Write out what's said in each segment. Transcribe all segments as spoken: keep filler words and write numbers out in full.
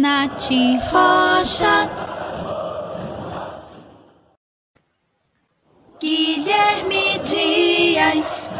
Nath Rocha, Guilherme Dias.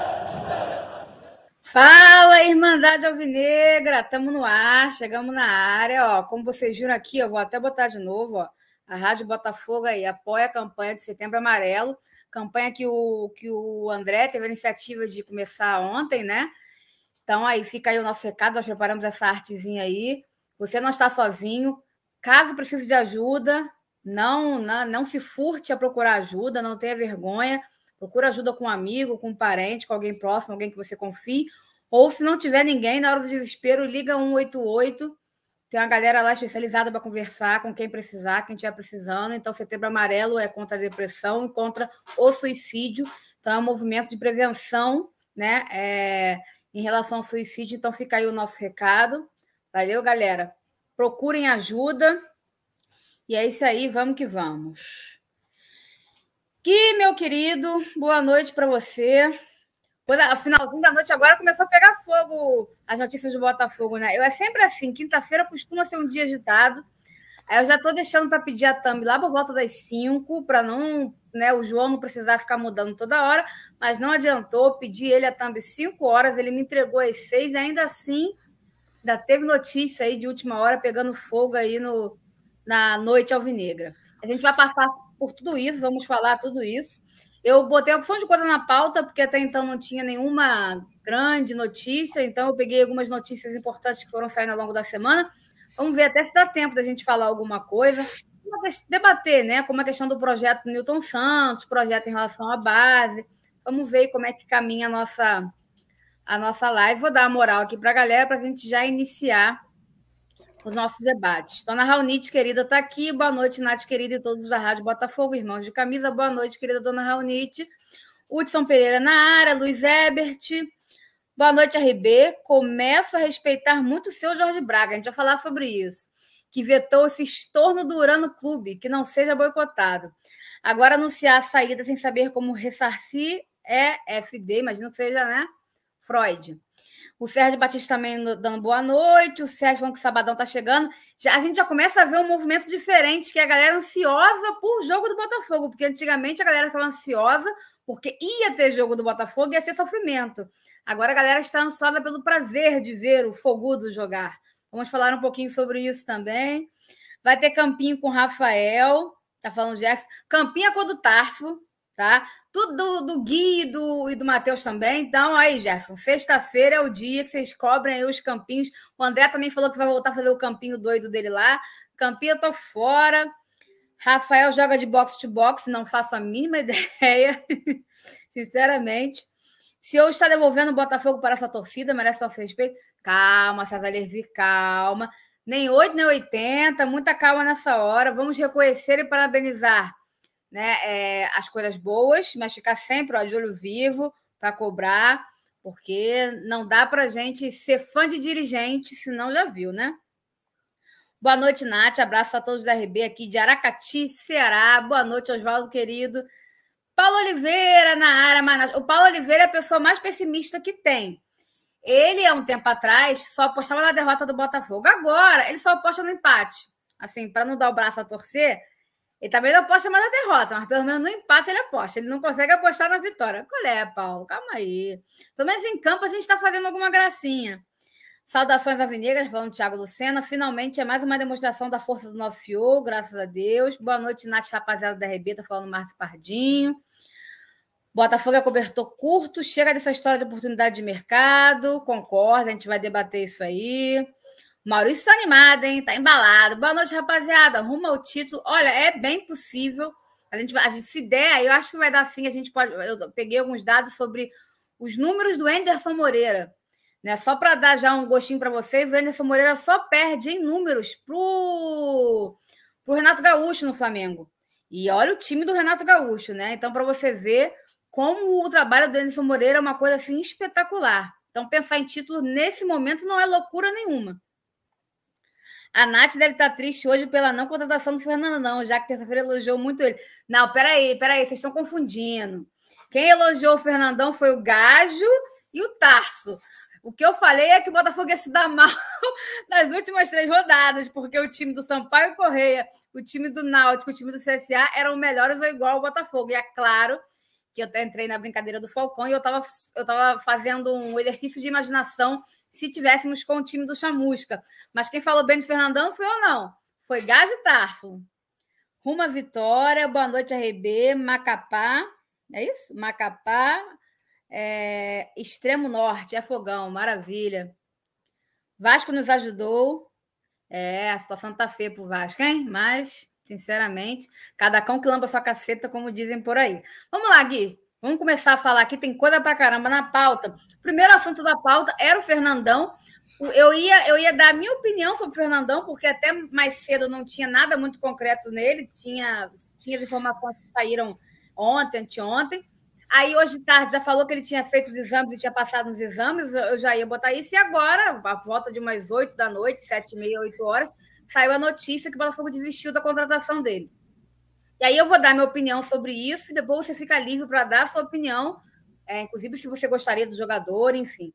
Fala, Irmandade Alvinegra, estamos no ar, chegamos na área, ó, como vocês viram aqui, eu vou até botar de novo, ó, a Rádio Botafogo aí apoia a campanha de Setembro Amarelo, campanha que o, que o André teve a iniciativa de começar ontem, né? Então aí fica aí o nosso recado, nós preparamos essa artezinha aí, você não está sozinho, caso precise de ajuda, não, não, não se furte a procurar ajuda, não tenha vergonha, procura ajuda com um amigo, com um parente, com alguém próximo, alguém que você confie. Ou, se não tiver ninguém, na hora do desespero, liga um oito oito. Tem uma galera lá especializada para conversar com quem precisar, quem estiver precisando. Então, Setembro Amarelo é contra a depressão e contra o suicídio. Então, é um movimento de prevenção, né, é, em relação ao suicídio. Então, fica aí o nosso recado. Valeu, galera. Procurem ajuda. E é isso aí, vamos que vamos. Gui, meu querido, boa noite para você. O finalzinho da noite agora começou a pegar fogo as notícias do Botafogo, né? Eu é sempre assim, quinta-feira costuma ser um dia agitado. Aí eu já estou deixando para pedir a thumb lá por volta das cinco, para não, né, o João não precisar ficar mudando toda hora, mas não adiantou, pedi ele a thumb cinco horas, ele me entregou às seis, e ainda assim, ainda teve notícia aí de última hora pegando fogo aí no, na noite alvinegra. A gente vai passar por tudo isso, vamos falar tudo isso. Eu botei a opção de coisa na pauta, porque até então não tinha nenhuma grande notícia, então eu peguei algumas notícias importantes que foram saindo ao longo da semana. Vamos ver até se dá tempo da gente falar alguma coisa. Debater, né? Como a questão do projeto Newton Santos, projeto em relação à base. Vamos ver como é que caminha a nossa, a nossa live. Vou dar uma moral aqui para a galera, para a gente já iniciar os nossos debates. Dona Raunite, querida, está aqui. Boa noite, Nath, querida, e todos da Rádio Botafogo, irmãos de camisa. Boa noite, querida Dona Raunite. Hudson Pereira na área, Luiz Ebert. Boa noite, R B. Começo a respeitar muito o seu Jorge Braga, a gente vai falar sobre isso, que vetou esse estorno do Urano Clube, que não seja boicotado. Agora anunciar a saída sem saber como ressarcir é F D, imagino que seja, né? Freud. O Sérgio Batista também dando boa noite, o Sérgio falando que o Sabadão está chegando. Já, a gente já começa a ver um movimento diferente, que é a galera ansiosa por jogo do Botafogo, porque antigamente a galera estava ansiosa porque ia ter jogo do Botafogo e ia ser sofrimento. Agora a galera está ansiosa pelo prazer de ver o Fogudo jogar. Vamos falar um pouquinho sobre isso também. Vai ter campinho com o Rafael, tá falando Jefferson. Campinho é cor do Tarso, tá? Tudo do, do Gui e do, e do Matheus também. Então, aí, Jefferson, sexta-feira é o dia que vocês cobrem aí os campinhos. O André também falou que vai voltar a fazer o campinho doido dele lá. Campinho, eu tô fora. Rafael joga de boxe to boxe, não faço a mínima ideia, sinceramente. Se eu estar devolvendo o Botafogo para essa torcida, merece nosso respeito. Calma, César Lervi, calma. Nem oito, nem oitenta, muita calma nessa hora. Vamos reconhecer e parabenizar, né, é, as coisas boas, mas ficar sempre, ó, de olho vivo para cobrar, porque não dá para a gente ser fã de dirigente, senão já viu, né? Boa noite, Nath. Abraço a todos da R B aqui de Aracati, Ceará. Boa noite, Oswaldo, querido. Paulo Oliveira na área. Mas... O Paulo Oliveira é a pessoa mais pessimista que tem. Ele, há um tempo atrás, só apostava na derrota do Botafogo. Agora, ele só aposta no empate. Assim, para não dar o braço a torcer, ele também não aposta mais na derrota, mas pelo menos no empate ele aposta. Ele não consegue apostar na vitória. Qual é, Paulo? Calma aí. Pelo menos em campo a gente está fazendo alguma gracinha. Saudações alvinegras, falando Thiago Lucena. Finalmente é mais uma demonstração da força do nosso Senhor, graças a Deus. Boa noite, Nath, rapaziada da R B, tá falando Márcio Pardinho. Botafogo é cobertor curto, chega dessa história de oportunidade de mercado, concorda, a gente vai debater isso aí. Maurício tá animado, hein? Tá embalado. Boa noite, rapaziada. Rumo ao título. Olha, é bem possível. A gente, vai, a gente se der, eu acho que vai dar sim. A gente pode. Eu peguei alguns dados sobre os números do Anderson Moreira. Né? Só para dar já um gostinho para vocês, o Anderson Moreira só perde em números pro, pro Renato Gaúcho no Flamengo. E olha o time do Renato Gaúcho, né? Então, para você ver como o trabalho do Anderson Moreira é uma coisa assim espetacular. Então, pensar em título nesse momento não é loucura nenhuma. A Nath deve estar triste hoje pela não contratação do Fernando, não, já que terça-feira elogiou muito ele. Não, peraí, peraí, vocês estão confundindo. Quem elogiou o Fernandão foi o Gajo e o Tarso. O que eu falei é que o Botafogo ia se dar mal nas últimas três rodadas, porque o time do Sampaio Corrêa, o time do Náutico, o time do C S A eram melhores ou igual ao Botafogo. E é claro que eu até entrei na brincadeira do Falcão e eu estava eu tava fazendo um exercício de imaginação se tivéssemos com o time do Chamusca. Mas quem falou bem de Fernandão não fui eu, não. Foi Gás de Tarso. Rumo à vitória, boa noite, R B, Macapá. É isso? Macapá, é, Extremo Norte, Afogão, maravilha. Vasco nos ajudou. É, a situação tá feia pro Vasco, hein? Mas, sinceramente, cada cão que lamba sua caceta, como dizem por aí. Vamos lá, Gui. Vamos começar a falar aqui, tem coisa pra caramba na pauta. O primeiro assunto da pauta era o Fernandão. Eu ia, eu ia dar a minha opinião sobre o Fernandão, porque até mais cedo não tinha nada muito concreto nele, tinha, tinha as informações que saíram ontem, anteontem. Aí, hoje de tarde, já falou que ele tinha feito os exames e tinha passado nos exames, eu já ia botar isso. E agora, a volta de umas oito da noite, sete e meia, oito horas, saiu a notícia que o Botafogo desistiu da contratação dele. E aí eu vou dar minha opinião sobre isso e depois você fica livre para dar a sua opinião, é, inclusive se você gostaria do jogador, enfim.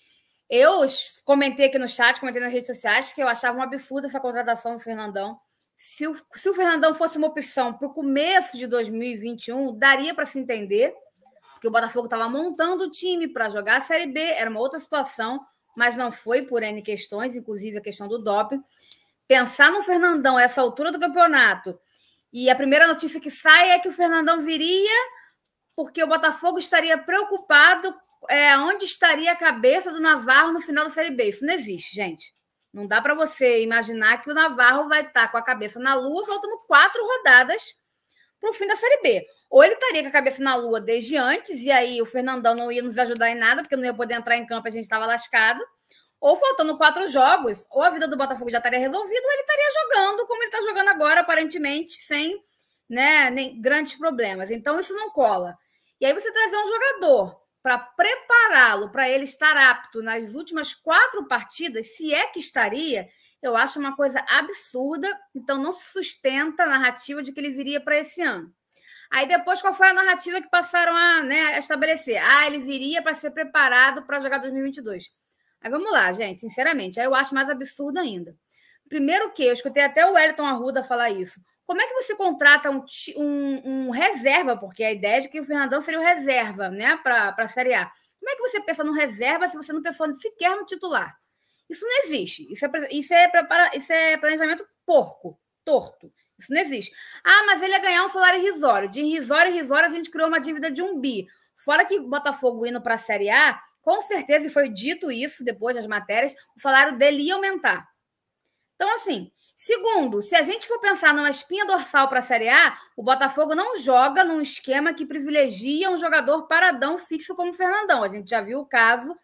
Eu comentei aqui no chat, comentei nas redes sociais, que eu achava um absurdo essa contratação do Fernandão. Se o, se o Fernandão fosse uma opção para o começo de dois mil e vinte e um, daria para se entender, porque o Botafogo estava montando o time para jogar a Série B, era uma outra situação, mas não foi por N questões, inclusive a questão do doping. Pensar no Fernandão a essa altura do campeonato, e a primeira notícia que sai é que o Fernandão viria porque o Botafogo estaria preocupado é, onde estaria a cabeça do Navarro no final da Série B. Isso não existe, gente. Não dá para você imaginar que o Navarro vai estar com a cabeça na lua, faltando quatro rodadas para o fim da Série B. Ou ele estaria com a cabeça na lua desde antes, e aí o Fernandão não ia nos ajudar em nada, porque não ia poder entrar em campo e a gente estava lascado. Ou faltando quatro jogos, ou a vida do Botafogo já estaria resolvida, ou ele estaria jogando como ele está jogando agora, aparentemente, sem, né, nem grandes problemas. Então, isso não cola. E aí você trazer um jogador para prepará-lo, para ele estar apto nas últimas quatro partidas, se é que estaria, eu acho uma coisa absurda. Então, não se sustenta a narrativa de que ele viria para esse ano. Aí depois, qual foi a narrativa que passaram a, né, a estabelecer? Ah, ele viria para ser preparado para jogar dois mil e vinte e dois. Aí vamos lá, gente, sinceramente, aí eu acho mais absurdo ainda. Primeiro que, eu escutei até o Wellington Arruda falar isso. Como é que você contrata um, um, um reserva, porque a ideia é de que o Fernandão seria o reserva, né, para a Série A. Como é que você pensa no reserva se você não pensou sequer no titular? Isso não existe. Isso é, isso é, prepara, isso é planejamento porco, torto. Isso não existe. Ah, mas ele ia ganhar um salário irrisório. De irrisório a irrisório, a gente criou uma dívida de um bi. Fora que o Botafogo indo para a Série A, com certeza, e foi dito isso depois das matérias, o salário dele ia aumentar. Então, assim, segundo, se a gente for pensar numa espinha dorsal para a Série A, o Botafogo não joga num esquema que privilegia um jogador paradão fixo como o Fernandão. A gente já viu o caso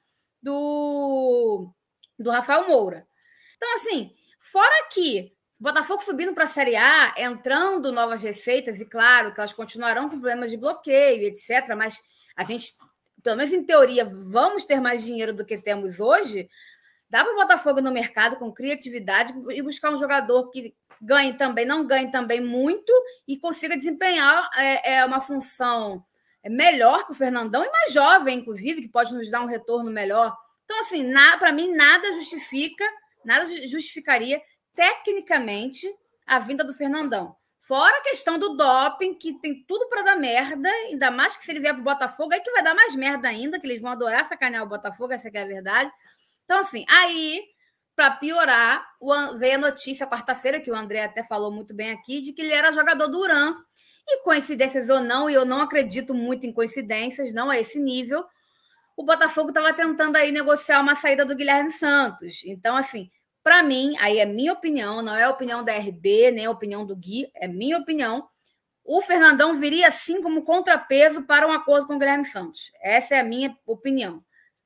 do, do Rafael Moura. Então, assim, fora que o Botafogo subindo para a Série A, entrando novas receitas, e claro que elas continuarão com problemas de bloqueio, etcétera, mas a gente, pelo menos em teoria, vamos ter mais dinheiro do que temos hoje. Dá para o Botafogo no mercado com criatividade e buscar um jogador que ganhe também, não ganhe também muito e consiga desempenhar é, é uma função melhor que o Fernandão e mais jovem, inclusive, que pode nos dar um retorno melhor. Então, assim, para mim, nada justifica, nada justificaria tecnicamente a vinda do Fernandão. Fora a questão do doping, que tem tudo para dar merda, ainda mais que se ele vier para o Botafogo, aí que vai dar mais merda ainda, que eles vão adorar sacanear o Botafogo, essa que é a verdade. Então, assim, aí, para piorar, veio a notícia quarta-feira, que o André até falou muito bem aqui, de que ele era jogador do Uran. E coincidências ou não, e eu não acredito muito em coincidências, não a esse nível, o Botafogo estava tentando aí negociar uma saída do Guilherme Santos. Então, assim, para mim, aí é minha opinião, não é a opinião da R B, nem a opinião do Gui, é minha opinião, o Fernandão viria, sim, como contrapeso para um acordo com o Guilherme Santos. Essa é a minha opinião.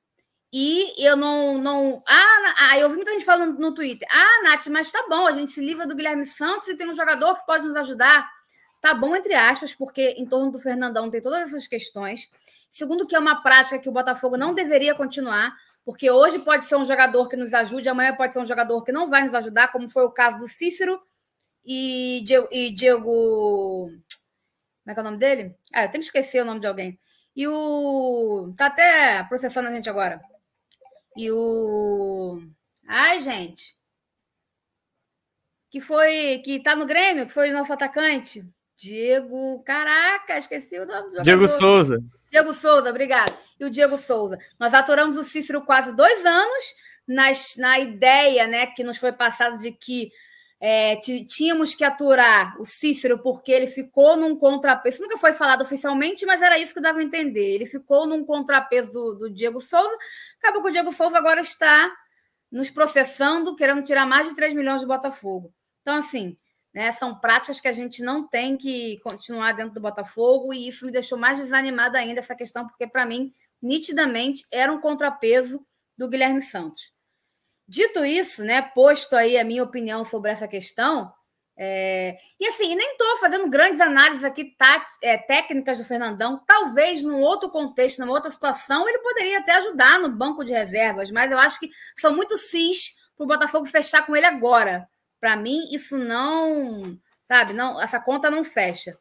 E eu não... não ah, ah, eu vi muita gente falando no Twitter. Ah, Nath, mas tá bom, a gente se livra do Guilherme Santos e tem um jogador que pode nos ajudar. Tá bom, entre aspas, porque em torno do Fernandão tem todas essas questões. Segundo, que é uma prática que o Botafogo não deveria continuar, porque hoje pode ser um jogador que nos ajude, amanhã pode ser um jogador que não vai nos ajudar, como foi o caso do Cícero e Diego... E Diego... Como é que é o nome dele? Ah, eu tenho que esquecer o nome de alguém. E o... Tá até processando a gente agora. E o... Ai, gente. Que foi... Que tá no Grêmio, que foi o nosso atacante. Diego... Caraca, esqueci o nome do jogador. Diego Souza. Diego Souza, obrigado. E o Diego Souza. Nós aturamos o Cícero quase dois anos nas, na ideia, né, que nos foi passada de que é, tínhamos que aturar o Cícero porque ele ficou num contrapeso. Isso nunca foi falado oficialmente, mas era isso que dava a entender. Ele ficou num contrapeso do, do Diego Souza. Acabou que o Diego Souza agora está nos processando, querendo tirar mais de três milhões do Botafogo. Então, assim, né, são práticas que a gente não tem que continuar dentro do Botafogo, e isso me deixou mais desanimada ainda, essa questão, porque, para mim, nitidamente, era um contrapeso do Guilherme Santos. Dito isso, né, posto aí a minha opinião sobre essa questão, é... e assim, nem estou fazendo grandes análises aqui tá, é, técnicas do Fernandão, talvez num outro contexto, numa outra situação, ele poderia até ajudar no banco de reservas, mas eu acho que são muito cis para o Botafogo fechar com ele agora. Para mim, isso não, sabe, não, essa conta não fecha.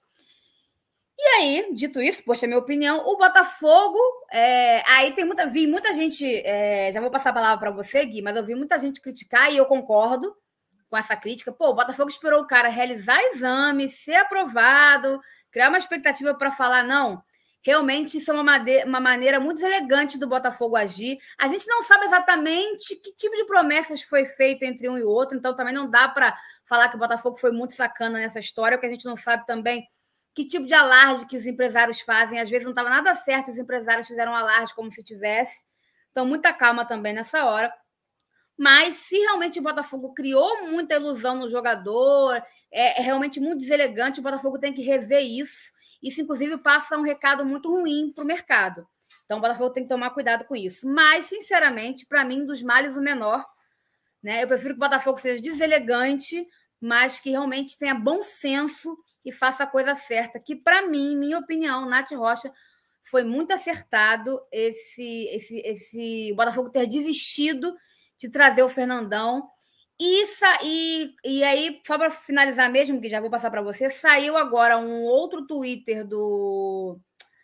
E aí, dito isso, poxa, minha opinião, o Botafogo, é, aí tem muita, vi muita gente, é, já vou passar a palavra para você, Gui, mas eu vi muita gente criticar, e eu concordo com essa crítica. Pô, o Botafogo esperou o cara realizar exame, ser aprovado, criar uma expectativa para falar, não, realmente isso é uma, madeira, uma maneira muito elegante do Botafogo agir. A gente não sabe exatamente que tipo de promessas foi feita entre um e outro, então também não dá para falar que o Botafogo foi muito sacana nessa história, porque a gente não sabe também que tipo de alarde que os empresários fazem. Às vezes não estava nada certo, os empresários fizeram alarde como se tivesse. Então, muita calma também nessa hora. Mas se realmente o Botafogo criou muita ilusão no jogador, é, é realmente muito deselegante, o Botafogo tem que rever isso. Isso, inclusive, passa um recado muito ruim para o mercado. Então, o Botafogo tem que tomar cuidado com isso. Mas, sinceramente, para mim, dos males o menor. Né? Eu prefiro que o Botafogo seja deselegante, mas que realmente tenha bom senso e faça a coisa certa. Que, para mim, minha opinião, Nath Rocha, foi muito acertado esse, esse, esse o Botafogo ter desistido de trazer o Fernandão. E, e, e aí, só para finalizar mesmo, que já vou passar para você, saiu agora um outro Twitter do,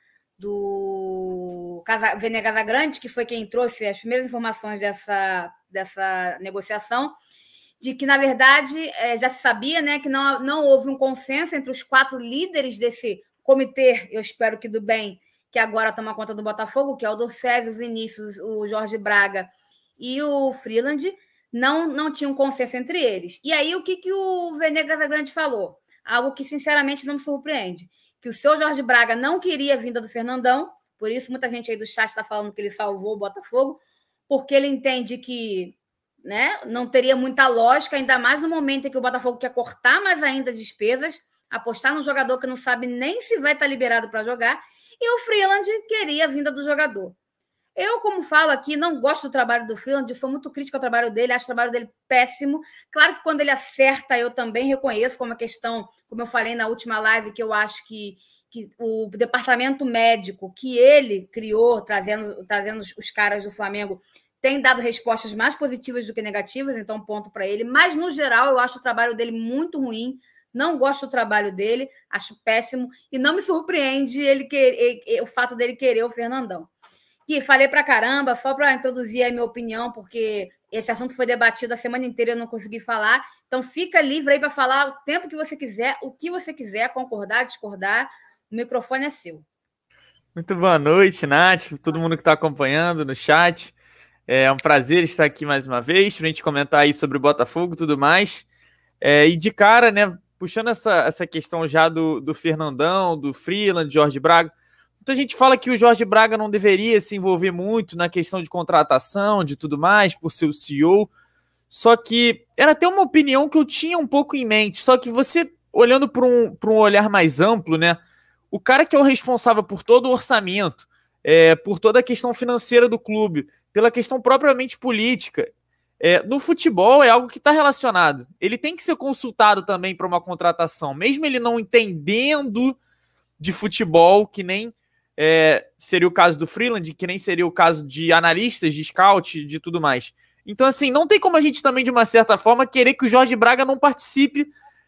do Vene Casagrande, que foi quem trouxe as primeiras informações dessa, dessa negociação, de que, na verdade, já se sabia, né, que não, não houve um consenso entre os quatro líderes desse comitê, eu espero que do bem, que agora toma conta do Botafogo, que é o Docésio, o Vinícius, o Jorge Braga e o Freeland. Não, não tinha um consenso entre eles. E aí, o que, que o Vene Casagrande falou? Algo que, sinceramente, não me surpreende. Que o seu Jorge Braga não queria a vinda do Fernandão, por isso muita gente aí do chat está falando que ele salvou o Botafogo, porque ele entende que, né, não teria muita lógica, ainda mais no momento em que o Botafogo quer cortar mais ainda as despesas, apostar num jogador que não sabe nem se vai estar liberado para jogar, e o Freeland queria a vinda do jogador. Eu, como falo aqui, não gosto do trabalho do Freeland, sou muito crítica ao trabalho dele, acho o trabalho dele péssimo. Claro que quando ele acerta, eu também reconheço como a questão, como eu falei na última live, que eu acho que, que o departamento médico que ele criou, trazendo, trazendo os caras do Flamengo, tem dado respostas mais positivas do que negativas, então ponto para ele. Mas, no geral, eu acho o trabalho dele muito ruim, não gosto do trabalho dele, acho péssimo, e não me surpreende ele querer, o fato dele querer o Fernandão. E falei pra caramba, só para introduzir a minha opinião, porque esse assunto foi debatido a semana inteira e eu não consegui falar. Então, fica livre aí para falar o tempo que você quiser, o que você quiser, concordar, discordar. O microfone é seu. Muito boa noite, Nath, todo mundo que está acompanhando no chat. É um prazer estar aqui mais uma vez para a gente comentar aí sobre o Botafogo e tudo mais. É, e de cara, né, puxando essa, essa questão já do, do Fernandão, do Freeland, Jorge Braga, muita gente fala que o Jorge Braga não deveria se envolver muito na questão de contratação, de tudo mais, por ser o C E O. Só que era até uma opinião que eu tinha um pouco em mente. Só que você, olhando para um, para um olhar mais amplo, né? O cara que é o responsável por todo o orçamento, é, por toda a questão financeira do clube, pela questão propriamente política, é, no futebol é algo que está relacionado. Ele tem que ser consultado também para uma contratação, mesmo ele não entendendo de futebol, que nem É, seria o caso do Freeland, que nem seria o caso de analistas, de scout, de tudo mais. Então, assim, não tem como a gente também, de uma certa forma, querer que o Jorge Braga não participe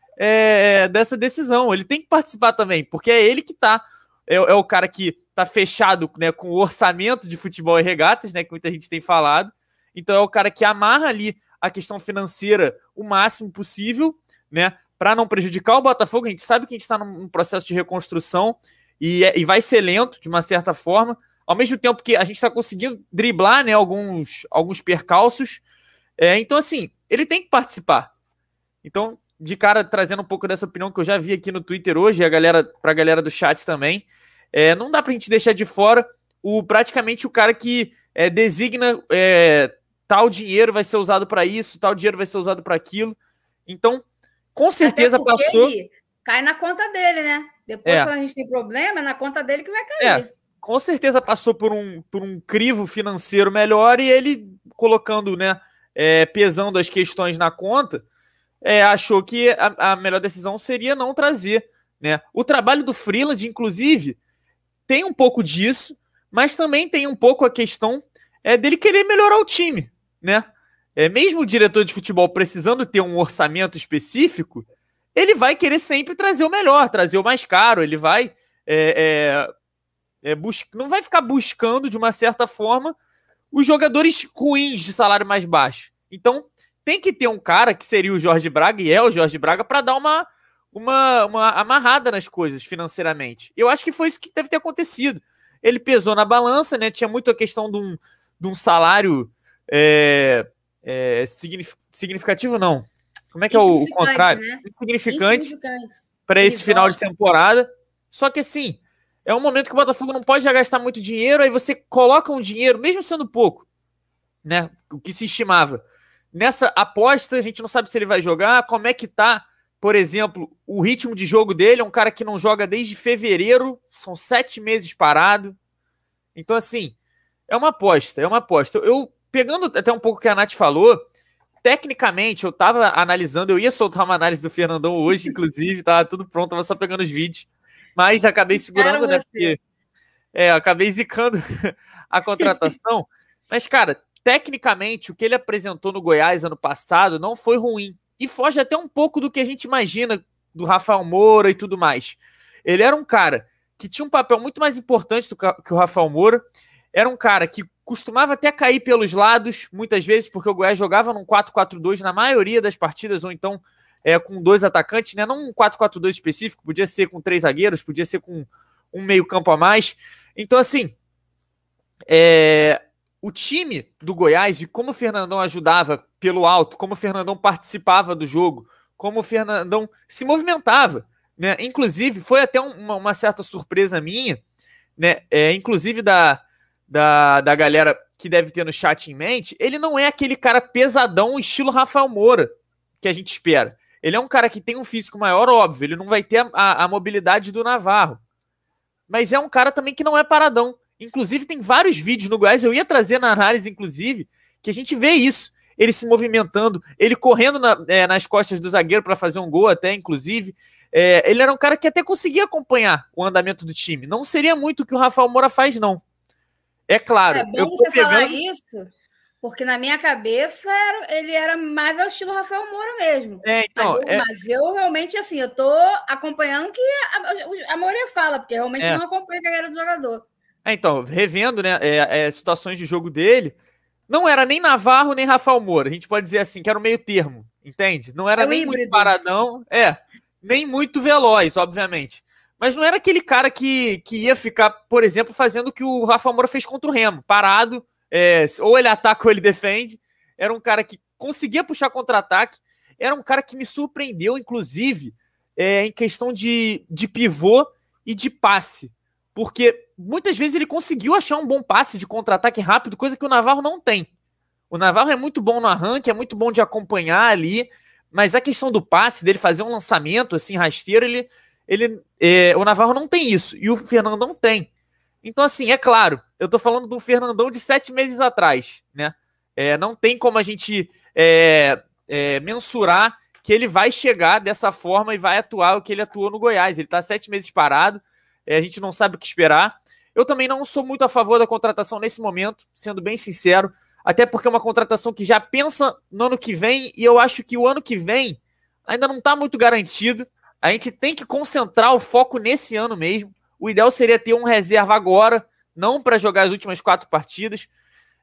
é, dessa decisão. Ele tem que participar também, porque é ele que tá, é, é o cara que tá fechado, né, com o orçamento de futebol e regatas, né, que muita gente tem falado, Então é o cara que amarra ali a questão financeira o máximo possível, né, para não prejudicar o Botafogo. A gente sabe que a gente está num processo de reconstrução e, é, e vai ser lento, de uma certa forma, ao mesmo tempo que a gente está conseguindo driblar, né, alguns, alguns percalços. É, então, assim, ele tem que participar. Então, de cara, trazendo um pouco dessa opinião que eu já vi aqui no Twitter hoje, e a galera, pra galera do chat também, é, não dá pra gente deixar de fora o, praticamente o cara que é, designa é, tal dinheiro vai ser usado para isso, tal dinheiro vai ser usado para aquilo. Então, com certeza Até porque, passou... Gui, cai na conta dele, né? Depois, é. quando a gente tem problema, é na conta dele que vai cair. É, com certeza passou por um, por um crivo financeiro melhor e ele colocando, né, é, pesando as questões na conta, É, achou que a, a melhor decisão seria não trazer, né? O trabalho do Freeland, inclusive, tem um pouco disso, mas também tem um pouco a questão é, dele querer melhorar o time, né? É, mesmo o diretor de futebol precisando ter um orçamento específico, ele vai querer sempre trazer o melhor, trazer o mais caro, ele vai é, é, é, bus- não vai ficar buscando, de uma certa forma, os jogadores ruins de salário mais baixo. Então, tem que ter um cara, que seria o Jorge Braga, e é o Jorge Braga, para dar uma, uma, uma amarrada nas coisas financeiramente. Eu acho que foi isso que deve ter acontecido. Ele pesou na balança, né? Tinha muito a questão de um, de um salário é, é, signif- significativo, não. Como é que é o, o contrário? Né? Insignificante para esse final de temporada. Só que assim, é um momento que o Botafogo não pode já gastar muito dinheiro, aí você coloca um dinheiro, mesmo sendo pouco, né? O que se estimava. Nessa aposta, a gente não sabe se ele vai jogar, como é que tá, por exemplo, o ritmo de jogo dele. É um cara que não joga desde fevereiro, são sete meses parado. Então, assim, é uma aposta, é uma aposta. Eu, eu pegando até um pouco o que a Nath falou, tecnicamente, eu tava analisando, eu ia soltar uma análise do Fernandão hoje, inclusive, tá tudo pronto, tava só pegando os vídeos, mas acabei segurando, né, porque é, acabei zicando a contratação. Mas, cara, tecnicamente, o que ele apresentou no Goiás ano passado não foi ruim. E foge até um pouco do que a gente imagina do Rafael Moura e tudo mais. Ele era um cara que tinha um papel muito mais importante do que o Rafael Moura. Era um cara que costumava até cair pelos lados, muitas vezes, porque o Goiás jogava num quatro quatro dois na maioria das partidas, ou então é, com dois atacantes, né? Não um quatro quatro dois específico, podia ser com três zagueiros, podia ser com um meio campo a mais. Então, assim, é... o time do Goiás e como o Fernandão ajudava pelo alto, como o Fernandão participava do jogo, como o Fernandão se movimentava, né? Inclusive, foi até uma, uma certa surpresa minha, né? É, inclusive da, da, da galera que deve ter no chat em mente, ele não é aquele cara pesadão estilo Rafael Moura que a gente espera. Ele é um cara que tem um físico maior, óbvio, ele não vai ter a, a, a mobilidade do Navarro, mas é um cara também que não é paradão. Inclusive, tem vários vídeos no Goiás, eu ia trazer na análise, inclusive, que a gente vê isso. Ele se movimentando, ele correndo na, é, nas costas do zagueiro para fazer um gol até, inclusive. É, ele era um cara que até conseguia acompanhar o andamento do time. Não seria muito o que o Rafael Moura faz, não. É claro. É bom eu você pegando... falar isso, porque na minha cabeça era, ele era mais ao estilo Rafael Moura mesmo. É, então, mas, eu, é... mas eu realmente, assim, eu tô acompanhando o que a, a maioria fala, porque realmente é. não acompanho a carreira do jogador. É, então, revendo, né, é, é, situações de jogo dele, não era nem Navarro nem Rafael Moura. A gente pode dizer assim, que era o meio termo, entende? Não era é nem híbrido. Muito paradão, é, nem muito veloz, obviamente. Mas não era aquele cara que, que ia ficar, por exemplo, fazendo o que o Rafael Moura fez contra o Remo, parado, é, ou ele ataca ou ele defende. Era um cara que conseguia puxar contra-ataque, era um cara que me surpreendeu, inclusive, é, em questão de, de pivô e de passe. Porque muitas vezes ele conseguiu achar um bom passe de contra-ataque rápido, coisa que o Navarro não tem. O Navarro é muito bom no arranque, é muito bom de acompanhar ali, mas a questão do passe, dele fazer um lançamento assim, rasteiro, ele, ele, é, o Navarro não tem isso, e o Fernandão tem. Então, assim, é claro, eu tô falando do Fernandão de sete meses atrás, né? É, não tem como a gente é, é, mensurar que ele vai chegar dessa forma e vai atuar o que ele atuou no Goiás. Ele tá sete meses parado, é, a gente não sabe o que esperar. Eu também não sou muito a favor da contratação nesse momento, sendo bem sincero, até porque é uma contratação que já pensa no ano que vem, e eu acho que o ano que vem ainda não está muito garantido. A gente tem que concentrar o foco nesse ano mesmo. O ideal seria ter um reserva agora, não para jogar as últimas quatro partidas.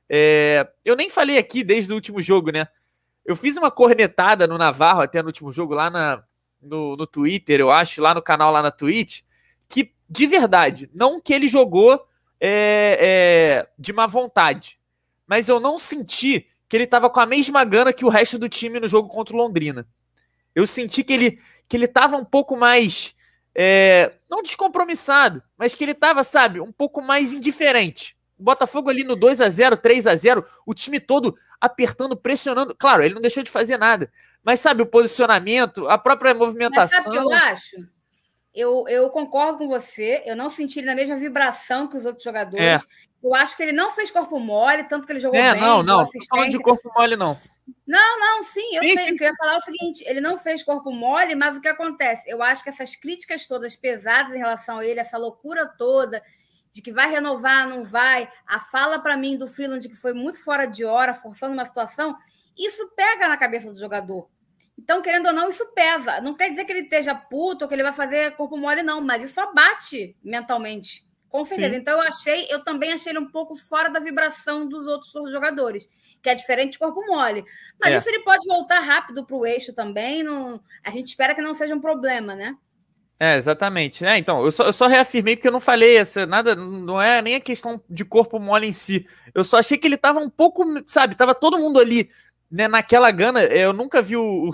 É, eu nem falei aqui desde o último jogo, né? Eu fiz uma cornetada no Navarro até no último jogo lá na, no, no Twitter, eu acho, lá no canal, lá na Twitch, que, de verdade, não que ele jogou é, é, de má vontade, mas eu não senti que ele tava com a mesma gana que o resto do time no jogo contra o Londrina. Eu senti que ele, que ele tava um pouco mais, é, não descompromissado, mas que ele tava, sabe, um pouco mais indiferente. O Botafogo ali no dois a zero, três a zero, o time todo apertando, pressionando. Claro, ele não deixou de fazer nada, mas sabe, o posicionamento, a própria movimentação. Mas sabe o que eu acho? Eu, eu concordo com você, eu não senti ele na mesma vibração que os outros jogadores. É. Eu acho que ele não fez corpo mole, tanto que ele jogou é, bem. Não, não, não tô falando de corpo mole, não. Não, não, sim, eu sim, sei. Sim. O que eu ia falar é o seguinte: ele não fez corpo mole, mas o que acontece? Eu acho que essas críticas todas pesadas em relação a ele, essa loucura toda de que vai renovar, não vai, a fala para mim do Freeland que foi muito fora de hora, forçando uma situação, isso pega na cabeça do jogador. Então, querendo ou não, isso pesa. Não quer dizer que ele esteja puto ou que ele vai fazer corpo mole, não, mas isso abate mentalmente. Com certeza. Sim. Então, eu achei, eu também achei ele um pouco fora da vibração dos outros jogadores, que é diferente de corpo mole. Mas é. isso ele pode voltar rápido para o eixo também. Não, a gente espera que não seja um problema, né? É, exatamente. É, então, eu só, eu só reafirmei porque eu não falei essa, nada, não é nem a questão de corpo mole em si. Eu só achei que ele tava um pouco, sabe, tava todo mundo ali, né, naquela gana. Eu nunca vi o...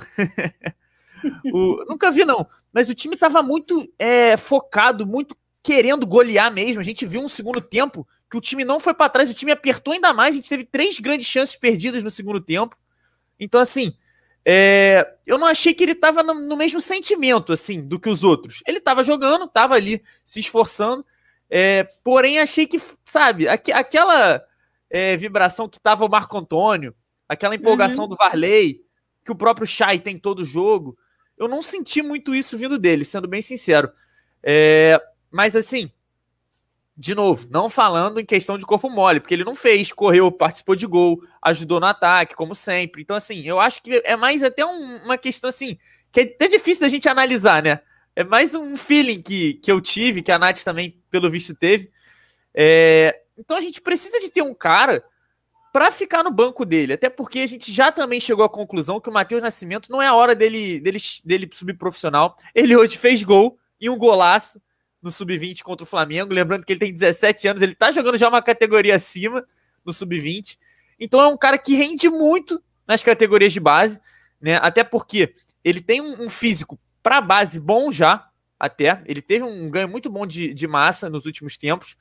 o nunca vi, não. Mas o time tava muito é, focado, muito querendo golear mesmo. A gente viu um segundo tempo que o time não foi para trás, o time apertou ainda mais. A gente teve três grandes chances perdidas no segundo tempo. Então, assim... É, eu não achei que ele estava no, no mesmo sentimento assim do que os outros. Ele estava jogando, estava ali se esforçando, é, porém achei que, sabe, aqu aquela é, vibração que estava o Marco Antônio, aquela empolgação uhum. do Varley, que o próprio Chay tem todo jogo, eu não senti muito isso vindo dele, sendo bem sincero. É, mas assim, de novo, não falando em questão de corpo mole, porque ele não fez, correu, participou de gol, ajudou no ataque, como sempre. Então, assim, eu acho que é mais até um, uma questão, assim, que é até difícil da gente analisar, né? É mais um feeling que, que eu tive, que a Nath também, pelo visto, teve. É... Então, a gente precisa de ter um cara para ficar no banco dele, até porque a gente já também chegou à conclusão que o Matheus Nascimento não é a hora dele, dele, dele subir profissional. Ele hoje fez gol e um golaço no sub vinte contra o Flamengo, lembrando que ele tem dezessete anos, ele tá jogando já uma categoria acima no sub vinte, então é um cara que rende muito nas categorias de base, né, até porque ele tem um, um físico para base bom já, até, ele teve um ganho muito bom de, de massa nos últimos tempos,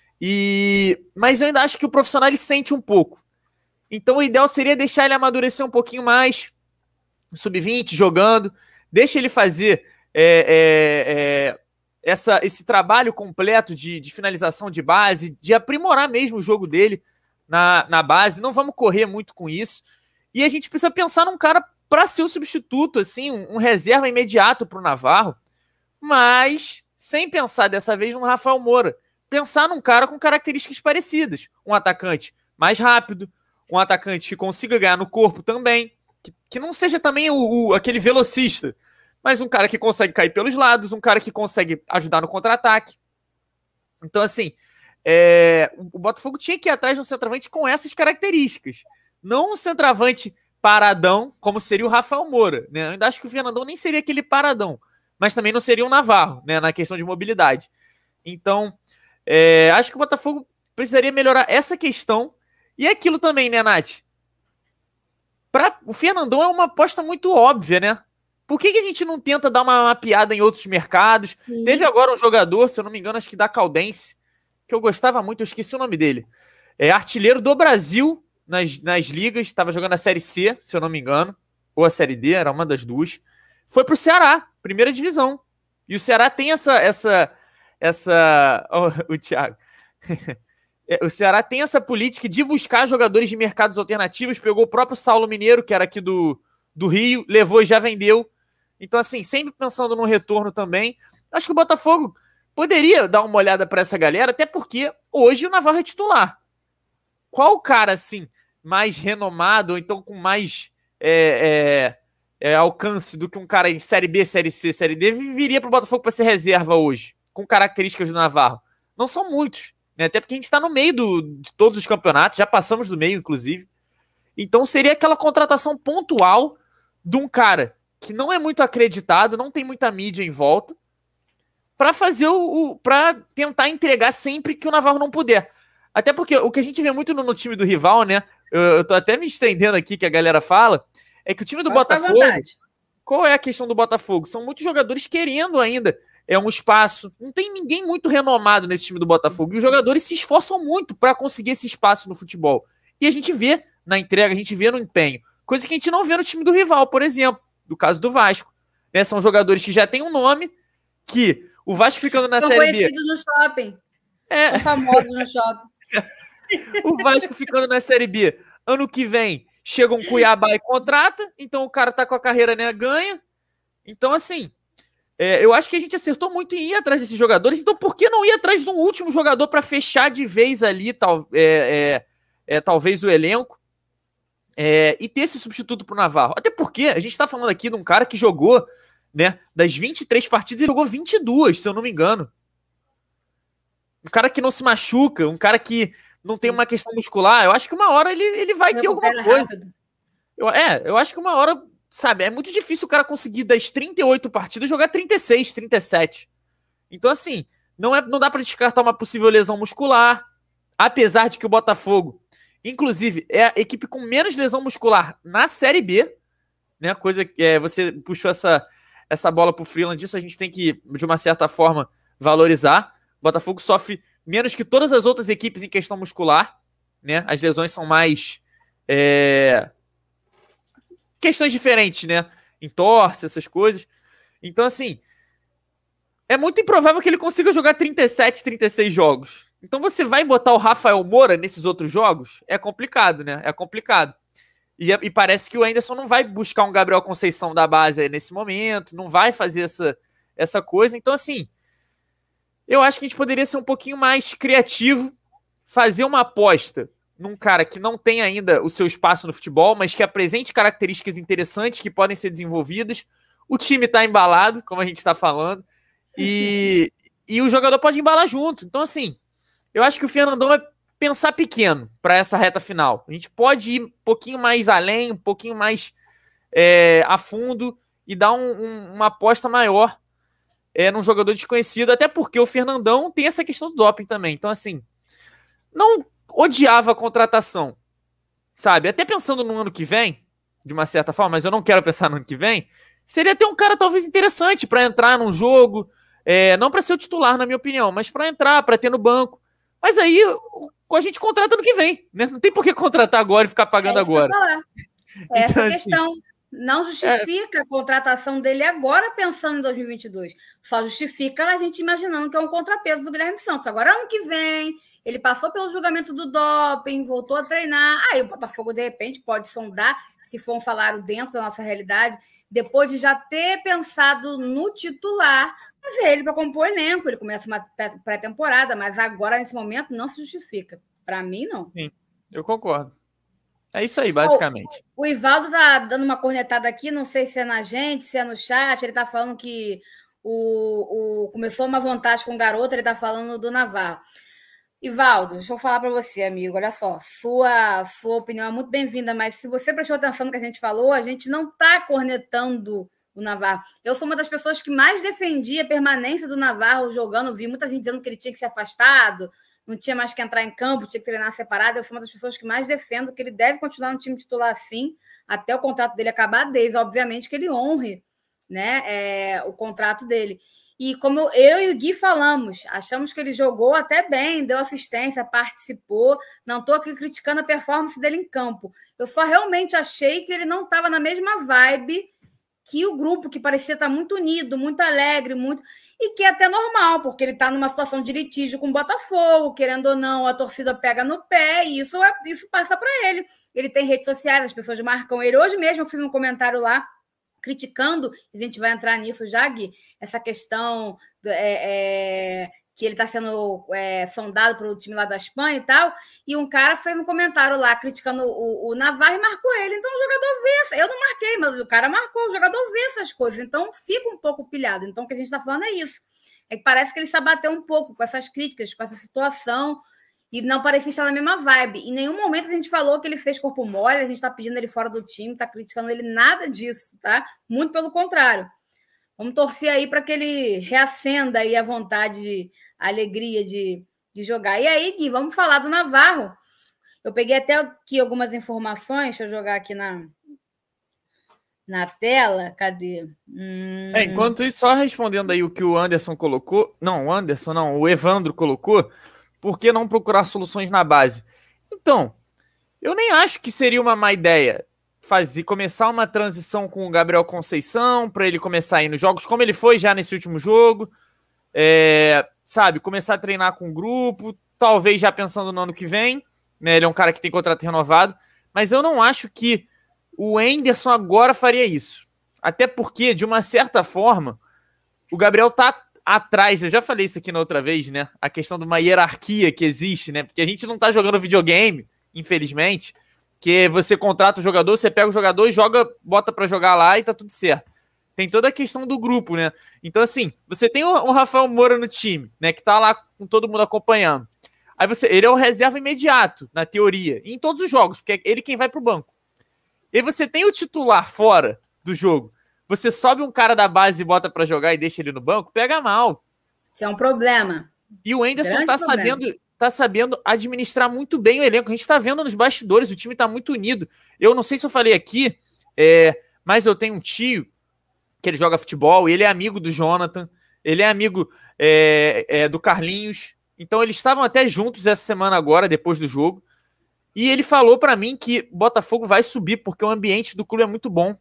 e mas eu ainda acho que o profissional ele sente um pouco, então o ideal seria deixar ele amadurecer um pouquinho mais no sub vinte, jogando, deixa ele fazer é, é, é, Essa, esse trabalho completo de, de finalização de base, de aprimorar mesmo o jogo dele na, na base. Não vamos correr muito com isso. E a gente precisa pensar num cara para ser o substituto, assim, um, um reserva imediato para o Navarro, mas sem pensar dessa vez no Rafael Moura. Pensar num cara com características parecidas. Um atacante mais rápido, um atacante que consiga ganhar no corpo também, que, que não seja também o, o, aquele velocista, mas um cara que consegue cair pelos lados, um cara que consegue ajudar no contra-ataque. Então, assim, é, o Botafogo tinha que ir atrás de um centroavante com essas características. Não um centroavante paradão, como seria o Rafael Moura, né? Eu ainda acho que o Fernandão nem seria aquele paradão, mas também não seria um Navarro, né, na questão de mobilidade. Então, é, acho que o Botafogo precisaria melhorar essa questão. E aquilo também, né, Nath? Pra, o Fernandão é uma aposta muito óbvia, né? Por que, que a gente não tenta dar uma, uma piada em outros mercados? Sim. Teve agora um jogador, se eu não me engano, acho que da Caldense, que eu gostava muito, eu esqueci o nome dele. É artilheiro do Brasil nas, nas ligas, estava jogando a Série C, se eu não me engano, ou a Série D, era uma das duas. Foi pro Ceará, primeira divisão. E o Ceará tem essa... essa, essa oh, o Thiago. O Ceará tem essa política de buscar jogadores de mercados alternativos. Pegou o próprio Saulo Mineiro, que era aqui do, do Rio, levou e já vendeu. Então, assim, sempre pensando no retorno também. Acho que o Botafogo poderia dar uma olhada para essa galera, até porque hoje o Navarro é titular. Qual cara, assim, mais renomado, ou então com mais é, é, é, alcance do que um cara em Série B, Série C, Série D, viria para o Botafogo para ser reserva hoje, com características do Navarro? Não são muitos. né? Até porque a gente está no meio do, de todos os campeonatos, já passamos do meio, inclusive. Então seria aquela contratação pontual de um cara que não é muito acreditado, não tem muita mídia em volta, para fazer o, o para tentar entregar sempre que o Navarro não puder. Até porque o que a gente vê muito no, no time do rival, né? Eu, eu tô até me estendendo aqui que a galera fala, é que o time do Pode ficar à Botafogo, vontade. qual é a questão do Botafogo? São muitos jogadores querendo ainda é um espaço. Não tem ninguém muito renomado nesse time do Botafogo. E os jogadores se esforçam muito para conseguir esse espaço no futebol. E a gente vê na entrega, a gente vê no empenho. Coisa que a gente não vê no time do rival, por exemplo. Do caso do Vasco. Né? São jogadores que já têm um nome, que o Vasco ficando na São Série B... conhecidos no shopping. É. São famosos no shopping. O Vasco ficando na Série B. Ano que vem, chega um Cuiabá e contrata. Então o cara tá com a carreira, né? Ganha. Então, assim... É, eu acho que a gente acertou muito em ir atrás desses jogadores, então por que não ir atrás de um último jogador para fechar de vez ali, tal, é, é, é, talvez o elenco, é, e ter esse substituto pro Navarro? Até porque a gente tá falando aqui de um cara que jogou, né, das vinte e três partidas, ele jogou vinte e duas, se eu não me engano. Um cara que não se machuca, um cara que não tem uma questão muscular, eu acho que uma hora ele, ele vai ter alguma coisa. Eu, é, eu acho que uma hora... Sabe, é muito difícil o cara conseguir das trinta e oito partidas jogar trinta e seis, trinta e sete. Então, assim, não, é, não dá para descartar uma possível lesão muscular. Apesar de que o Botafogo, inclusive, é a equipe com menos lesão muscular na Série B. Né, coisa que é, você puxou essa, essa bola pro Freeland, isso a gente tem que, de uma certa forma, valorizar. O Botafogo sofre menos que todas as outras equipes em questão muscular. Né? As lesões são mais... É... questões diferentes, né? Entorse, essas coisas. Então, assim, é muito improvável que ele consiga jogar trinta e sete, trinta e seis jogos. Então você vai botar o Rafael Moura nesses outros jogos? É complicado, né? É complicado. E, e parece que o Anderson não vai buscar um Gabriel Conceição da base nesse momento, não vai fazer essa, essa coisa. Então, assim, eu acho que a gente poderia ser um pouquinho mais criativo, fazer uma aposta num cara que não tem ainda o seu espaço no futebol, mas que apresente características interessantes que podem ser desenvolvidas. O time está embalado, como a gente está falando, e, e o jogador pode embalar junto. Então, assim, eu acho que o Fernandão vai pensar pequeno para essa reta final. A gente pode ir um pouquinho mais além, um pouquinho mais é, a fundo e dar um, um, uma aposta maior é, num jogador desconhecido, até porque o Fernandão tem essa questão do doping também. Então, assim, não odiava a contratação, sabe? Até pensando no ano que vem, de uma certa forma, mas eu não quero pensar no ano que vem, seria ter um cara talvez interessante para entrar num jogo, é, não para ser o titular, na minha opinião, mas para entrar, para ter no banco. Mas aí a gente contrata no que vem, né? Não tem por que contratar agora e ficar pagando é isso agora. Que eu ia falar. É essa Então, a questão. Assim, não justifica é... a contratação dele agora pensando em dois mil e vinte e dois. Só justifica a gente imaginando que é um contrapeso do Guilherme Santos. Agora, ano que vem, ele passou pelo julgamento do doping, voltou a treinar. Aí o Botafogo, de repente, pode sondar, se for um salário dentro da nossa realidade, depois de já ter pensado no titular, mas ele para compor elenco. Ele começa uma pré-temporada, mas agora, nesse momento, não se justifica. Para mim, não. Sim, eu concordo. É isso aí, basicamente. O, o Ivaldo tá dando uma cornetada aqui, não sei se é na gente, se é no chat. Ele tá falando que o, o, começou uma vantagem com o garoto, ele tá falando do Navarro. Ivaldo, deixa eu falar para você, amigo. Olha só, sua, sua opinião é muito bem-vinda, mas se você prestou atenção no que a gente falou, a gente não tá cornetando o Navarro. Eu sou uma das pessoas que mais defendia a permanência do Navarro jogando. Vi muita gente dizendo que ele tinha que ser afastado, não tinha mais que entrar em campo, tinha que treinar separado. Eu sou uma das pessoas que mais defendo que ele deve continuar no time titular assim, até o contrato dele acabar, desde, obviamente, que ele honre, né, é, o contrato dele. E como eu e o Gui falamos, achamos que ele jogou até bem, deu assistência, participou. Não estou aqui criticando a performance dele em campo. Eu só realmente achei que ele não estava na mesma vibe que o grupo, que parecia estar muito unido, muito alegre, muito... e que é até normal, porque ele está numa situação de litígio com o Botafogo, querendo ou não, a torcida pega no pé, e isso, é, isso passa para ele. Ele tem redes sociais, as pessoas marcam ele. Hoje mesmo eu fiz um comentário lá, criticando, a gente vai entrar nisso já, Gui, essa questão é, é, que ele está sendo é, sondado pelo time lá da Espanha e tal, e um cara fez um comentário lá criticando o, o Navarro e marcou ele. Então o jogador vê, eu não marquei, mas o cara marcou, o jogador vê essas coisas, então fica um pouco pilhado. Então o que a gente está falando é isso, É que parece que ele se abateu um pouco com essas críticas, com essa situação, e não parecia estar na mesma vibe. Em nenhum momento a gente falou que ele fez corpo mole, a gente está pedindo ele fora do time, está criticando ele, nada disso, tá? Muito pelo contrário. Vamos torcer aí para que ele reacenda aí a vontade, a alegria de, de jogar. E aí, Gui, vamos falar do Navarro. Eu peguei até aqui algumas informações, deixa eu jogar aqui na, na tela. Cadê? Hum... É, enquanto isso, só respondendo aí o que o Anderson colocou. Não, o Anderson não, o Evandro colocou. Por que não procurar soluções na base? Então, eu nem acho que seria uma má ideia fazer, começar uma transição com o Gabriel Conceição, para ele começar a ir nos jogos, como ele foi já nesse último jogo. É, sabe, começar a treinar com o grupo, talvez já pensando no ano que vem. Né, ele é um cara que tem contrato renovado. Mas eu não acho que o Henderson agora faria isso. Até porque, de uma certa forma, o Gabriel tá atrás, eu já falei isso aqui na outra vez, né? A questão de uma hierarquia que existe, né? Porque a gente não tá jogando videogame, infelizmente, que você contrata o jogador, você pega o jogador e joga, bota pra jogar lá e tá tudo certo. Tem toda a questão do grupo, né? Então, assim, você tem o Rafael Moura no time, né? Que tá lá com todo mundo acompanhando. Aí você, ele é o reserva imediato, na teoria, em todos os jogos, porque é ele quem vai pro banco. E você tem o titular fora do jogo. Você sobe um cara da base e bota pra jogar e deixa ele no banco, pega mal. Isso é um problema. E o Henderson tá sabendo, tá sabendo administrar muito bem o elenco. A gente tá vendo nos bastidores, o time tá muito unido. Eu não sei se eu falei aqui, é, mas eu tenho um tio que ele joga futebol e ele é amigo do Jonathan, ele é amigo é, é, do Carlinhos. Então eles estavam até juntos essa semana agora, depois do jogo. E ele falou pra mim que o Botafogo vai subir, porque o ambiente do clube é muito bom.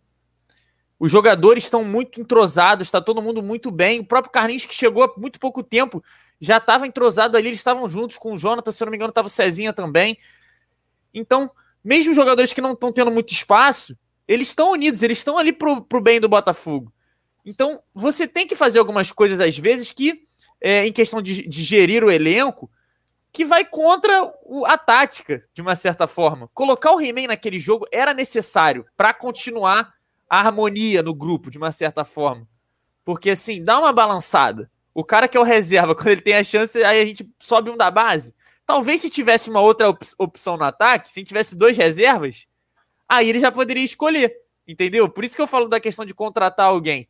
Os jogadores estão muito entrosados, está todo mundo muito bem. O próprio Carlinhos, que chegou há muito pouco tempo, já estava entrosado ali, eles estavam juntos com o Jonathan, se eu não me engano, estava o Cezinha também. Então, mesmo os jogadores que não estão tendo muito espaço, eles estão unidos, eles estão ali pro, pro bem do Botafogo. Então, você tem que fazer algumas coisas, às vezes, que, é, em questão de, de gerir o elenco, que vai contra o, a tática, de uma certa forma. Colocar o He-Man naquele jogo era necessário para continuar a harmonia no grupo, de uma certa forma. Porque, assim, dá uma balançada. O cara que é o reserva, quando ele tem a chance, aí a gente sobe um da base. Talvez se tivesse uma outra op- opção no ataque, se tivesse dois reservas, aí ele já poderia escolher, entendeu? Por isso que eu falo da questão de contratar alguém.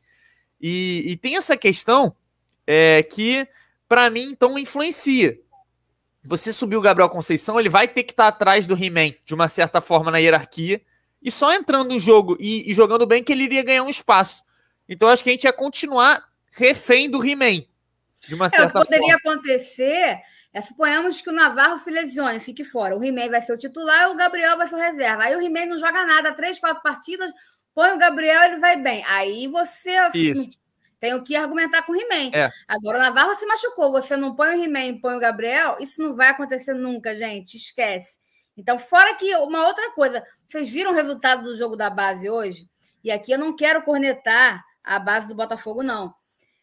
E, e tem essa questão é, que, pra mim, então, influencia. Você subir o Gabriel Conceição, ele vai ter que estar atrás do He-Man, de uma certa forma, na hierarquia. E só entrando no jogo e, e jogando bem que ele iria ganhar um espaço. Então acho que a gente ia continuar refém do He-Man, de uma certa forma. É, o que poderia forma. acontecer é, suponhamos que o Navarro se lesione, fique fora. O He-Man vai ser o titular e o Gabriel vai ser o reserva. Aí o He-Man não joga nada, três, quatro partidas, põe o Gabriel, ele vai bem. Aí você Isso. tem o que argumentar com o He-Man. É. Agora o Navarro se machucou, você não põe o He-Man e põe o Gabriel, isso não vai acontecer nunca, gente, esquece. Então, fora que uma outra coisa, vocês viram o resultado do jogo da base hoje? E aqui eu não quero cornetar a base do Botafogo, não.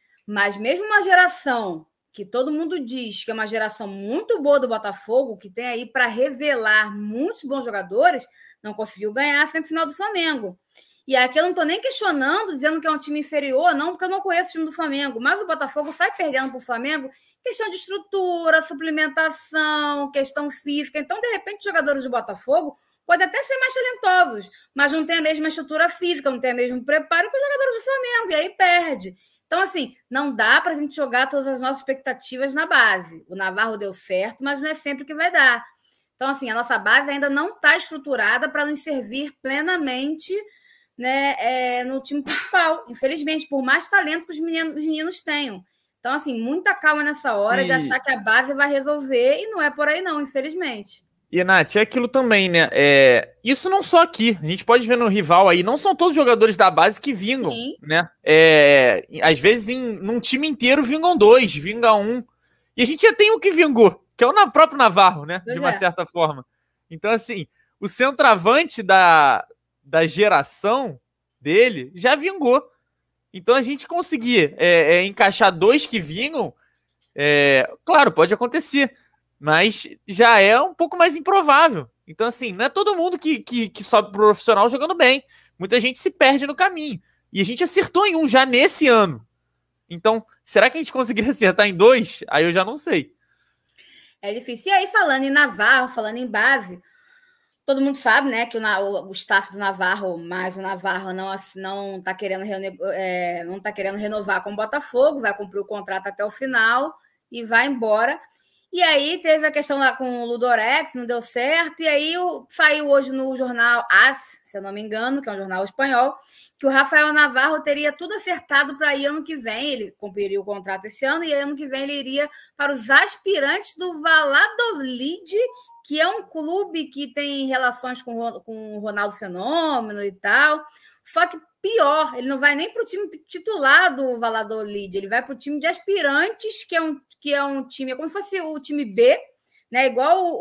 Mas mesmo uma geração que todo mundo diz que é uma geração muito boa do Botafogo, que tem aí para revelar muitos bons jogadores, não conseguiu ganhar a semifinal do Flamengo. E aqui eu não estou nem questionando, dizendo que é um time inferior, não, porque eu não conheço o time do Flamengo. Mas o Botafogo sai perdendo para o Flamengo questão de estrutura, suplementação, questão física. Então, de repente, os jogadores do Botafogo podem até ser mais talentosos, mas não tem a mesma estrutura física, não tem o mesmo preparo que os jogadores do Flamengo, e aí perde. Então, assim, não dá para a gente jogar todas as nossas expectativas na base. O Navarro deu certo, mas não é sempre que vai dar. Então, assim, a nossa base ainda não está estruturada para nos servir plenamente, né, é, no time principal, infelizmente, por mais talento que os meninos, os meninos tenham. Então, assim, muita calma nessa hora e... de achar que a base vai resolver, e não é por aí não, infelizmente. E, Nath, é aquilo também, né? É... Isso não só aqui, a gente pode ver no rival aí, não são todos jogadores da base que vingam, Sim. né? É... Às vezes, em... num time inteiro, vingam dois, vinga um. E a gente já tem o que vingou, que é o próprio Navarro, né? Pois de uma é. certa forma. Então, assim, o centroavante da... da geração dele já vingou. Então a gente conseguir é, é, encaixar dois que vingam, é, claro, pode acontecer, mas já é um pouco mais improvável. Então, assim, não é todo mundo que, que, que sobe pro profissional jogando bem. Muita gente se perde no caminho. E a gente acertou em um já nesse ano. Então, será que a gente conseguiria acertar em dois? Aí eu já não sei. É difícil. E aí, falando em Navarro, falando em base, todo mundo sabe, né, que o, o, o staff do Navarro, mas o Navarro não não está querendo, é, não tá querendo renovar com o Botafogo, vai cumprir o contrato até o final e vai embora. E aí teve a questão lá com o Ludorex, não deu certo, e aí saiu hoje no jornal AS, se eu não me engano, que é um jornal espanhol, que o Rafael Navarro teria tudo acertado para ir ano que vem, ele cumpriria o contrato esse ano, e ano que vem ele iria para os aspirantes do Valladolid, que é um clube que tem relações com, com o Ronaldo Fenômeno e tal, só que pior, ele não vai nem para o time titular do Valladolid, ele vai para o time de aspirantes, que é um, que é um time, é como se fosse o time B, né? Igual o,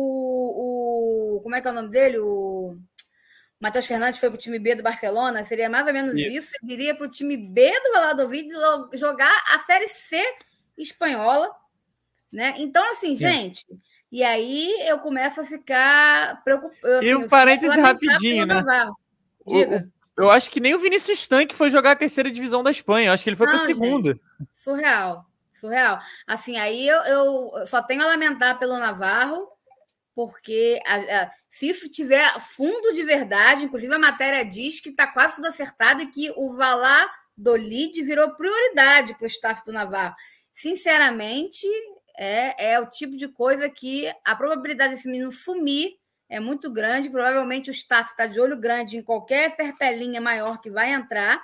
o, o como é que é o nome dele? O Matheus Fernandes foi para o time B do Barcelona, seria mais ou menos isso, isso. Ele iria para o time B do Valladolid jogar a Série C espanhola, né? Então, assim, gente, e aí eu começo a ficar preocupada. E assim, um parêntese rapidinho, né? Diga. Eu acho que nem o Vinícius Tanque foi jogar a terceira divisão da Espanha. Eu acho que ele foi para a segunda. Gente, surreal, surreal. Assim, aí eu, eu só tenho a lamentar pelo Navarro, porque a, a, se isso tiver fundo de verdade, inclusive a matéria diz que está quase tudo acertado e que o Valladolid virou prioridade para o staff do Navarro. Sinceramente, é, é o tipo de coisa que a probabilidade desse menino sumir é muito grande, provavelmente o staff está de olho grande em qualquer ferpelinha maior que vai entrar,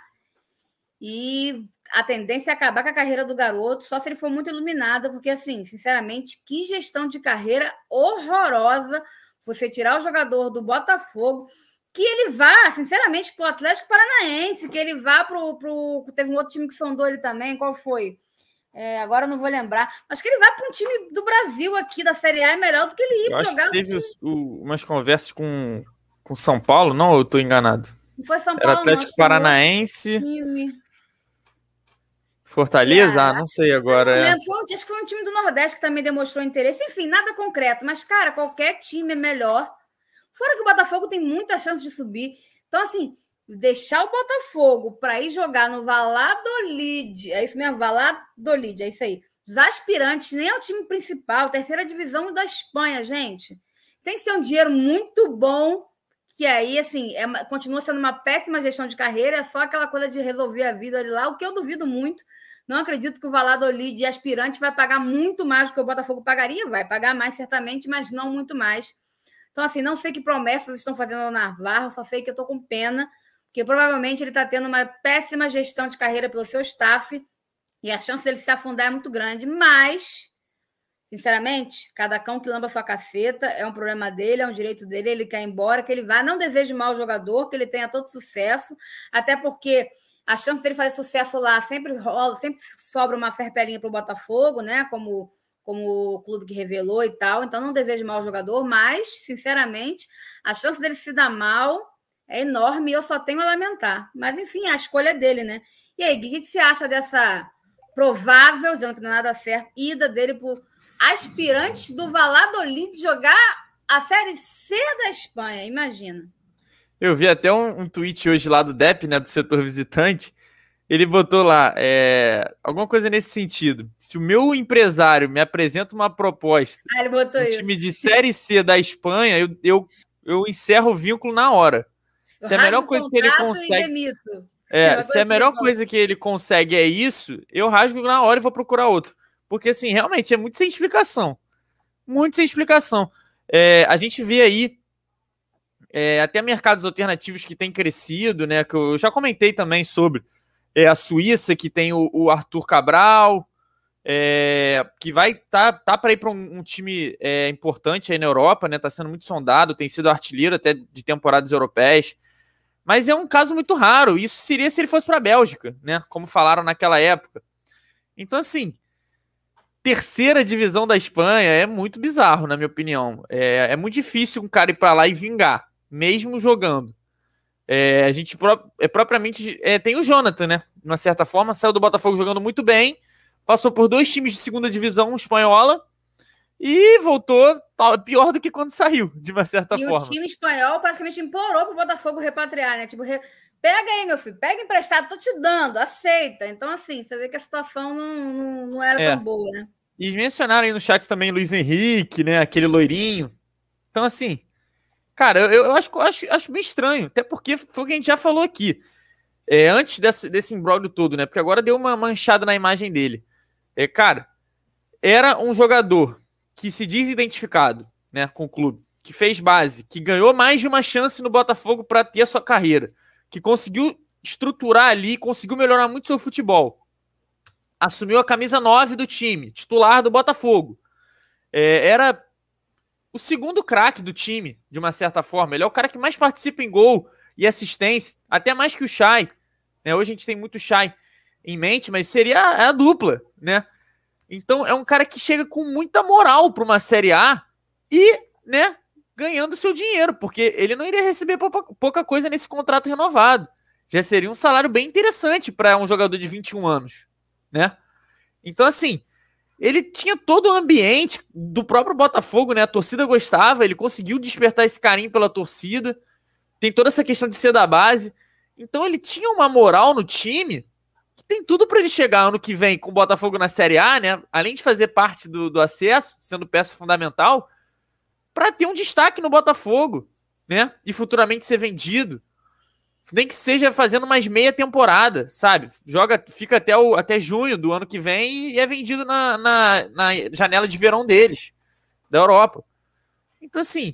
e a tendência é acabar com a carreira do garoto, só se ele for muito iluminado, porque, assim, sinceramente, que gestão de carreira horrorosa você tirar o jogador do Botafogo, que ele vá, sinceramente, para o Atlético Paranaense, que ele vá para o... Teve um outro time que sondou ele também, qual foi? É, agora eu não vou lembrar, mas que ele vai para um time do Brasil aqui, da Série A, é melhor do que ele ir eu jogar. Acho que teve os, o, umas conversas com com São Paulo, não? Ou eu estou enganado? Não foi São Paulo, Era Atlético não, Paranaense, Fortaleza? Ceará. Ah, não sei agora. Não é. lembro, foi, acho que foi um time do Nordeste que também demonstrou interesse. Enfim, nada concreto, mas, cara, qualquer time é melhor. Fora que o Botafogo tem muita chance de subir. Então, assim, deixar o Botafogo para ir jogar no Valladolid, é isso mesmo, Valladolid, é isso aí. Os aspirantes, nem é o time principal, terceira divisão da Espanha, gente. Tem que ser um dinheiro muito bom, que aí, assim, é, continua sendo uma péssima gestão de carreira, é só aquela coisa de resolver a vida ali lá, o que eu duvido muito. Não acredito que o Valladolid de aspirante vai pagar muito mais do que o Botafogo pagaria, vai pagar mais certamente, mas não muito mais. Então, assim, não sei que promessas estão fazendo ao Navarro, só sei que eu estou com pena, porque provavelmente ele está tendo uma péssima gestão de carreira pelo seu staff e a chance dele se afundar é muito grande, mas, sinceramente, cada cão que lamba sua caceta é um problema dele, é um direito dele, ele quer ir embora, que ele vá, não desejo mal ao jogador, que ele tenha todo sucesso, até porque a chance dele fazer sucesso lá sempre rola, sempre sobra uma ferpelinha para o Botafogo, né, como... como o clube que revelou e tal, então não desejo mal ao jogador, mas, sinceramente, a chance dele se dar mal é enorme e eu só tenho a lamentar. Mas, enfim, a escolha é dele, né? E aí, Gui, o que você acha dessa provável, dizendo que não é nada certo, ida dele por aspirantes do Valladolid jogar a Série C da Espanha? Imagina. Eu vi até um, um tweet hoje lá do D E P, né, do setor visitante. Ele botou lá, é, alguma coisa nesse sentido. Se o meu empresário me apresenta uma proposta ah, ele botou um isso. time de Série C da Espanha, eu, eu, eu encerro o vínculo na hora. Se a melhor coisa que ele consegue... É, se a melhor coisa que ele consegue é isso, eu rasgo na hora e vou procurar outro. Porque, assim, realmente é muito sem explicação. Muito sem explicação. É, a gente vê aí é, até mercados alternativos que têm crescido, né? Que eu já comentei também sobre... É a Suíça, que tem o, o Arthur Cabral, é, que vai tá, tá para ir para um, um time é, importante aí na Europa, né? Tá sendo muito sondado, tem sido artilheiro até de temporadas europeias. Mas é um caso muito raro. Isso seria se ele fosse para a Bélgica, né? Como falaram naquela época. Então, assim, terceira divisão da Espanha é muito bizarro, na minha opinião. É, é muito difícil um cara ir para lá e vingar, mesmo jogando. É, a gente pro, é, propriamente é, tem o Jonathan, né? De uma certa forma, saiu do Botafogo jogando muito bem, passou por dois times de segunda divisão espanhola e voltou tal, pior do que quando saiu, de uma certa e forma. E o time espanhol praticamente implorou pro Botafogo repatriar, né? Tipo, re... pega aí, meu filho, pega emprestado, tô te dando, aceita. Então, assim, você vê que a situação não, não, não era é. tão boa, né? E mencionaram aí no chat também Luiz Henrique, né? Aquele loirinho. Então, assim, cara, eu, eu acho, acho, acho bem estranho, até porque foi o que a gente já falou aqui. É, antes desse, desse imbróglio todo, né? Porque agora deu uma manchada na imagem dele. É, cara, era um jogador que se diz identificado, né, com o clube, que fez base, que ganhou mais de uma chance no Botafogo para ter a sua carreira, que conseguiu estruturar ali, conseguiu melhorar muito seu futebol. Assumiu a camisa nove do time, titular do Botafogo. É, era o segundo craque do time, de uma certa forma. Ele é o cara que mais participa em gol e assistência, até mais que o Chay. Né? Hoje a gente tem muito Chay em mente, mas seria a, a dupla, né? Então é um cara que chega com muita moral para uma Série A e, né, ganhando seu dinheiro, porque ele não iria receber pouca, pouca coisa nesse contrato renovado. Já seria um salário bem interessante para um jogador de vinte e um anos, né? Então, assim, ele tinha todo o ambiente do próprio Botafogo, né? A torcida gostava, ele conseguiu despertar esse carinho pela torcida. Tem toda essa questão de ser da base. Então ele tinha uma moral no time que tem tudo para ele chegar ano que vem com o Botafogo na Série A, né? Além de fazer parte do, do acesso, sendo peça fundamental, para ter um destaque no Botafogo, né? E futuramente ser vendido. Nem que seja fazendo mais meia temporada, sabe? Joga, fica até, o, até junho do ano que vem e é vendido na, na, na janela de verão deles, da Europa. Então, assim,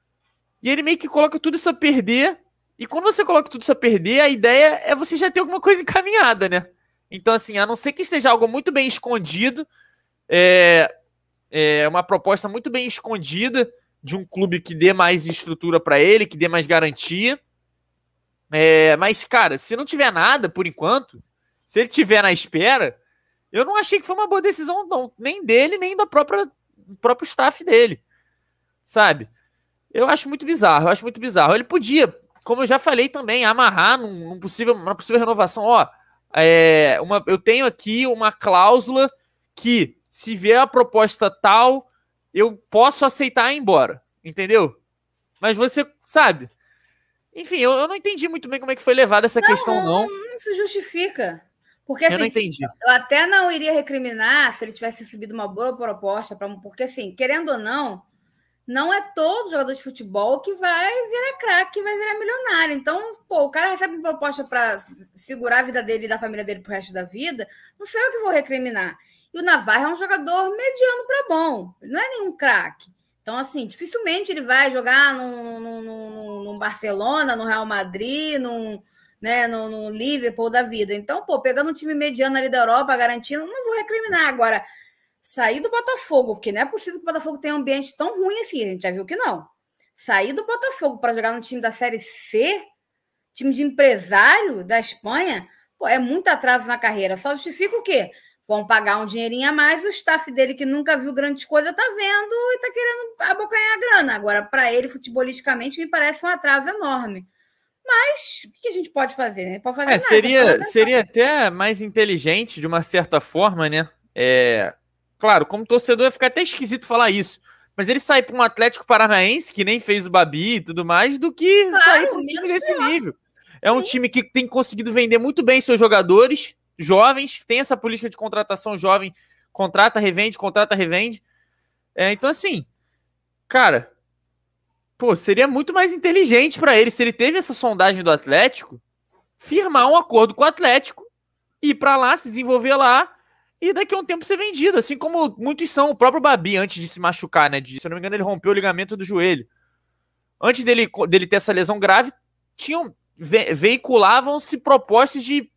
e ele meio que coloca tudo isso a perder. E quando você coloca tudo isso a perder, a ideia é você já ter alguma coisa encaminhada, né? Então, assim, a não ser que esteja algo muito bem escondido, é, é uma proposta muito bem escondida de um clube que dê mais estrutura para ele, que dê mais garantia. É, mas, cara, se não tiver nada, por enquanto, se ele tiver na espera, eu não achei que foi uma boa decisão, não, nem dele, nem da própria, do próprio staff dele, sabe? Eu acho muito bizarro, eu acho muito bizarro. Ele podia, como eu já falei também, amarrar num, num possível, uma possível renovação. Ó, é, uma, eu tenho aqui uma cláusula que, se vier a proposta tal, eu posso aceitar ir embora, entendeu? Mas você, sabe? Enfim, eu, eu não entendi muito bem como é que foi levada essa não, questão, não. Não se justifica. Porque, eu assim, não entendi. Eu até não iria recriminar se ele tivesse recebido uma boa proposta, pra, porque, assim, querendo ou não, não é todo jogador de futebol que vai virar craque, que vai virar milionário. Então, pô, o cara recebe uma proposta para segurar a vida dele e da família dele pro resto da vida, não sei eu que vou recriminar. E o Navarro é um jogador mediano para bom, ele não é nenhum craque. Então, assim, dificilmente ele vai jogar no, no, no, no Barcelona, no Real Madrid, no, né, no, no Liverpool da vida. Então, pô, pegando um time mediano ali da Europa, garantindo, não vou recriminar. Agora, sair do Botafogo, porque não é possível que o Botafogo tenha um ambiente tão ruim assim, a gente já viu que não. Sair do Botafogo para jogar no time da Série C, time de empresário da Espanha, pô, é muito atraso na carreira. Só justifica o quê? Vão pagar um dinheirinho a mais, o staff dele, que nunca viu grandes coisas, tá vendo e tá querendo abocanhar a grana. Agora, para ele, futebolisticamente, me parece um atraso enorme. Mas o que a gente pode fazer? Né? Pode fazer é, nada, seria, seria até mais inteligente, de uma certa forma, né? É, claro, como torcedor, ia ficar até esquisito falar isso. Mas ele sair para um Atlético Paranaense, que nem fez o Babi e tudo mais, do que claro, sair para um time desse pior. nível. É Sim. um time que tem conseguido vender muito bem seus jogadores, jovens, tem essa política de contratação jovem, contrata, revende, contrata, revende. É, então, assim, cara, pô, seria muito mais inteligente para ele, se ele teve essa sondagem do Atlético, firmar um acordo com o Atlético, ir para lá, se desenvolver lá, e daqui a um tempo ser vendido, assim como muitos são. O próprio Babi, antes de se machucar, né, de, se eu não me engano, ele rompeu o ligamento do joelho. Antes dele, dele ter essa lesão grave, tinham, ve, veiculavam-se propostas de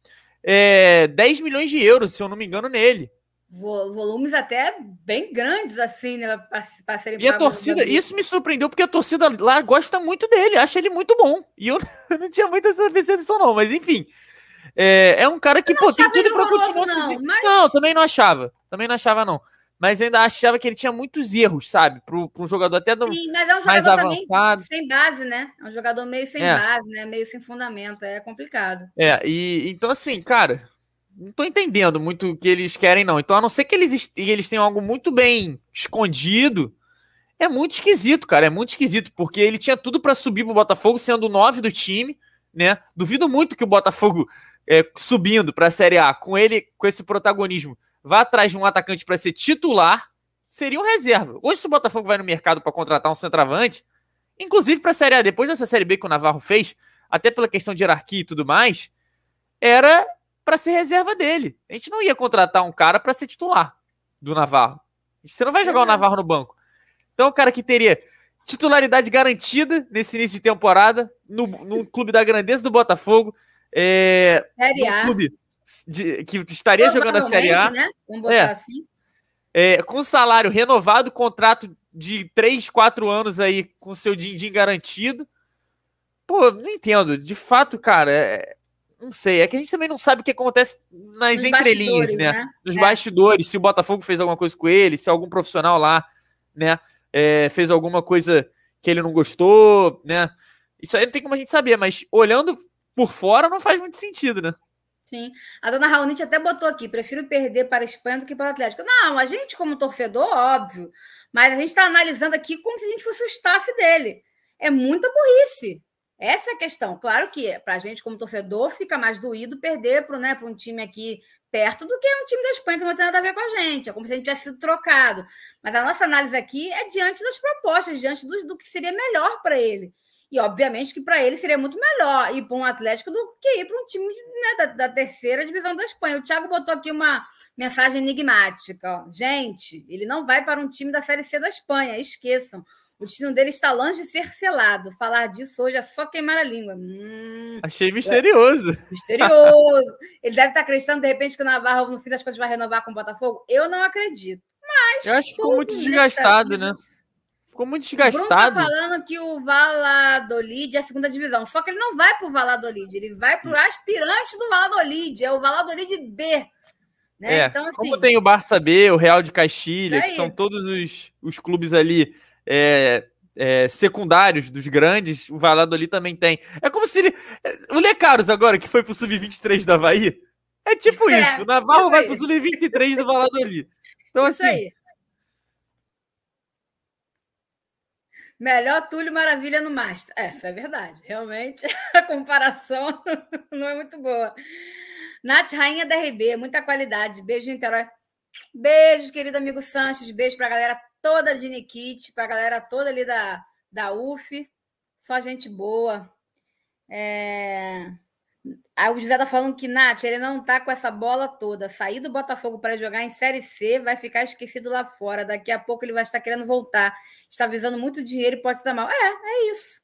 é, dez milhões de euros, se eu não me engano, nele. Volumes até bem grandes, assim, né, para serem E a torcida, isso me surpreendeu, porque a torcida lá gosta muito dele, acha ele muito bom. E eu não tinha muita essa percepção, não, mas enfim. É, é um cara que, pô, tem tudo pra continuar não, se... mas... Não, também não achava. Também não achava, não. Mas ainda achava que ele tinha muitos erros, sabe? Para um jogador até do... Sim, mas é um jogador mais avançado. Também sem base, né? É um jogador meio sem é. base, né? Meio sem fundamento. É complicado. É, e então assim, cara, não tô entendendo muito o que eles querem, não. Então, a não ser que eles, eles tenham algo muito bem escondido, é muito esquisito, cara. É muito esquisito, porque ele tinha tudo para subir pro Botafogo, sendo o nove do time, né? Duvido muito que o Botafogo, é, subindo pra Série A, com ele, com esse protagonismo, vá atrás de um atacante para ser titular, seria um reserva. Hoje, se o Botafogo vai no mercado para contratar um centroavante, inclusive pra Série A, depois dessa Série B que o Navarro fez, até pela questão de hierarquia e tudo mais, era para ser reserva dele. A gente não ia contratar um cara para ser titular do Navarro. Você não vai jogar é o Navarro no banco. Então, o cara que teria titularidade garantida nesse início de temporada, no, no clube da grandeza do Botafogo, é, no clube de, que estaria jogando a Série A, né? Vamos botar é, assim. É, com salário renovado, contrato de três, quatro anos aí, com seu din-din garantido. Pô, não entendo. De fato, cara, é, não sei. É que a gente também não sabe o que acontece nas Nos entrelinhas, né? né? Nos é. bastidores, se o Botafogo fez alguma coisa com ele, se algum profissional lá, né, é, fez alguma coisa que ele não gostou, né? Isso aí não tem como a gente saber, mas olhando por fora não faz muito sentido, né? Sim. A dona Raonite até botou aqui, prefiro perder para a Espanha do que para o Atlético. Não, a gente como torcedor, óbvio, mas a gente está analisando aqui como se a gente fosse o staff dele. É muita burrice. Essa é a questão. Claro que para a gente como torcedor fica mais doído perder para, né, para um time aqui perto do que um time da Espanha que não tem nada a ver com a gente. É como se a gente tivesse sido trocado. Mas a nossa análise aqui é diante das propostas, diante do, do que seria melhor para ele. E, obviamente, que para ele seria muito melhor ir para um Atlético do que ir para um time, né, da, da terceira divisão da Espanha. O Thiago botou aqui uma mensagem enigmática. Ó. Gente, ele não vai para um time da Série C da Espanha, esqueçam. O destino dele está longe de ser selado. Falar disso hoje é só queimar a língua. Hum, Achei misterioso. É, misterioso. Ele deve estar acreditando, de repente, que o Navarro, no fim das contas, vai renovar com o Botafogo. Eu não acredito. Mas eu acho que ficou muito desgastado, né? Ficou muito desgastado. O Bruno tá falando que o Valladolid é a segunda divisão. Só que ele não vai para o Valladolid, ele vai para o aspirante do Valladolid, é o Valladolid B. Né? É, então, assim, como tem o Barça B, o Real de Castilha, que são todos os, os clubes ali é, é, secundários dos grandes, o Valladolid também tem. É como se ele... O Lecaros agora, que foi pro sub vinte e três do Avaí, é tipo é, isso. O Navarro isso vai pro sub vinte e três do Valladolid. Então, isso assim... Aí. Melhor Túlio Maravilha no Master. Essa é verdade. Realmente, a comparação não é muito boa. Nath, rainha da R B, muita qualidade. Beijo, Niterói. Beijos, querido amigo Sanches. Beijo para a galera toda de Nikit, para a galera toda ali da, da U F. Só gente boa. É... Aí o José tá falando que, Nath, ele não tá com essa bola toda. Sair do Botafogo para jogar em Série C vai ficar esquecido lá fora. Daqui a pouco ele vai estar querendo voltar. Está visando muito dinheiro e pode estar mal. É, é isso.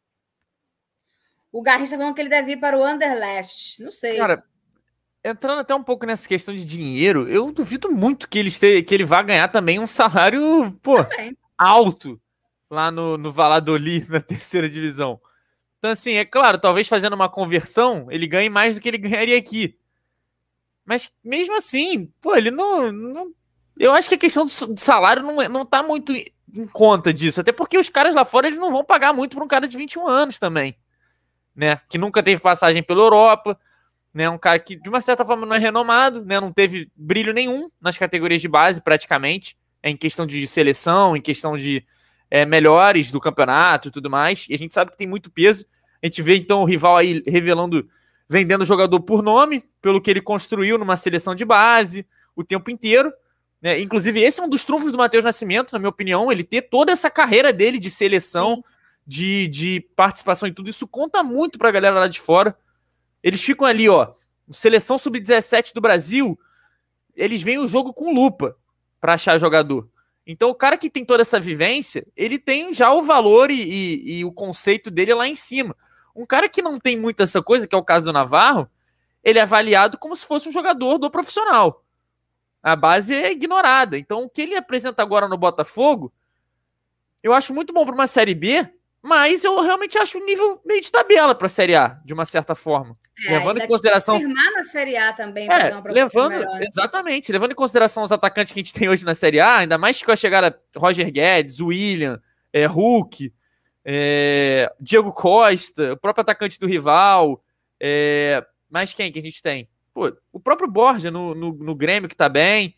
O Garrincha tá falando que ele deve ir para o Anderlecht. Não sei. Cara, entrando até um pouco nessa questão de dinheiro, eu duvido muito que ele, este... que ele vá ganhar também um salário, pô, também. alto lá no, no Valladolid, na terceira divisão. Então, assim, é claro, talvez fazendo uma conversão, ele ganhe mais do que ele ganharia aqui. Mas, mesmo assim, pô, ele não... não... Eu acho que a questão do salário não, não tá muito em conta disso. Até porque os caras lá fora, eles não vão pagar muito para um cara de vinte e um anos também. Né? Que nunca teve passagem pela Europa. Né? Um cara que, de uma certa forma, não é renomado. Né? Não teve brilho nenhum nas categorias de base, praticamente. É em questão de seleção, em questão de é, melhores do campeonato e tudo mais. E a gente sabe que tem muito peso. A gente vê, então, o rival aí revelando, vendendo o jogador por nome, pelo que ele construiu numa seleção de base, o tempo inteiro. Né? Inclusive, esse é um dos trunfos do Matheus Nascimento, na minha opinião, ele ter toda essa carreira dele de seleção, de, de participação e tudo. Isso conta muito pra galera lá de fora. Eles ficam ali, ó, seleção sub dezessete do Brasil, eles veem o jogo com lupa pra achar jogador. Então, o cara que tem toda essa vivência, ele tem já o valor e, e, e o conceito dele lá em cima. Um cara que não tem muito essa coisa, que é o caso do Navarro, ele é avaliado como se fosse um jogador do profissional. A base é ignorada. Então, o que ele apresenta agora no Botafogo, eu acho muito bom para uma Série B, mas eu realmente acho um nível meio de tabela para a Série A, de uma certa forma. É, levando em consideração... confirmar na Série A também. É, ter uma levando, melhor, né? Exatamente. Levando em consideração os atacantes que a gente tem hoje na Série A, ainda mais com a chegada Roger Guedes, William, é, Hulk, é, Diego Costa, o próprio atacante do rival, é, mais quem que a gente tem? pô, o próprio Borja no, no, no Grêmio que tá bem,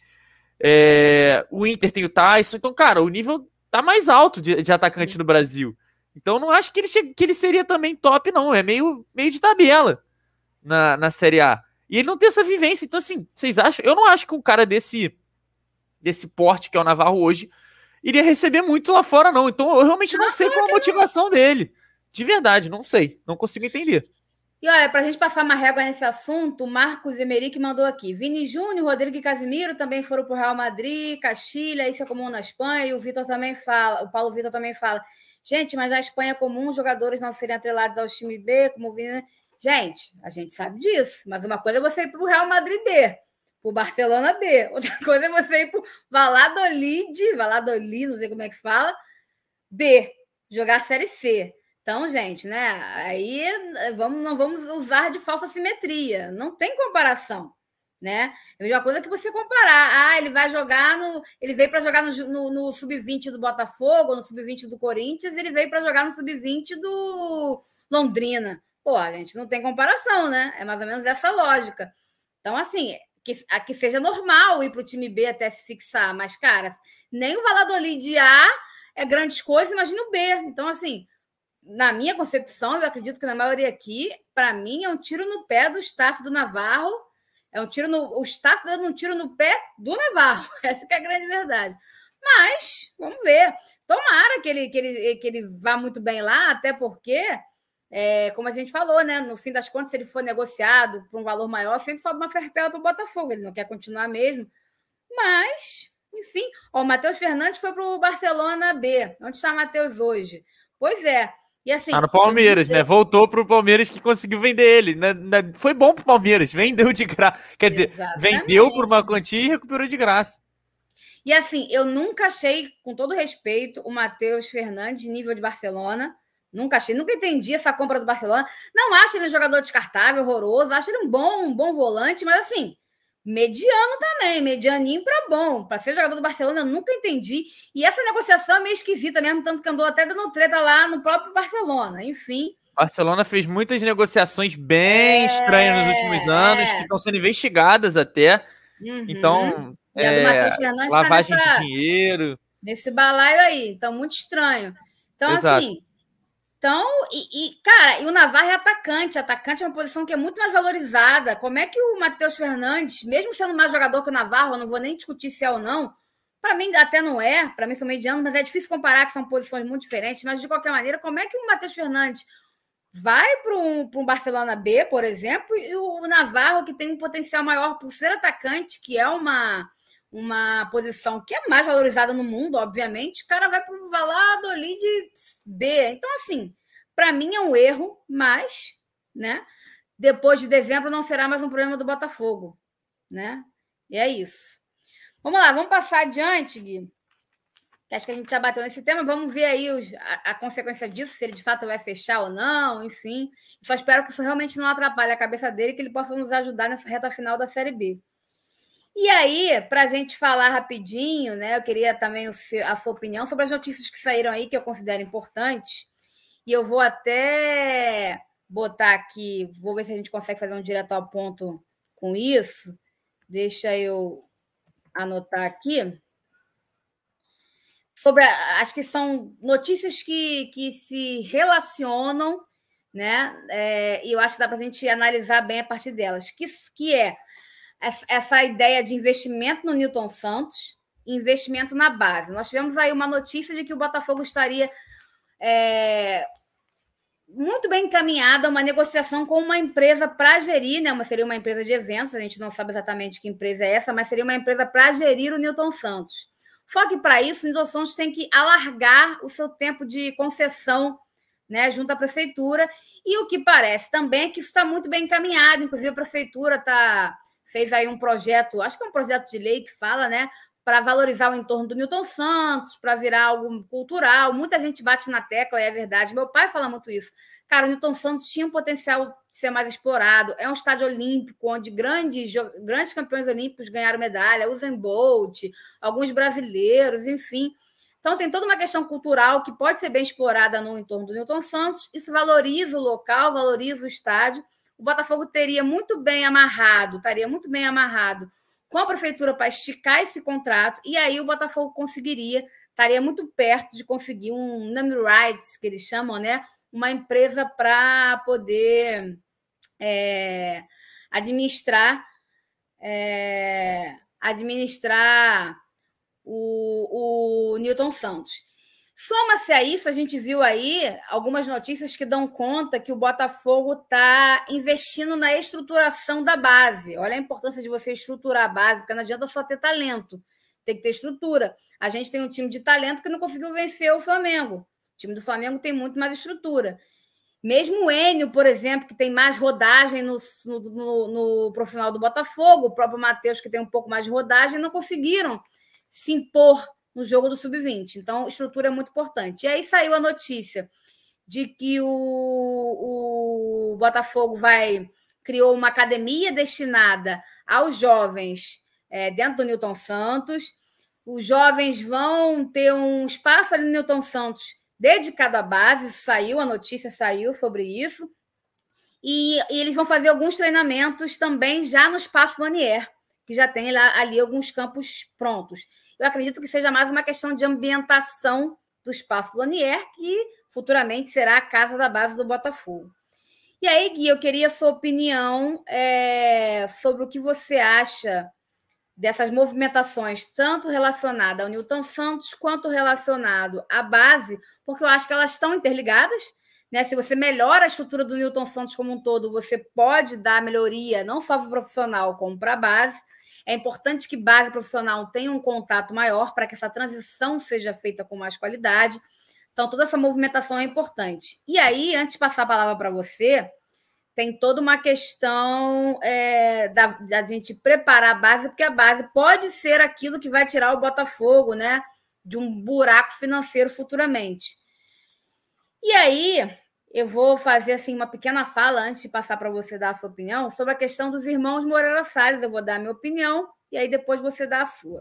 é, o Inter tem o Tyson, então, cara, o nível tá mais alto de, de atacante Sim. no Brasil. Então, não acho que ele, che- que ele seria também top, não. É meio, meio de tabela na, na Série A. E ele não tem essa vivência. Então, assim, vocês acham? Eu não acho que um cara desse, desse porte que é o Navarro hoje iria receber muito lá fora, não. Então, eu realmente não sei qual a motivação dele. De verdade, não sei. Não consigo entender. E olha, para a gente passar uma régua nesse assunto, o Marcos Emerick mandou aqui. Vini Júnior, Rodrigo e Casimiro também foram para o Real Madrid, Castilha, isso é comum na Espanha, e o Vitor também fala, o Paulo Vitor também fala. Gente, mas na Espanha é comum os jogadores não serem atrelados ao time B, como o Vini. Gente, a gente sabe disso, mas uma coisa é você ir para o Real Madrid B, para o Barcelona B, outra coisa é você ir para o Valladolid, Valladolid, não sei como é que fala, B, jogar a Série C. Então, gente, né? Aí vamos, não vamos usar de falsa simetria. Não tem comparação, né? É a mesma coisa que você comparar. Ah, ele vai jogar no. Ele veio para jogar no, no, no sub vinte do Botafogo, no sub vinte do Corinthians, ele veio para jogar no sub vinte do Londrina. Pô, gente, não tem comparação, né? É mais ou menos essa lógica. Então, assim, que, que seja normal ir para o time B até se fixar, mas, cara, nem o Valladolid A é grandes coisas, imagina o B. Então, assim. Na minha concepção, eu acredito que na maioria aqui, para mim, é um tiro no pé do staff do Navarro. É um tiro no. O staff dando um tiro no pé do Navarro. Essa que é a grande verdade. Mas, vamos ver. Tomara que ele, que ele, que ele vá muito bem lá, até porque, é, como a gente falou, né? No fim das contas, se ele for negociado por um valor maior, sempre sobe uma ferpela para o Botafogo. Ele não quer continuar mesmo. Mas, enfim. Ó, o Matheus Fernandes foi para o Barcelona B. Onde está o Matheus hoje? Pois é. E assim, tá no Palmeiras, eu... né? Voltou pro Palmeiras que conseguiu vender ele. Né? Foi bom pro Palmeiras, vendeu de graça. Quer dizer, Exatamente. vendeu por uma quantia e recuperou de graça. E assim, eu nunca achei, com todo respeito, o Matheus Fernandes nível de Barcelona. Nunca achei, nunca entendi essa compra do Barcelona. Não acho ele um jogador descartável, horroroso. Acho ele um bom, um bom volante, mas assim, mediano também, medianinho para bom. Para ser jogador do Barcelona, eu nunca entendi. E essa negociação é meio esquisita mesmo, tanto que andou até dando treta lá no próprio Barcelona. Enfim. Barcelona fez muitas negociações bem é... estranhas nos últimos anos, é... que estão sendo investigadas até. Uhum. Então, e a do Matheus Fernandes lavagem tá nessa, de dinheiro. Nesse balaio aí. Então, muito estranho. Então, Exato. assim... Então, e, e, cara, e o Navarro é atacante. Atacante é uma posição que é muito mais valorizada. Como é que o Matheus Fernandes, mesmo sendo mais jogador que o Navarro, eu não vou nem discutir se é ou não, para mim até não é, para mim são medianos, mas é difícil comparar, que são posições muito diferentes. Mas, de qualquer maneira, como é que o Matheus Fernandes vai para um, para um Barcelona B, por exemplo, e o Navarro, que tem um potencial maior por ser atacante, que é uma... uma posição que é mais valorizada no mundo, obviamente, o cara vai para o Valladolid D. Então, assim, para mim é um erro, mas, né, depois de dezembro não será mais um problema do Botafogo, né? E é isso. Vamos lá, vamos passar adiante, Gui. Acho que a gente já bateu nesse tema, vamos ver aí os, a, a consequência disso, se ele de fato vai fechar ou não, enfim. Só espero que isso realmente não atrapalhe a cabeça dele, que ele possa nos ajudar nessa reta final da Série B. E aí, para a gente falar rapidinho, né? Eu queria também o seu, a sua opinião sobre as notícias que saíram aí, que eu considero importantes. E eu vou até botar aqui, vou ver se a gente consegue fazer um direto ao ponto com isso. Deixa eu anotar aqui. Sobre, a, acho que são notícias que, que se relacionam, né? É, e eu acho que dá para a gente analisar bem a partir delas. Que, que é essa ideia de investimento no Nilton Santos, investimento na base. Nós tivemos aí uma notícia de que o Botafogo estaria é, muito bem encaminhada a uma negociação com uma empresa para gerir, né? Uma, seria uma empresa de eventos, a gente não sabe exatamente que empresa é essa, mas seria uma empresa para gerir o Nilton Santos. Só que, para isso, o Nilton Santos tem que alargar o seu tempo de concessão, né, junto à prefeitura, e o que parece também é que isso está muito bem encaminhado, inclusive a prefeitura está... fez aí um projeto, acho que é um projeto de lei que fala, né, para valorizar o entorno do Nilton Santos, para virar algo cultural. Muita gente bate na tecla, é verdade. Meu pai fala muito isso. Cara, o Nilton Santos tinha um potencial de ser mais explorado. É um estádio olímpico, onde grandes, grandes campeões olímpicos ganharam medalha, Usain Bolt, alguns brasileiros, enfim. Então, tem toda uma questão cultural que pode ser bem explorada no entorno do Nilton Santos. Isso valoriza o local, valoriza o estádio. o Botafogo teria muito bem amarrado, estaria muito bem amarrado com a prefeitura para esticar esse contrato, e aí o Botafogo conseguiria, estaria muito perto de conseguir um name rights, que eles chamam, né? Uma empresa para poder é, administrar é, administrar o, o Newton Santos. Soma-se a isso, a gente viu aí algumas notícias que dão conta que o Botafogo está investindo na estruturação da base. Olha a importância de você estruturar a base, porque não adianta só ter talento, tem que ter estrutura. A gente tem um time de talento que não conseguiu vencer o Flamengo. O time do Flamengo tem muito mais estrutura. Mesmo o Enio, por exemplo, que tem mais rodagem no, no, no, no profissional do Botafogo, o próprio Matheus, que tem um pouco mais de rodagem, não conseguiram se impor no jogo do sub vinte. Então, estrutura é muito importante. E aí saiu a notícia de que o, o Botafogo vai criou uma academia destinada aos jovens é, dentro do Newton Santos. Os jovens vão ter um espaço ali no Newton Santos dedicado à base. Saiu, a notícia saiu sobre isso. E, e eles vão fazer alguns treinamentos também já no Espaço Lanier, que já tem lá, ali alguns campos prontos. Eu acredito que seja mais uma questão de ambientação do Espaço Lanier, que futuramente será a casa da base do Botafogo. E aí, Gui, eu queria a sua opinião é, sobre o que você acha dessas movimentações, tanto relacionada ao Newton Santos, quanto relacionado à base, porque eu acho que elas estão interligadas, né? Se você melhora a estrutura do Newton Santos como um todo, você pode dar melhoria não só para o profissional, como para a base. É importante que base profissional tenha um contato maior para que essa transição seja feita com mais qualidade. Então, toda essa movimentação é importante. E aí, antes de passar a palavra para você, tem toda uma questão é, da, da gente preparar a base, porque a base pode ser aquilo que vai tirar o Botafogo, né, de um buraco financeiro futuramente. E aí, eu vou fazer assim, uma pequena fala antes de passar para você dar a sua opinião sobre a questão dos irmãos Moreira Salles. Eu vou dar a minha opinião e aí depois você dá a sua.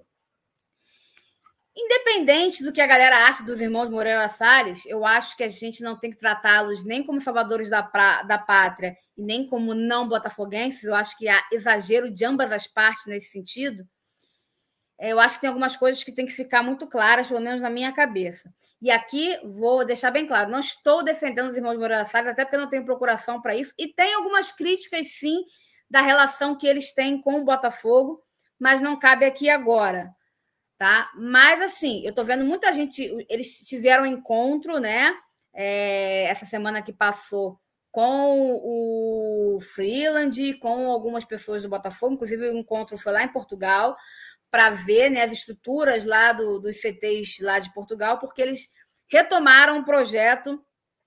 Independente do que a galera acha dos irmãos Moreira Salles, eu acho que a gente não tem que tratá-los nem como salvadores da, pra, da pátria e nem como não botafoguenses. Eu acho que há exagero de ambas as partes nesse sentido. Eu acho que tem algumas coisas que tem que ficar muito claras, pelo menos na minha cabeça. E aqui vou deixar bem claro, não estou defendendo os irmãos Moreira Salles, até porque eu não tenho procuração para isso, e tem algumas críticas, sim, da relação que eles têm com o Botafogo, mas não cabe aqui agora, tá? Mas, assim, eu estou vendo muita gente, eles tiveram um encontro, né, é, essa semana que passou, com o Freeland, com algumas pessoas do Botafogo, inclusive o encontro foi lá em Portugal, para ver, né, as estruturas lá do, dos C Tês lá de Portugal, porque eles retomaram um projeto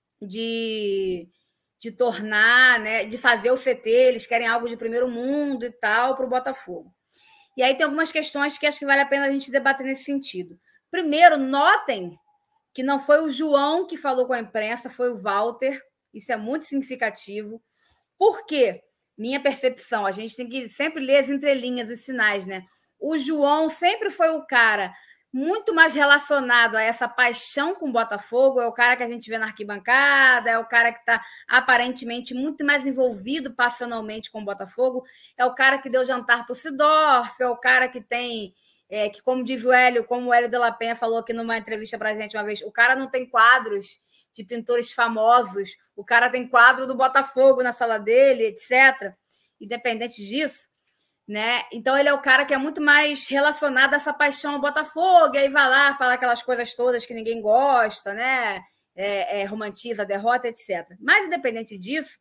de, de tornar, né, de fazer o C T, eles querem algo de primeiro mundo e tal para o Botafogo. E aí tem algumas questões que acho que vale a pena a gente debater nesse sentido. Primeiro, notem que não foi o João que falou com a imprensa, foi o Walter. Isso é muito significativo. Por quê? Minha percepção, a gente tem que sempre ler as entrelinhas, os sinais, né? O João sempre foi o cara muito mais relacionado a essa paixão com o Botafogo, é o cara que a gente vê na arquibancada, é o cara que está aparentemente muito mais envolvido passionalmente com o Botafogo, é o cara que deu jantar para o Sidorf, é o cara que tem, é, que como diz o Hélio, como o Hélio de la Penha falou aqui numa entrevista para a gente uma vez, o cara não tem quadros de pintores famosos, o cara tem quadro do Botafogo na sala dele, etcétera. Independente disso, né? Então ele é o cara que é muito mais relacionado a essa paixão ao Botafogo, e aí vai lá, fala aquelas coisas todas que ninguém gosta, né? É, é, romantiza a derrota, etcétera. Mas, independente disso,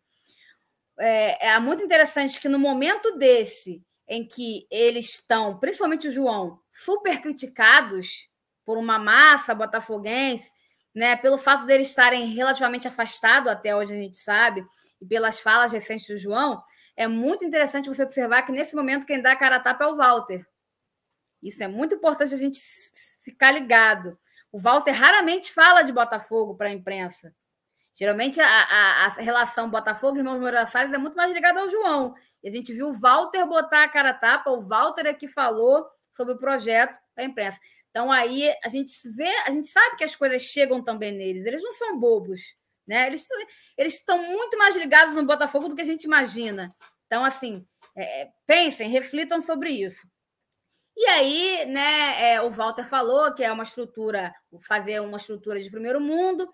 é, é muito interessante que no momento desse, em que eles estão, principalmente o João, super criticados por uma massa botafoguense, né? Pelo fato deles estarem relativamente afastados, até onde a gente sabe, e pelas falas recentes do João, é muito interessante você observar que, nesse momento, quem dá a cara a tapa é o Walter. Isso é muito importante a gente ficar ligado. O Walter raramente fala de Botafogo para a imprensa. Geralmente, a, a, a relação Botafogo e Irmãos Moreira Salles é muito mais ligada ao João. E a gente viu o Walter botar a cara a tapa, o Walter é que falou sobre o projeto para a imprensa. Então, aí, a gente vê, a gente sabe que as coisas chegam também neles. Eles não são bobos, né? Eles, eles estão muito mais ligados no Botafogo do que a gente imagina. Então, assim, é, pensem, reflitam sobre isso. E aí, né, é, o Walter falou que é uma estrutura, fazer uma estrutura de primeiro mundo,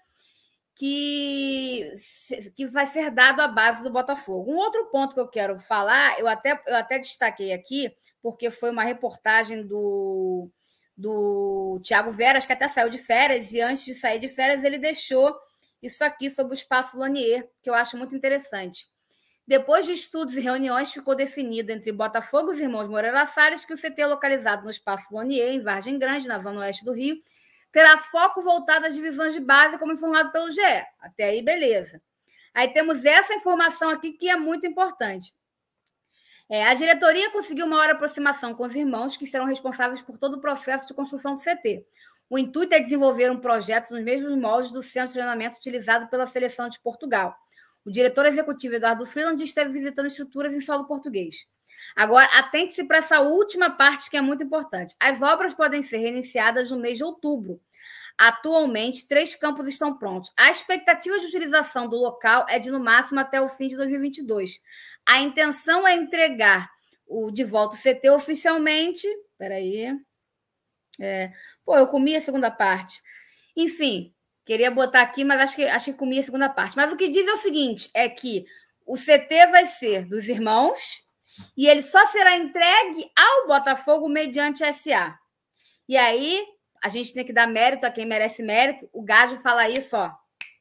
que, que vai ser dado à base do Botafogo. Um outro ponto que eu quero falar, eu até, eu até destaquei aqui, porque foi uma reportagem do, do Thiago Veras, que até saiu de férias, e antes de sair de férias ele deixou isso aqui sobre o Espaço Lonier, que eu acho muito interessante. Depois de estudos e reuniões, ficou definido entre Botafogo e os irmãos Moreira Salles que o C T localizado no Espaço Lonier, em Vargem Grande, na zona oeste do Rio, terá foco voltado às divisões de base, como informado pelo G E. Até aí, beleza. Aí temos essa informação aqui que é muito importante. É, a diretoria conseguiu maior aproximação com os irmãos, que serão responsáveis por todo o processo de construção do C T. O intuito é desenvolver um projeto nos mesmos moldes do centro de treinamento utilizado pela seleção de Portugal. O diretor executivo Eduardo Freeland esteve visitando estruturas em solo português. Agora, atente-se para essa última parte que é muito importante. As obras podem ser reiniciadas no mês de outubro. Atualmente, três campos estão prontos. A expectativa de utilização do local é de, no máximo, até o fim de dois mil e vinte e dois. A intenção é entregar o de volta o C T oficialmente. Espera aí. É, pô, eu comi a segunda parte. Enfim... Queria botar aqui, mas acho que, acho que comi a segunda parte. Mas o que diz é o seguinte, é que o C T vai ser dos irmãos e ele só será entregue ao Botafogo mediante S A. E aí, a gente tem que dar mérito a quem merece mérito. O Gajo fala isso, ó.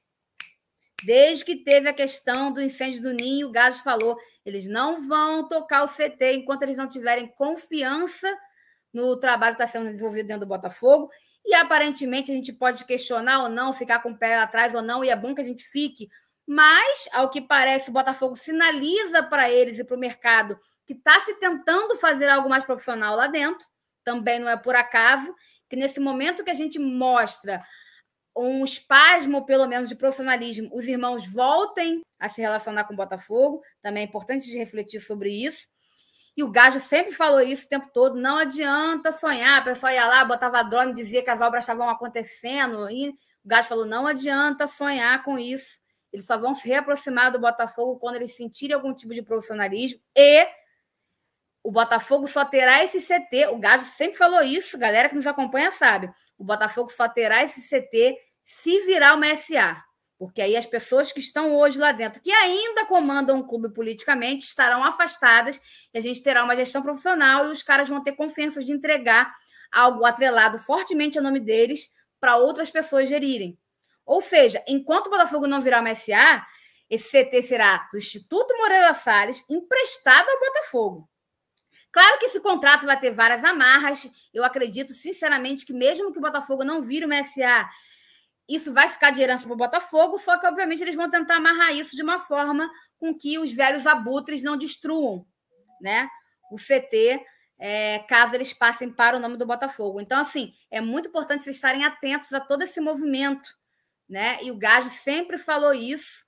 Desde que teve a questão do incêndio do Ninho, o Gajo falou, eles não vão tocar o C T enquanto eles não tiverem confiança no trabalho que está sendo desenvolvido dentro do Botafogo. E, aparentemente, a gente pode questionar ou não, ficar com o pé atrás ou não, e é bom que a gente fique. Mas, ao que parece, o Botafogo sinaliza para eles e para o mercado que está se tentando fazer algo mais profissional lá dentro. Também não é por acaso que, nesse momento que a gente mostra um espasmo, pelo menos, de profissionalismo, os irmãos voltem a se relacionar com o Botafogo. Também é importante de refletir sobre isso. E o Gajo sempre falou isso o tempo todo, não adianta sonhar, a pessoa ia lá, botava drone, dizia que as obras estavam acontecendo, e o Gajo falou, não adianta sonhar com isso, eles só vão se reaproximar do Botafogo quando eles sentirem algum tipo de profissionalismo, e o Botafogo só terá esse C T, o Gajo sempre falou isso, galera que nos acompanha sabe, o Botafogo só terá esse C T se virar uma S A. Porque aí as pessoas que estão hoje lá dentro, que ainda comandam o clube politicamente, estarão afastadas e a gente terá uma gestão profissional e os caras vão ter confiança de entregar algo atrelado fortemente ao nome deles para outras pessoas gerirem. Ou seja, enquanto o Botafogo não virar uma S A, esse C T será do Instituto Moreira Salles emprestado ao Botafogo. Claro que esse contrato vai ter várias amarras. Eu acredito, sinceramente, que mesmo que o Botafogo não vire uma S A, isso vai ficar de herança para o Botafogo, só que, obviamente, eles vão tentar amarrar isso de uma forma com que os velhos abutres não destruam, né, o C T, é, caso eles passem para o nome do Botafogo. Então, assim, é muito importante vocês estarem atentos a todo esse movimento, né? E o Gajo sempre falou isso,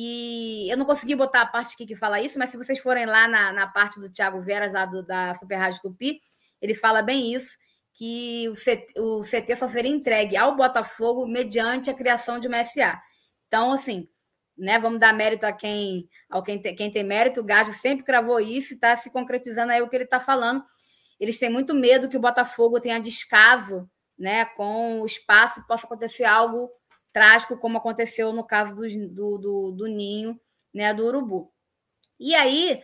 e eu não consegui botar a parte aqui que fala isso, mas se vocês forem lá na, na parte do Thiago Veras, lá do, da Super Rádio Tupi, ele fala bem isso, que o C T, o C T só seria entregue ao Botafogo mediante a criação de uma S A. Então, assim, né, vamos dar mérito a quem, ao quem, tem, quem tem mérito. O Gajo sempre cravou isso e está se concretizando aí o que ele está falando. Eles têm muito medo que o Botafogo tenha descaso, né, com o espaço e possa acontecer algo trágico, como aconteceu no caso do, do, do, do Ninho, né, do Urubu. E aí...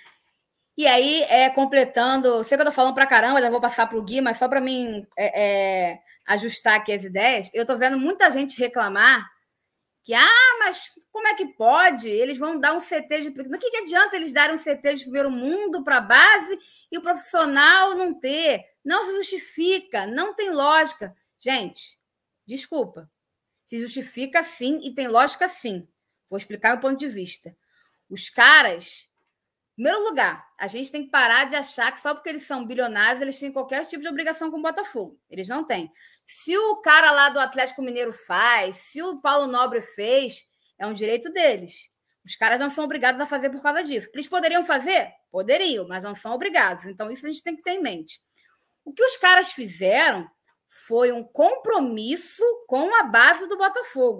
E aí, é, completando... Sei que eu estou falando para caramba, já vou passar para o Gui, mas só para mim é, é, ajustar aqui as ideias, eu estou vendo muita gente reclamar que, ah, mas como é que pode? Eles vão dar um C T de... No que, que adianta eles darem um C T de primeiro mundo para a base e o profissional não ter? Não se justifica, não tem lógica. Gente, desculpa. Se justifica sim e tem lógica sim. Vou explicar meu ponto de vista. Os caras... Em primeiro lugar, a gente tem que parar de achar que só porque eles são bilionários, eles têm qualquer tipo de obrigação com o Botafogo. Eles não têm. Se o cara lá do Atlético Mineiro faz, se o Paulo Nobre fez, é um direito deles. Os caras não são obrigados a fazer por causa disso. Eles poderiam fazer? Poderiam, mas não são obrigados. Então, isso a gente tem que ter em mente. O que os caras fizeram foi um compromisso com a base do Botafogo.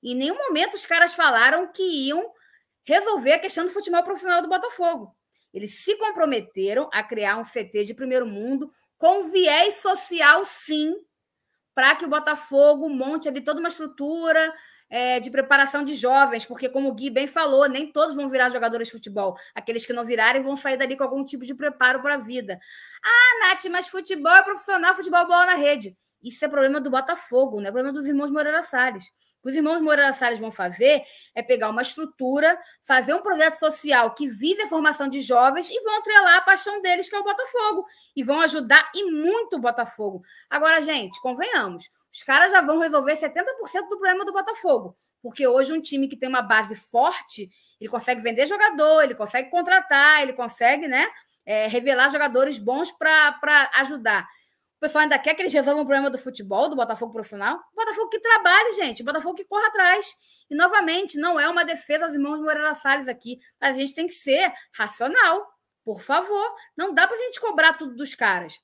Em nenhum momento os caras falaram que iam resolver a questão do futebol profissional do Botafogo. Eles se comprometeram a criar um C T de primeiro mundo com viés social, sim, para que o Botafogo monte ali toda uma estrutura é, de preparação de jovens, porque, como o Gui bem falou, nem todos vão virar jogadores de futebol. Aqueles que não virarem vão sair dali com algum tipo de preparo para a vida. Ah, Nath, mas futebol é profissional, futebol é bola na rede. Isso é problema do Botafogo, não é problema dos irmãos Moreira Salles. O que os irmãos Moreira Salles vão fazer é pegar uma estrutura, fazer um projeto social que vise a formação de jovens e vão atrelar a paixão deles, que é o Botafogo. E vão ajudar e muito o Botafogo. Agora, gente, convenhamos, os caras já vão resolver setenta por cento do problema do Botafogo. Porque hoje um time que tem uma base forte, ele consegue vender jogador, ele consegue contratar, ele consegue, né, é, revelar jogadores bons para ajudar. O pessoal ainda quer que eles resolvam o problema do futebol, do Botafogo profissional. O Botafogo que trabalhe, gente. O Botafogo que corra atrás. E, novamente, não é uma defesa aos irmãos Moreira Salles aqui. Mas a gente tem que ser racional. Por favor. Não dá para a gente cobrar tudo dos caras.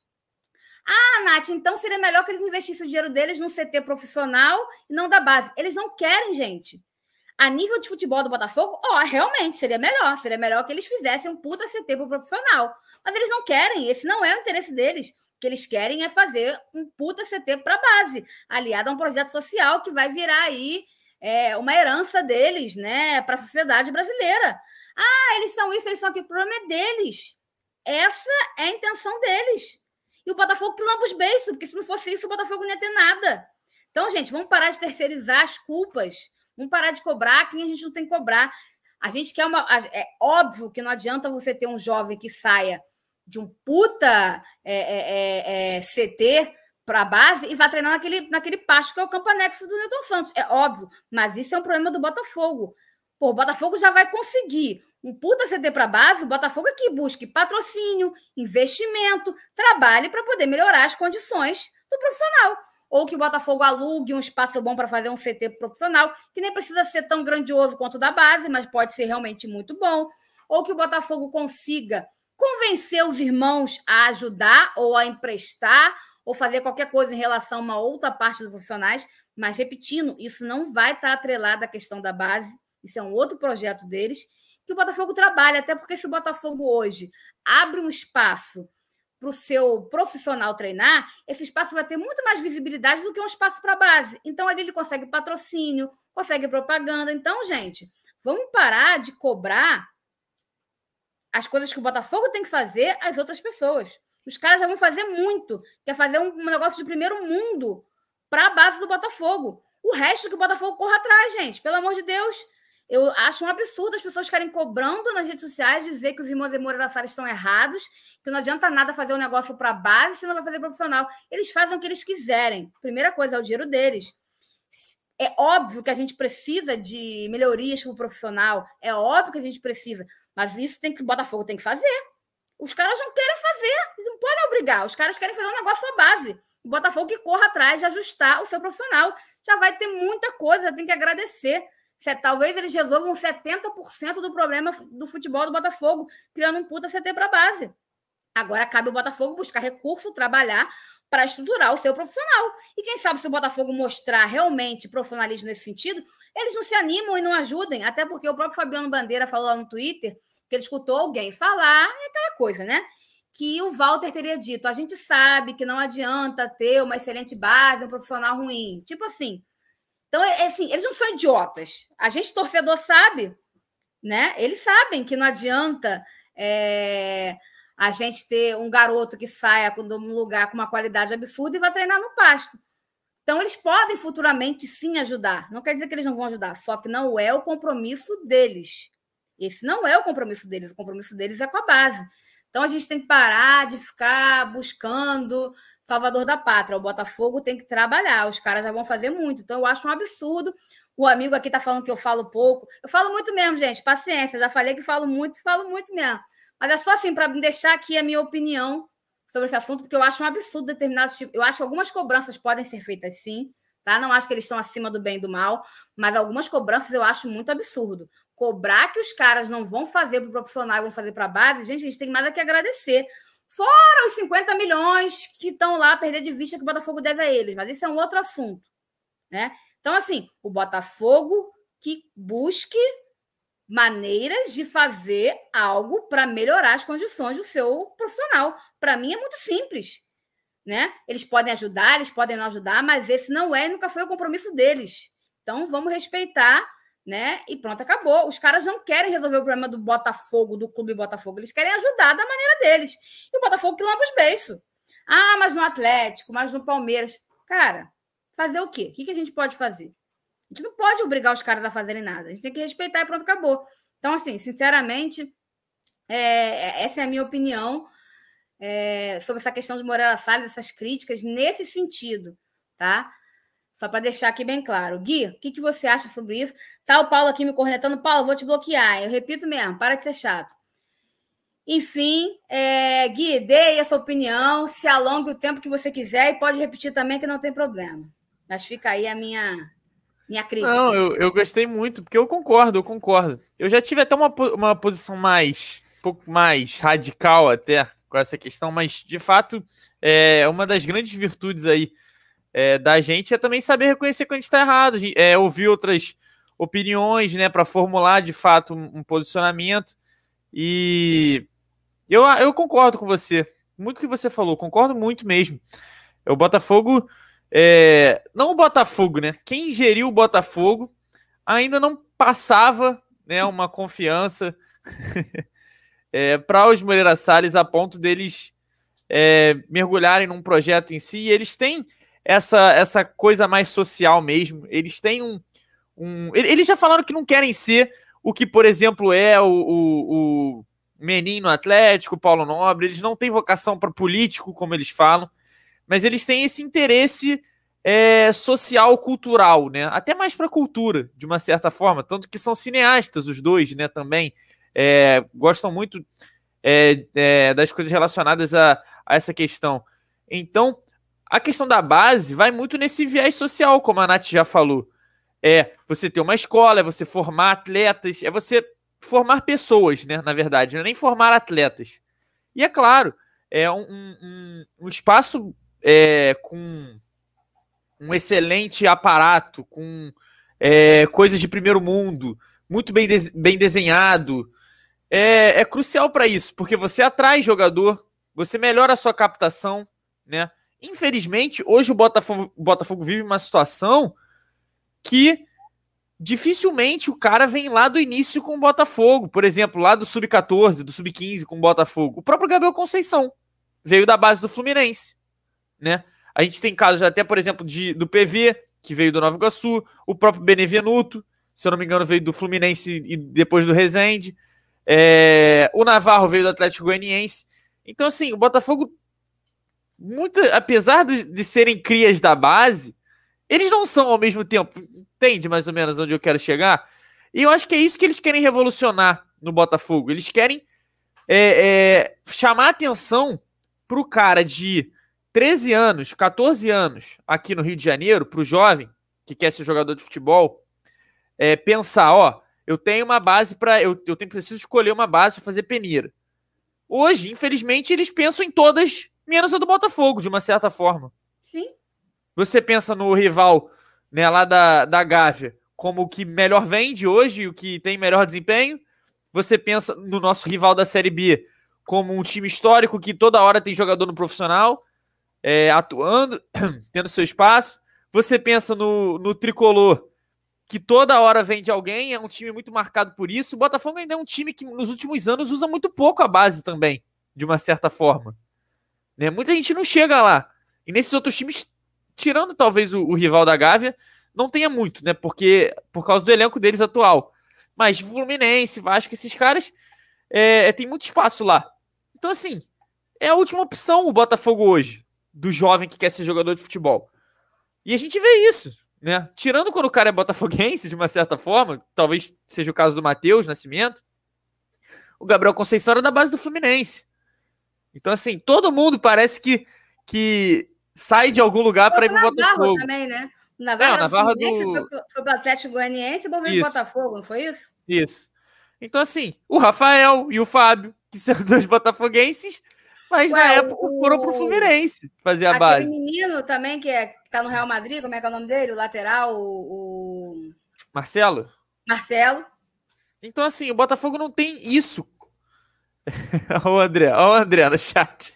Ah, Nath, então seria melhor que eles investissem o dinheiro deles num C T profissional e não da base. Eles não querem, gente. A nível de futebol do Botafogo, ó, realmente seria melhor. Seria melhor que eles fizessem um puta C T pro profissional. Mas eles não querem. Esse não é o interesse deles. O que eles querem é fazer um puta C T para a base, aliado a um projeto social que vai virar aí é, uma herança deles, né, para a sociedade brasileira. Ah, eles são isso, eles são aquilo. O problema é deles. Essa é a intenção deles. E o Botafogo que lamba os beiços, porque se não fosse isso, o Botafogo não ia ter nada. Então, gente, vamos parar de terceirizar as culpas. Vamos parar de cobrar quem a gente não tem que cobrar. A gente quer uma... É óbvio que não adianta você ter um jovem que saia de um puta é, é, é, C T para a base e vá treinar naquele, naquele pasto que é o campo anexo do Newton Santos. É óbvio, mas isso é um problema do Botafogo. Pô, o Botafogo já vai conseguir um puta C T para a base, o Botafogo é que busque patrocínio, investimento, trabalhe para poder melhorar as condições do profissional. Ou que o Botafogo alugue um espaço bom para fazer um C T profissional, que nem precisa ser tão grandioso quanto o da base, mas pode ser realmente muito bom. Ou que o Botafogo consiga convencer os irmãos a ajudar ou a emprestar ou fazer qualquer coisa em relação a uma outra parte dos profissionais, mas, repetindo, isso não vai estar atrelado à questão da base, isso é um outro projeto deles, que o Botafogo trabalha, até porque se o Botafogo hoje abre um espaço para o seu profissional treinar, esse espaço vai ter muito mais visibilidade do que um espaço para a base. Então, ali ele consegue patrocínio, consegue propaganda. Então, gente, vamos parar de cobrar as coisas que o Botafogo tem que fazer às outras pessoas. Os caras já vão fazer muito. Quer fazer um negócio de primeiro mundo para a base do Botafogo. O resto que o Botafogo corra atrás, gente. Pelo amor de Deus. Eu acho um absurdo as pessoas ficarem cobrando nas redes sociais, dizer que os irmãos Moreira Salles estão errados, que não adianta nada fazer um negócio para a base se não vai fazer profissional. Eles fazem o que eles quiserem. Primeira coisa, é o dinheiro deles. É óbvio que a gente precisa de melhorias para o profissional. É óbvio que a gente precisa. Mas isso tem que o Botafogo tem que fazer. Os caras não querem fazer. Eles não podem obrigar. Os caras querem fazer um negócio à base. O Botafogo que corra atrás de ajustar o seu profissional. Já vai ter muita coisa, tem que agradecer. Talvez eles resolvam setenta por cento do problema do futebol do Botafogo, criando um puta C T para a base. Agora cabe ao Botafogo buscar recurso, trabalhar para estruturar o seu profissional. E quem sabe se o Botafogo mostrar realmente profissionalismo nesse sentido, eles não se animam e não ajudem. Até porque o próprio Fabiano Bandeira falou lá no Twitter que ele escutou alguém falar, é aquela coisa, né? Que o Walter teria dito, a gente sabe que não adianta ter uma excelente base, um profissional ruim. Tipo assim. Então, é, assim, eles não são idiotas. A gente, torcedor, sabe, né? Eles sabem que não adianta é, a gente ter um garoto que saia de um lugar com uma qualidade absurda e vai treinar no pasto. Então, eles podem futuramente, sim, ajudar. Não quer dizer que eles não vão ajudar, só que não é o compromisso deles. Esse não é o compromisso deles. O compromisso deles é com a base. Então, a gente tem que parar de ficar buscando salvador da pátria. O Botafogo tem que trabalhar. Os caras já vão fazer muito. Então, eu acho um absurdo. O amigo aqui está falando que eu falo pouco. Eu falo muito mesmo, gente. Paciência. Eu já falei que falo muito, falo muito mesmo. Mas é só assim, para deixar aqui a minha opinião sobre esse assunto, porque eu acho um absurdo determinados tipos. Eu acho que algumas cobranças podem ser feitas sim, tá? Não acho que eles estão acima do bem e do mal, mas algumas cobranças eu acho muito absurdo. Cobrar que os caras não vão fazer para o profissional e vão fazer para a base, gente, a gente tem mais a que agradecer. Fora os cinquenta milhões que estão lá a perder de vista que o Botafogo deve a eles, mas isso é um outro assunto. né? Então, assim, o Botafogo que busque maneiras de fazer algo para melhorar as condições do seu profissional. Para mim é muito simples, né? Eles podem ajudar, eles podem não ajudar, mas esse não é e nunca foi o compromisso deles. Então vamos respeitar, né? E pronto, acabou. Os caras não querem resolver o problema do Botafogo, do clube Botafogo, eles querem ajudar da maneira deles. E o Botafogo que lamba os beiços. Ah, mas no Atlético, mas no Palmeiras. Cara, fazer o quê? O que a gente pode fazer? A gente não pode obrigar os caras a fazerem nada. A gente tem que respeitar e pronto, acabou. Então, assim, sinceramente, é, essa é a minha opinião é, sobre essa questão de Moreira Salles, essas críticas nesse sentido, tá? Só para deixar aqui bem claro. Gui, o que, que você acha sobre isso? Tá o Paulo aqui me cornetando. Paulo, vou te bloquear. Eu repito mesmo, para de ser chato. Enfim, é, Gui, dê aí a sua opinião, se alongue o tempo que você quiser e pode repetir também que não tem problema. Mas fica aí a minha... Minha crítica. Não, eu, eu gostei muito, porque eu concordo, eu concordo. Eu já tive até uma, uma posição mais, um pouco mais radical até com essa questão, mas de fato, é, uma das grandes virtudes aí é, da gente é também saber reconhecer quando a gente está errado, é, ouvir outras opiniões, né, para formular de fato um, um posicionamento. E eu, eu concordo com você, muito que você falou, concordo muito mesmo. O Botafogo... É, não o Botafogo, né? Quem geriu o Botafogo ainda não passava, né, uma confiança é, para os Moreira Salles a ponto deles é, mergulharem num projeto em si. E eles têm essa, essa coisa mais social mesmo. Eles têm um, um... Eles já falaram que não querem ser o que, por exemplo, é o, o, o Menin no Atlético, o Paulo Nobre. Eles não têm vocação para político, como eles falam. Mas eles têm esse interesse é, social, cultural, né? Até mais para a cultura, de uma certa forma. Tanto que são cineastas os dois, né? Também é, gostam muito é, é, das coisas relacionadas a, a essa questão. Então, a questão da base vai muito nesse viés social, como a Nath já falou. É você ter uma escola, é você formar atletas, é você formar pessoas, né? Na verdade, não é nem formar atletas. E é claro, é um, um, um espaço... É, com um excelente aparato, com é, coisas de primeiro mundo, muito bem, de, bem desenhado, é, é crucial para isso, porque você atrai jogador, você melhora a sua captação, né? Infelizmente, hoje o Botafogo, o Botafogo vive uma situação que dificilmente o cara vem lá do início com o Botafogo, por exemplo, lá do sub catorze, do sub quinze com o Botafogo. O próprio Gabriel Conceição veio da base do Fluminense. Né? A gente tem casos até, por exemplo, de, do P V, que veio do Nova Iguaçu, o próprio Benevenuto, se eu não me engano, veio do Fluminense e depois do Resende, é, o Navarro veio do Atlético Goianiense. Então, assim, o Botafogo, muito, apesar de, de serem crias da base, eles não são ao mesmo tempo, entende mais ou menos onde eu quero chegar? E eu acho que é isso que eles querem revolucionar no Botafogo. Eles querem é, é, chamar atenção para o cara de treze anos, catorze anos aqui no Rio de Janeiro, para o jovem que quer ser jogador de futebol, é, pensar, ó, eu tenho uma base para... Eu, eu tenho, preciso escolher uma base para fazer peneira. Hoje, infelizmente, eles pensam em todas, menos a do Botafogo, de uma certa forma. Sim. Você pensa no rival, né, lá da, da Gávea como o que melhor vende hoje, o que tem melhor desempenho. Você pensa no nosso rival da Série B como um time histórico que toda hora tem jogador no profissional, É, atuando, tendo seu espaço. Você pensa no, no Tricolor, que toda hora vende alguém, é um time muito marcado por isso. O Botafogo ainda é um time que nos últimos anos usa muito pouco a base também, de uma certa forma. Né? Muita gente não chega lá. E nesses outros times, tirando talvez o, o rival da Gávea, não tenha muito, né? Porque, por causa do elenco deles atual. Mas Fluminense, Vasco, esses caras, é, tem muito espaço lá. Então, assim, é a última opção o Botafogo hoje, do jovem que quer ser jogador de futebol. E a gente vê isso, né? Tirando quando o cara é botafoguense, de uma certa forma, talvez seja o caso do Matheus Nascimento, o Gabriel Conceição era da base do Fluminense. Então, assim, todo mundo parece que, que sai de algum lugar para ir pro Botafogo. Também, né? O Navarro, é, o Navarro do... foi pro Atlético Goianiense e veio pro Botafogo, não foi isso? Isso. Então, assim, o Rafael e o Fábio, que são dois botafoguenses, Mas Ué, na época foram pro o, Fluminense fazer a aquele base. menino também que, é, que tá no Real Madrid, como é que é o nome dele? O lateral, o, o Marcelo? Marcelo. Então, assim, o Botafogo não tem isso. Olha o André, olha o André no chat.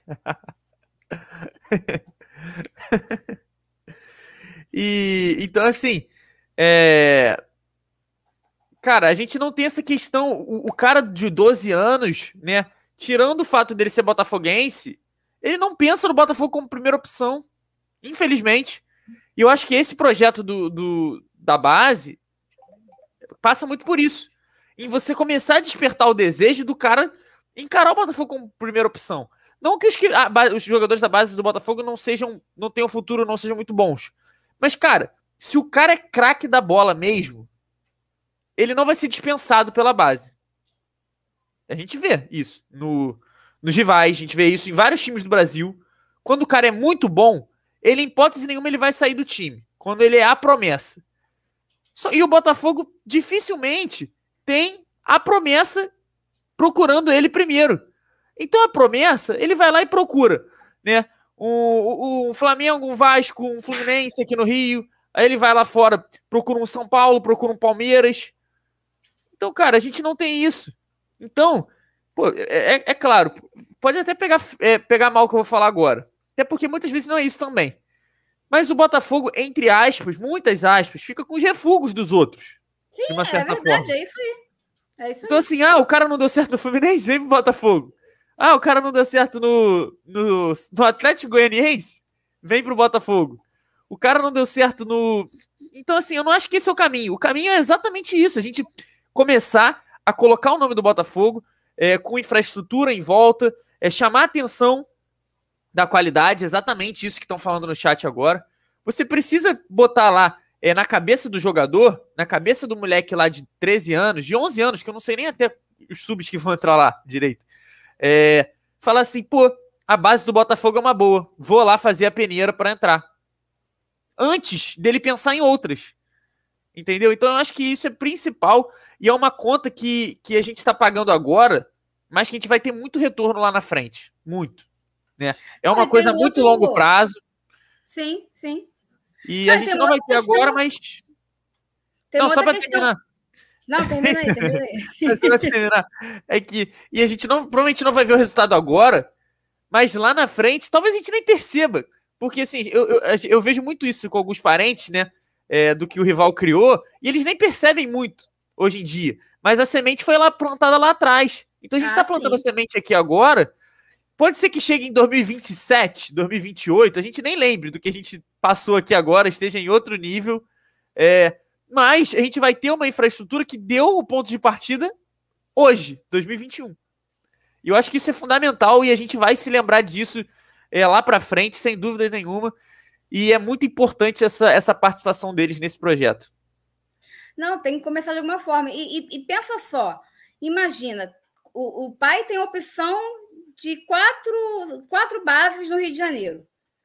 E então, assim, é... cara, a gente não tem essa questão. O, o cara de doze anos, né? Tirando o fato dele ser botafoguense, ele não pensa no Botafogo como primeira opção, infelizmente. E eu acho que esse projeto do, do, da base passa muito por isso. Em você começar a despertar o desejo do cara encarar o Botafogo como primeira opção. Não que os, que, a, os jogadores da base do Botafogo não sejam, não tenham futuro, não sejam muito bons. Mas, cara, se o cara é craque da bola mesmo, ele não vai ser dispensado pela base. A gente vê isso no, nos rivais, a gente vê isso em vários times do Brasil. Quando o cara é muito bom, ele, em hipótese nenhuma, ele vai sair do time. Quando ele é a promessa. Só, e o Botafogo dificilmente tem a promessa procurando ele primeiro. Então a promessa, ele vai lá e procura, né? Um, um Flamengo, um Vasco, um Fluminense aqui no Rio. Aí ele vai lá fora, procura um São Paulo, procura um Palmeiras. Então, cara, a gente não tem isso. Então, pô, é, é claro, pode até pegar, é, pegar mal o que eu vou falar agora. Até porque muitas vezes não é isso também. Mas o Botafogo, entre aspas, muitas aspas, fica com os refugos dos outros. Sim, De uma é certa verdade, forma. é isso aí. É isso Então, aí. assim, ah, o cara não deu certo no Fluminense, vem pro Botafogo. Ah, o cara não deu certo no, no, no Atlético Goianiense, vem pro Botafogo. O cara não deu certo no... Então, assim, eu não acho que esse é o caminho. O caminho é exatamente isso, a gente começar a colocar o nome do Botafogo é, com infraestrutura em volta, é, chamar a atenção da qualidade, exatamente isso que estão falando no chat agora. Você precisa botar lá é, na cabeça do jogador, na cabeça do moleque lá de treze anos, de onze anos, que eu não sei nem até os subs que vão entrar lá direito, é, falar assim, pô, a base do Botafogo é uma boa, vou lá fazer a peneira para entrar. Antes dele pensar em outras. Entendeu? Então eu acho que isso é principal e é uma conta que, que a gente está pagando agora, mas que a gente vai ter muito retorno lá na frente. Muito. Né? É uma Ah, tem coisa um muito outro... longo prazo. Sim, sim. E a Não, tem gente uma não vai outra ter questão. agora, mas. Tem Não, uma só outra para questão. terminar. Não, termina aí, termina aí. Só pra terminar. É que. E a gente não, provavelmente não vai ver o resultado agora, mas lá na frente, talvez a gente nem perceba. Porque, assim, eu, eu, eu vejo muito isso com alguns parentes, né? É, do que o rival criou, e eles nem percebem muito hoje em dia. Mas a semente foi lá plantada lá atrás. Então a gente Ah, está plantando a sim. semente aqui agora. Pode ser que chegue em dois mil e vinte e sete, dois mil e vinte e oito, a gente nem lembre do que a gente passou aqui agora, esteja em outro nível. É, mas a gente vai ter uma infraestrutura que deu o ponto de partida hoje, dois mil e vinte e um. E eu acho que isso é fundamental e a gente vai se lembrar disso é, lá para frente, sem dúvida nenhuma. E é muito importante essa, essa participação deles nesse projeto. Não, tem que começar de alguma forma. E, e, e pensa só, imagina, o, o pai tem a opção de quatro, quatro bases no Rio de Janeiro.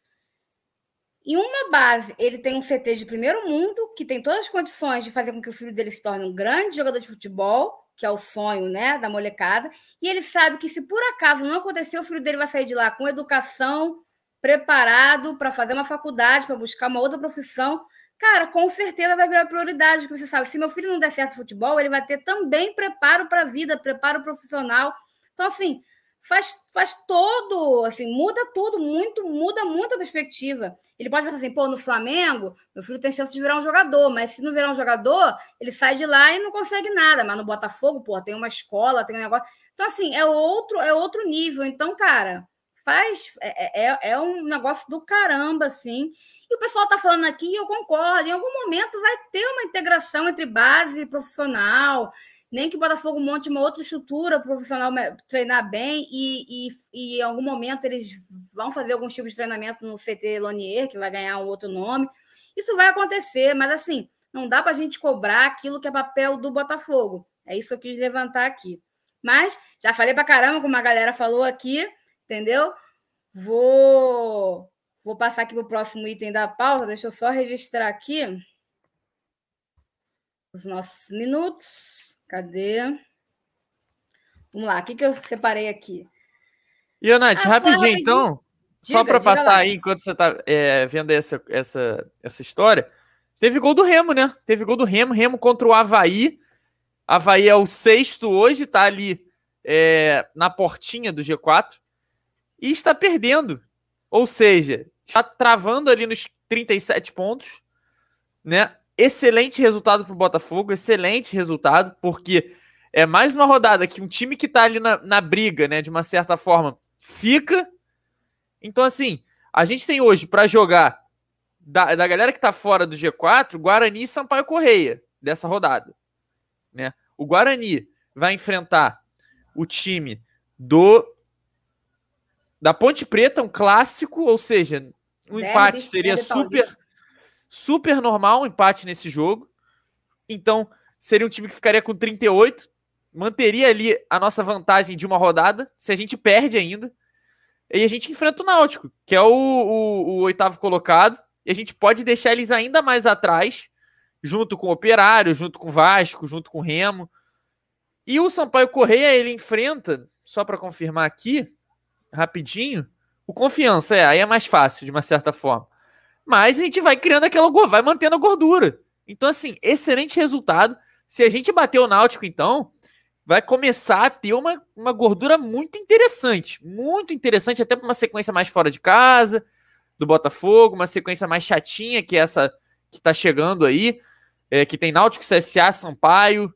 Em uma base, ele tem um C T de primeiro mundo, que tem todas as condições de fazer com que o filho dele se torne um grande jogador de futebol, que é o sonho, né, da molecada, e ele sabe que se por acaso não acontecer, o filho dele vai sair de lá com educação, preparado para fazer uma faculdade, para buscar uma outra profissão. Cara, com certeza vai virar prioridade, porque você sabe, se meu filho não der certo no futebol, ele vai ter também preparo para a vida, preparo profissional. Então, assim, faz, faz todo, assim, muda tudo, muito, muda muito a perspectiva. Ele pode pensar assim, pô, no Flamengo, meu filho tem chance de virar um jogador, mas se não virar um jogador, ele sai de lá e não consegue nada. Mas no Botafogo, pô, tem uma escola, tem um negócio. Então, assim, é outro, é outro nível. Então, cara, faz. É, é, é um negócio do caramba, assim. E o pessoal tá falando aqui, e eu concordo, em algum momento vai ter uma integração entre base e profissional. Nem que o Botafogo monte uma outra estrutura para o profissional treinar bem e, e, e em algum momento eles vão fazer algum tipo de treinamento no C T Lonier, que vai ganhar um outro nome. Isso vai acontecer, mas assim, não dá para a gente cobrar aquilo que é papel do Botafogo. É isso que eu quis levantar aqui. Mas já falei para caramba, como a galera falou aqui, entendeu? Vou, vou passar aqui para o próximo item da pauta. Deixa eu só registrar aqui os nossos minutos. Cadê? Vamos lá, o que, que eu separei aqui? E, ô, Nath, Ah, rapidinho, rapidinho. então, só Diga, para diga passar lá. aí, enquanto você tá é, vendo essa, essa, essa história, teve gol do Remo, né? Teve gol do Remo, Remo contra o Avaí. Avaí é o sexto hoje, tá ali é, na portinha do G quatro e está perdendo. Ou seja, está travando ali nos trinta e sete pontos, né? Excelente resultado para o Botafogo, excelente resultado, porque é mais uma rodada que um time que está ali na, na briga, né, de uma certa forma, fica. Então, assim, a gente tem hoje para jogar da, da galera que está fora do G quatro, Guarani e Sampaio Correia, dessa rodada, né? O Guarani vai enfrentar o time do da Ponte Preta, um clássico, ou seja, um Derby, empate seria derby super, paulista. super normal, um empate nesse jogo. Então, seria um time que ficaria com trinta e oito, manteria ali a nossa vantagem de uma rodada, se a gente perde ainda. E a gente enfrenta o Náutico, que é o, o, o oitavo colocado, e a gente pode deixar eles ainda mais atrás, junto com o Operário, junto com o Vasco, junto com o Remo. E o Sampaio Correia, ele enfrenta, só para confirmar aqui, rapidinho, o Confiança, é, aí é mais fácil, de uma certa forma. Mas a gente vai criando aquela, vai mantendo a gordura. Então, assim, excelente resultado. Se a gente bater o Náutico, então, vai começar a ter uma, uma gordura muito interessante. Muito interessante, até para uma sequência mais fora de casa, do Botafogo, uma sequência mais chatinha, que é essa que tá chegando aí, é, que tem Náutico, C S A, Sampaio,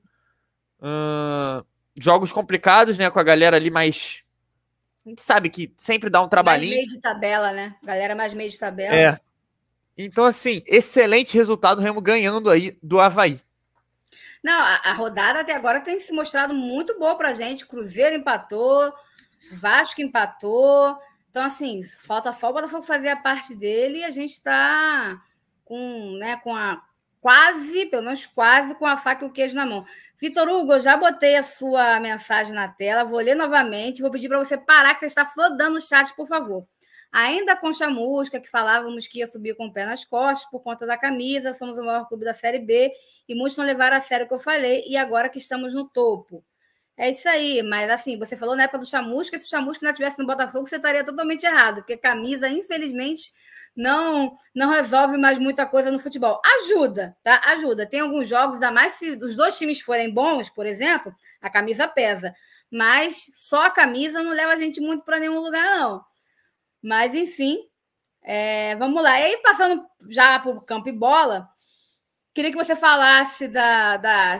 hum, jogos complicados, né, com a galera ali mais... A gente sabe que sempre dá um trabalhinho. Mais meio de tabela, né? Galera mais meio de tabela. É. Então, assim, excelente resultado, o Remo ganhando aí do Avaí. Não, a, a rodada até agora tem se mostrado muito boa pra gente. Cruzeiro empatou, Vasco empatou. Então, assim, falta só o Botafogo fazer a parte dele e a gente está com, né, com a quase, pelo menos quase, com a faca e o queijo na mão. Vitor Hugo, eu já botei a sua mensagem na tela, vou ler novamente, vou pedir para você parar, que você está flodando o chat, por favor. Ainda com chamusca, que falávamos que ia subir com o pé nas costas por conta da camisa, somos o maior clube da Série B, e muitos não levaram a sério o que eu falei, e agora que estamos no topo. É isso aí, mas assim, você falou na época do chamusca, se o chamusca não estivesse no Botafogo, você estaria totalmente errado, porque camisa, infelizmente, não não resolve mais muita coisa no futebol. Ajuda, tá? Ajuda. Tem alguns jogos, ainda mais se os dois times forem bons, por exemplo, a camisa pesa. Mas só a camisa não leva a gente muito para nenhum lugar, não. Mas, enfim, é, vamos lá. E aí, passando já para o campo e bola, queria que você falasse da, da,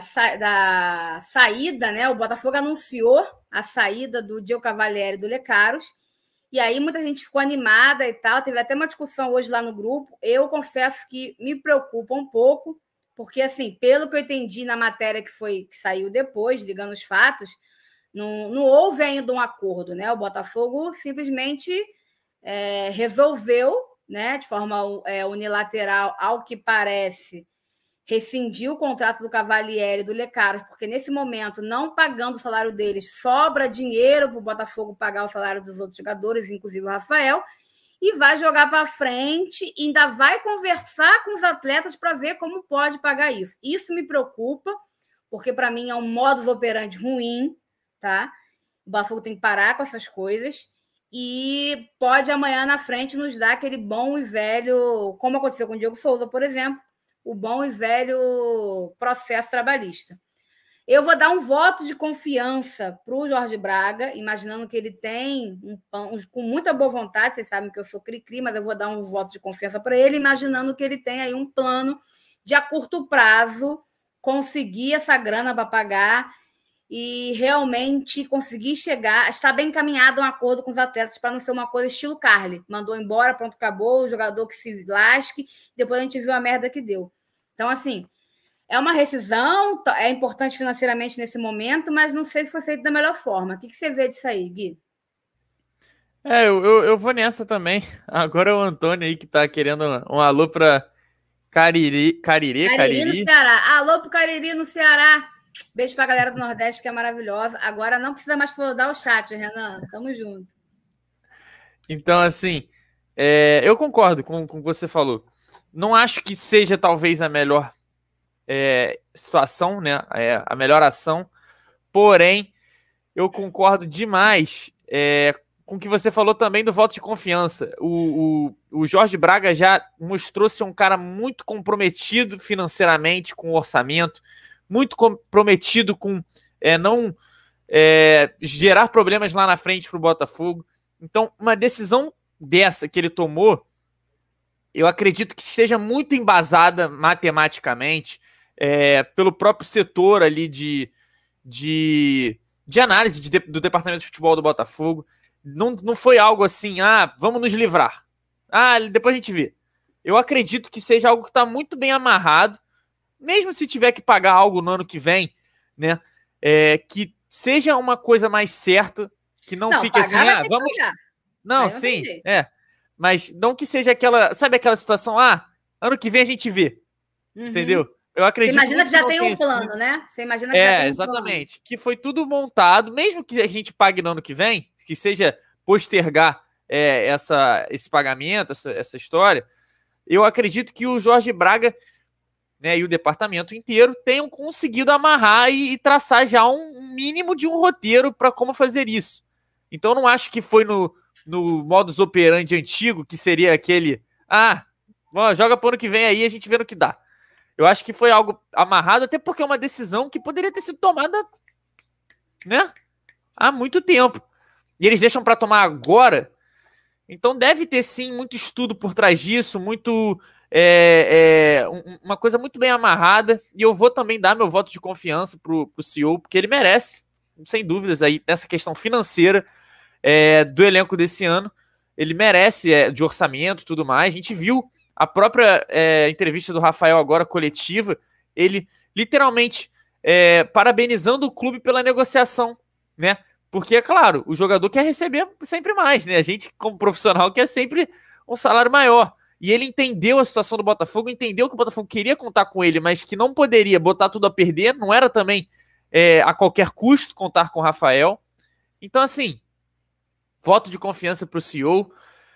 da saída, né? O Botafogo anunciou a saída do Diego Cavalieri e do Lecaros. E aí muita gente ficou animada e tal. Teve até uma discussão hoje lá no grupo. Eu confesso que me preocupa um pouco, porque, assim, pelo que eu entendi na matéria que foi que saiu depois, ligando os fatos, não, não houve ainda um acordo, né? O Botafogo simplesmente é, resolveu, né, de forma é, unilateral, ao que parece, rescindiu o contrato do Cavalieri e do Lecaros, porque nesse momento, não pagando o salário deles, sobra dinheiro para o Botafogo pagar o salário dos outros jogadores, inclusive o Rafael, e vai jogar para frente, e ainda vai conversar com os atletas para ver como pode pagar isso. Isso me preocupa, porque para mim é um modus operandi ruim, tá? O Botafogo tem que parar com essas coisas, e pode amanhã na frente nos dar aquele bom e velho, como aconteceu com o Diego Souza, por exemplo, o bom e velho processo trabalhista. Eu vou dar um voto de confiança para o Jorge Braga, imaginando que ele tem, um, um, com muita boa vontade, vocês sabem que eu sou cri-cri, mas eu vou dar um voto de confiança para ele, imaginando que ele tem aí um plano de, a curto prazo, conseguir essa grana para pagar e realmente conseguir chegar, está bem encaminhado um acordo com os atletas para não ser uma coisa estilo Carly. Mandou embora, pronto, acabou, o jogador que se lasque, depois a gente viu a merda que deu. Então, assim, é uma rescisão, é importante financeiramente nesse momento, mas não sei se foi feito da melhor forma. O que você vê disso aí, Gui? É, eu, eu, eu vou nessa também. Agora é o Antônio aí que tá querendo um, um alô para Cariri, Cariri, Cariri Cariri no Ceará. Alô pro Cariri no Ceará. Beijo pra galera do Nordeste, que é maravilhosa. Agora não precisa mais flodar o chat, Renan. Tamo junto. Então, assim, é, eu concordo com, com o que você falou. Não acho que seja talvez a melhor é, situação, né? É, a melhor ação. Porém, eu concordo demais é, com o que você falou também do voto de confiança. O, o, o Jorge Braga já mostrou ser um cara muito comprometido financeiramente com o orçamento, muito comprometido com é, não é, gerar problemas lá na frente para o Botafogo. Então, uma decisão dessa que ele tomou, eu acredito que esteja muito embasada matematicamente é, pelo próprio setor ali de, de, de análise de, do departamento de futebol do Botafogo. Não, não foi algo assim, ah, vamos nos livrar. Ah, depois a gente vê. Eu acredito que seja algo que está muito bem amarrado, mesmo se tiver que pagar algo no ano que vem, né? É, que seja uma coisa mais certa, que não, não fique assim, ah, vamos. Pagar. Não, não sim, é. Mas não que seja aquela, sabe aquela situação, ah, ano que vem a gente vê. Uhum. Entendeu? Eu acredito. Você imagina que já tem um plano, né? Você imagina que é, já tem um exatamente. plano. Que foi tudo montado, mesmo que a gente pague no ano que vem, que seja postergar é, essa, esse pagamento, essa, essa história, eu acredito que o Jorge Braga, né, e o departamento inteiro tenham conseguido amarrar e, e traçar já um mínimo de um roteiro para como fazer isso. Então, eu não acho que foi no, no modus operandi antigo, que seria aquele, ah, bom, joga para o ano que vem aí, a gente vê no que dá. Eu acho que foi algo amarrado, até porque é uma decisão que poderia ter sido tomada, né, há muito tempo. E eles deixam para tomar agora. Então deve ter sim muito estudo por trás disso, muito é, é, uma coisa muito bem amarrada. E eu vou também dar meu voto de confiança pro, pro C E O, porque ele merece, sem dúvidas, aí, nessa questão financeira é, do elenco desse ano. Ele merece é, de orçamento e tudo mais. A gente viu a própria é, entrevista do Rafael agora, coletiva, ele literalmente é, parabenizando o clube pela negociação, né? Porque, é claro, o jogador quer receber sempre mais, né? A gente, como profissional, quer sempre um salário maior. E ele entendeu a situação do Botafogo, entendeu que o Botafogo queria contar com ele, mas que não poderia botar tudo a perder, não era também é, a qualquer custo contar com o Rafael. Então, assim, voto de confiança para o C E O.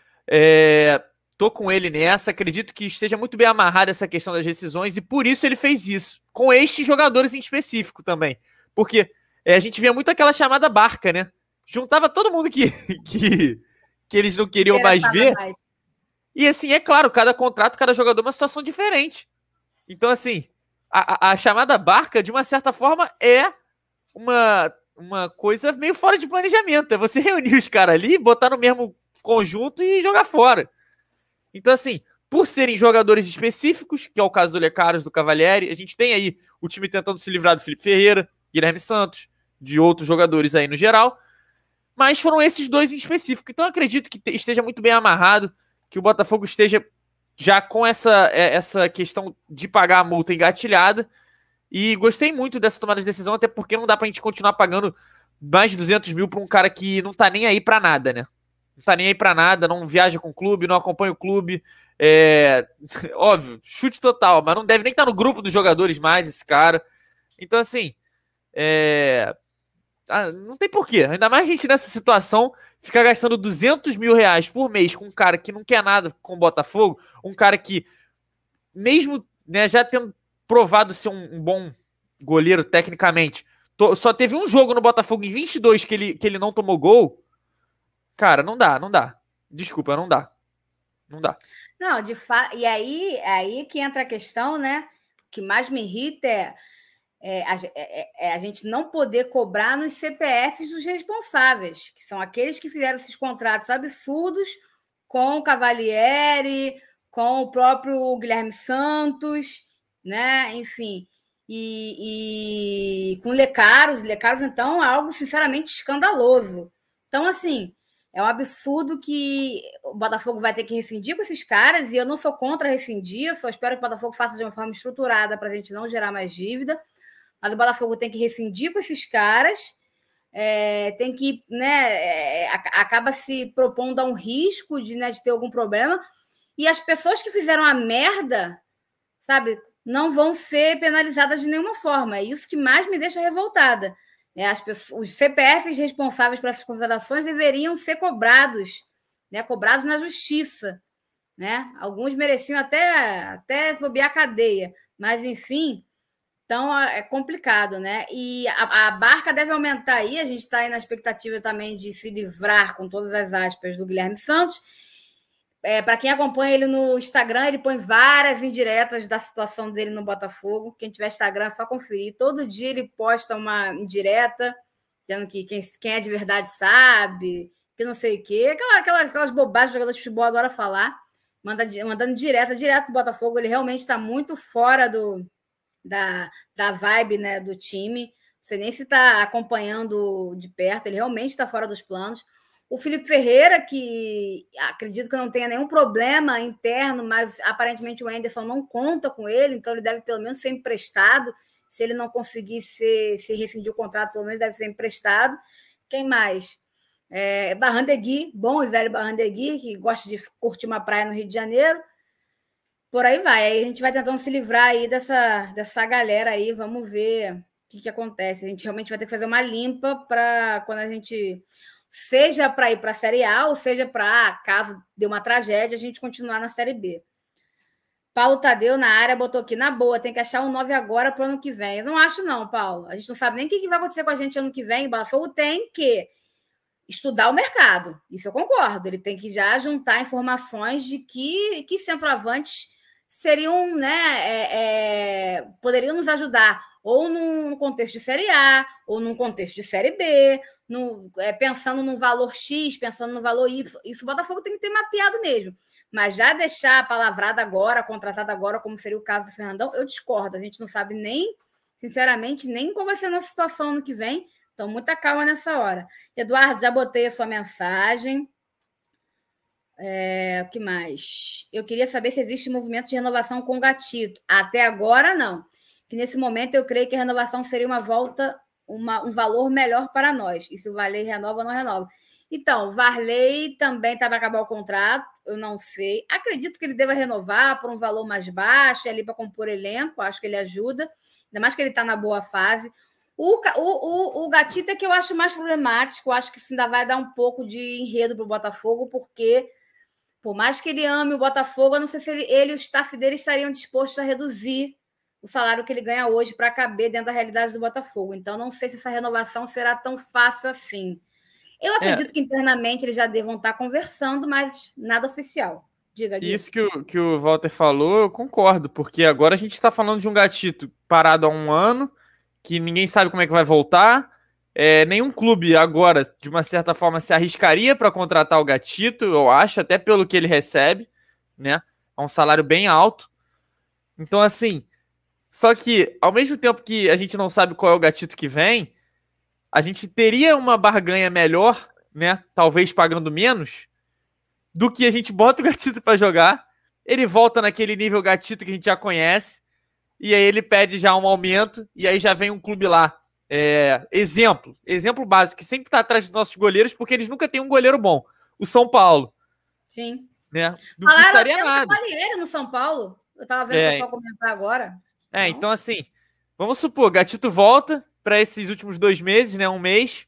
É... Tô com ele nessa, acredito que esteja muito bem amarrada essa questão das rescisões e por isso ele fez isso, com estes jogadores em específico também. Porque é, a gente via muito aquela chamada barca, né? Juntava todo mundo que, que, que eles não queriam mais ver. Mais. E assim, é claro, cada contrato, cada jogador é uma situação diferente. Então, assim, a, a, a chamada barca, de uma certa forma, é uma, uma coisa meio fora de planejamento. É você reunir os caras ali, botar no mesmo conjunto e jogar fora. Então, assim, por serem jogadores específicos, que é o caso do Lecaros, do Cavalieri, a gente tem aí o time tentando se livrar do Felipe Ferreira, Guilherme Santos, de outros jogadores aí no geral, mas foram esses dois em específico. Então, eu acredito que esteja muito bem amarrado, que o Botafogo esteja já com essa, essa questão de pagar a multa engatilhada, e gostei muito dessa tomada de decisão, até porque não dá pra gente continuar pagando mais de duzentos mil pra um cara que não tá nem aí pra nada, né? Não tá nem aí pra nada, não viaja com o clube, não acompanha o clube. É... Óbvio, chute total, mas não deve nem estar no grupo dos jogadores mais, esse cara. Então, assim, é... ah, não tem porquê. Ainda mais a gente nessa situação ficar gastando duzentos mil reais por mês com um cara que não quer nada com o Botafogo, um cara que, mesmo né, já tendo provado ser um, um bom goleiro tecnicamente, to... só teve um jogo no Botafogo em vinte e dois que ele, que ele não tomou gol. Cara, não dá, não dá. Desculpa, não dá. Não dá. Não, de fato. E aí, aí que entra a questão, né? O que mais me irrita é, é, a, é, é a gente não poder cobrar nos C P Fs dos responsáveis, que são aqueles que fizeram esses contratos absurdos com o Cavalieri, com o próprio Guilherme Santos, né? Enfim. E, e com o Lecaros. Lecaros, então, é algo sinceramente escandaloso. Então, assim. É um absurdo que o Botafogo vai ter que rescindir com esses caras, e eu não sou contra rescindir, eu só espero que o Botafogo faça de uma forma estruturada para a gente não gerar mais dívida, mas o Botafogo tem que rescindir com esses caras, é, tem que, né, é, acaba se propondo a um risco de, né, de ter algum problema, e as pessoas que fizeram a merda, sabe, não vão ser penalizadas de nenhuma forma, é isso que mais me deixa revoltada. É, as pessoas, os C P Fs responsáveis por essas considerações deveriam ser cobrados, né, cobrados na justiça, né? Alguns mereciam até, até bobear a cadeia, mas, enfim, Então é complicado, né? E a, a barca deve aumentar aí. A gente está aí na expectativa também de se livrar, com todas as aspas, do Guilherme Santos. É, para quem acompanha ele no Instagram, ele põe várias indiretas da situação dele no Botafogo. Quem tiver Instagram, é só conferir. Todo dia ele posta uma indireta, dizendo que quem, quem é de verdade sabe, que não sei o quê. Aquela, aquela, aquelas bobagens que o jogador de futebol adora falar. Manda, mandando direta, direto do Botafogo. Ele realmente está muito fora do, da, da vibe, né, do time. Não sei nem se está acompanhando de perto. Ele realmente está fora dos planos. O Felipe Ferreira, que acredito que não tenha nenhum problema interno, mas aparentemente o Anderson não conta com ele, então ele deve pelo menos ser emprestado. Se ele não conseguir ser, se rescindir o contrato, pelo menos deve ser emprestado. Quem mais? É, Barrandegui, bom e velho Barrandegui, que gosta de curtir uma praia no Rio de Janeiro. Por aí vai. Aí a gente vai tentando se livrar aí dessa, dessa galera aí. Vamos ver o que, que acontece. A gente realmente vai ter que fazer uma limpa para quando a gente... seja para ir para a Série A, ou seja para, caso dê uma tragédia, a gente continuar na Série B. Paulo Tadeu, na área, botou aqui, na boa, tem que achar um nove agora para o ano que vem. Eu não acho não, Paulo. A gente não sabe nem o que vai acontecer com a gente ano que vem. O Botafogo tem que estudar o mercado. Isso eu concordo. Ele tem que já juntar informações de que, que centroavantes seriam, né, é, é, poderiam nos ajudar ou num contexto de Série A, ou num contexto de Série B, no, é, pensando no valor X, pensando no valor Y. Isso o Botafogo tem que ter mapeado mesmo. Mas já deixar palavrado agora, contratado agora, como seria o caso do Fernandão, eu discordo. A gente não sabe nem, sinceramente, nem qual vai ser a nossa situação ano que vem. Então, muita calma nessa hora. Eduardo, já botei a sua mensagem. É, o que mais? Eu queria saber se existe movimento de renovação com o Gatito. Até agora, não. Que nesse momento eu creio que a renovação seria uma volta, uma, um valor melhor para nós. E se o Varley renova ou não renova. Então, o Varley também está para acabar o contrato, eu não sei. Acredito que ele deva renovar por um valor mais baixo, ali para compor elenco, acho que ele ajuda. Ainda mais que ele está na boa fase. O, o, o, o Gatito é que eu acho mais problemático, eu acho que isso ainda vai dar um pouco de enredo para o Botafogo, porque por mais que ele ame o Botafogo, eu não sei se ele, ele e o staff dele estariam dispostos a reduzir o salário que ele ganha hoje para caber dentro da realidade do Botafogo. Então, não sei se essa renovação será tão fácil assim. Eu acredito é. que internamente eles já devam estar conversando, mas nada oficial. Diga, Gui. Isso que o, que o Walter falou, eu concordo, porque agora a gente está falando de um Gatito parado há um ano, que ninguém sabe como é que vai voltar. É, nenhum clube agora, de uma certa forma, se arriscaria para contratar o Gatito, eu acho, até pelo que ele recebe, né? É um salário bem alto. Então, assim, só que, ao mesmo tempo que a gente não sabe qual é o Gatito que vem, a gente teria uma barganha melhor, né? Talvez pagando menos, do que a gente bota o Gatito para jogar, ele volta naquele nível Gatito que a gente já conhece, e aí ele pede já um aumento, e aí já vem um clube lá. É, exemplo, exemplo básico, que sempre está atrás dos nossos goleiros, porque eles nunca têm um goleiro bom. O São Paulo. Sim. Né? Não Falaram custaria até nada. o Palheiro no São Paulo. Eu estava vendo É. o pessoal comentar agora. É, então, então assim, vamos supor, Gatito volta para esses últimos dois meses, né? Um mês.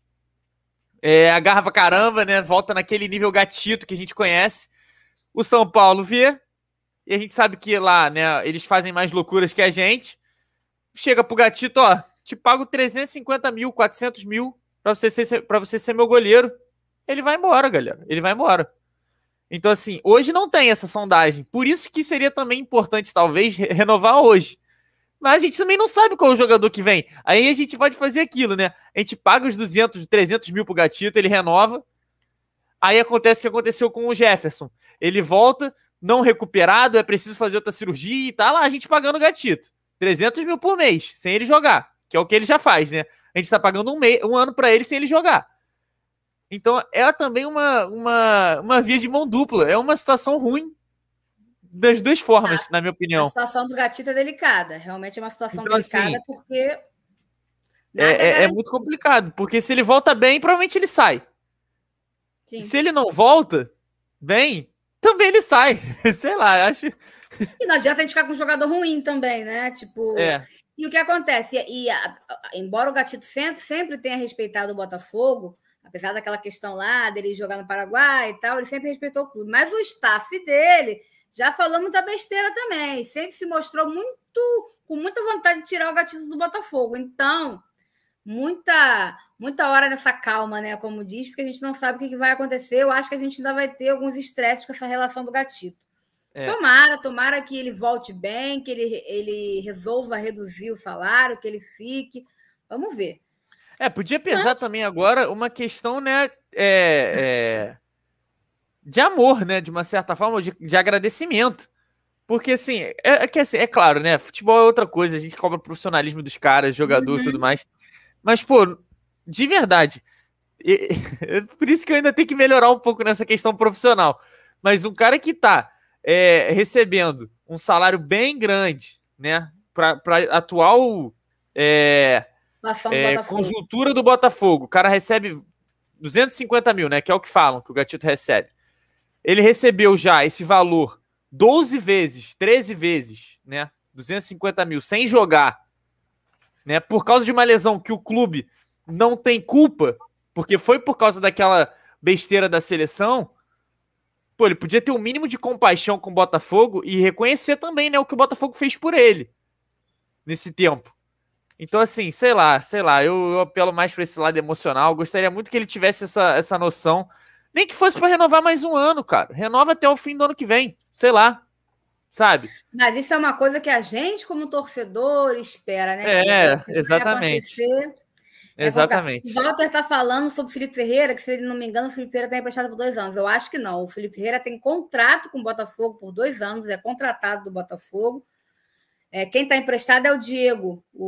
É, agarra pra caramba, né? Volta naquele nível Gatito que a gente conhece. O São Paulo vê, e a gente sabe que lá, né, eles fazem mais loucuras que a gente. Chega pro Gatito, ó, te pago trezentos e cinquenta mil, quatrocentos mil pra você, ser, pra você ser meu goleiro. Ele vai embora, galera. Ele vai embora. Então, assim, hoje não tem essa sondagem. Por isso que seria também importante, talvez, renovar hoje. Mas a gente também não sabe qual é o jogador que vem. Aí a gente pode fazer aquilo, né? A gente paga os duzentos, trezentos mil pro Gatito, ele renova. Aí acontece o que aconteceu com o Jefferson. Ele volta, não recuperado, é preciso fazer outra cirurgia e tá lá a gente pagando o Gatito. trezentos mil por mês, sem ele jogar. Que é o que ele já faz, né? A gente tá pagando um, mês, um ano para ele sem ele jogar. Então é também uma, uma, uma via de mão dupla. É uma situação ruim das duas formas, ah, na minha opinião. A situação do Gatito é delicada. Realmente é uma situação então, delicada, assim, porque... É, é, é muito complicado. Porque se ele volta bem, provavelmente ele sai. Sim. Se ele não volta bem, também ele sai. Sei lá, acho... E não adianta a gente ficar com um jogador ruim também, né? Tipo... É. E o que acontece? E, a, a, embora o Gatito sempre, sempre tenha respeitado o Botafogo, Apesar daquela questão lá dele jogar no Paraguai e tal, ele sempre respeitou o clube. Mas o staff dele já falou muita besteira também. Sempre se mostrou muito, com muita vontade de tirar o Gatito do Botafogo. Então, muita, muita hora nessa calma, né? Como diz, porque a gente não sabe o que vai acontecer. Eu acho que a gente ainda vai ter alguns estresses com essa relação do Gatito. É. Tomara, tomara que ele volte bem, que ele, ele resolva reduzir o salário, que ele fique. Vamos ver. É, podia pesar Mas... também agora uma questão, né, é, é, de amor, né, de uma certa forma, de, de agradecimento. Porque, assim, é, é, que, assim, é claro, né, futebol é outra coisa, a gente cobra o profissionalismo dos caras, jogador e uhum. tudo mais. Mas, pô, de verdade, e, por isso que eu ainda tenho que melhorar um pouco nessa questão profissional. Mas um cara que tá É, recebendo um salário bem grande, né, para a atual é, é, conjuntura do Botafogo. O cara recebe duzentos e cinquenta mil, né, que é o que falam que o Gatito recebe. Ele recebeu já esse valor doze vezes, treze vezes, né, duzentos e cinquenta mil sem jogar, né, por causa de uma lesão que o clube não tem culpa, porque foi por causa daquela besteira da seleção. Pô, ele podia ter um mínimo de compaixão com o Botafogo e reconhecer também, né, o que o Botafogo fez por ele nesse tempo. Então, assim, sei lá, sei lá, eu, eu apelo mais para esse lado emocional. Gostaria muito que ele tivesse essa, essa noção. Nem que fosse para renovar mais um ano, cara. Renova até o fim do ano que vem, sei lá, sabe? Mas isso é uma coisa que a gente, como torcedor, espera, né? É, que exatamente. Vai acontecer. Exatamente. O Walter está falando sobre o Felipe Ferreira, que, se ele não me engano, o Felipe Ferreira está emprestado por dois anos. Eu acho que não. O Felipe Ferreira tem contrato com o Botafogo por dois anos, é contratado do Botafogo. É, quem está emprestado é o Diego. O,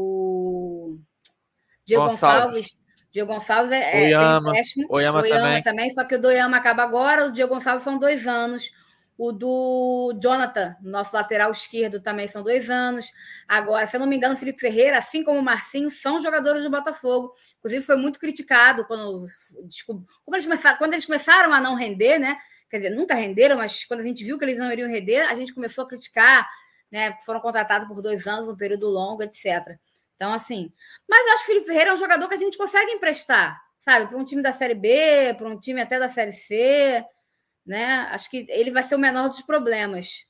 o... Diego Gonçalves. Gonçalves. Diego Gonçalves é, é Oyama. tem empréstimo. Oyama, Oyama também. também. Só que o do Oyama acaba agora, o Diego Gonçalves são dois anos. O do Jonathan, nosso lateral esquerdo, também são dois anos. Agora, se eu não me engano, o Felipe Ferreira, assim como o Marcinho, são jogadores do Botafogo. Inclusive, foi muito criticado quando, como eles começaram, quando eles começaram a não render, né? Quer dizer, nunca renderam, mas quando a gente viu que eles não iriam render, a gente começou a criticar, né? Foram contratados por dois anos, um período longo, etcétera. Então, assim. Mas eu acho que o Felipe Ferreira é um jogador que a gente consegue emprestar, sabe? Para um time da Série B, para um time até da Série C. Né? Acho que ele vai ser o menor dos problemas.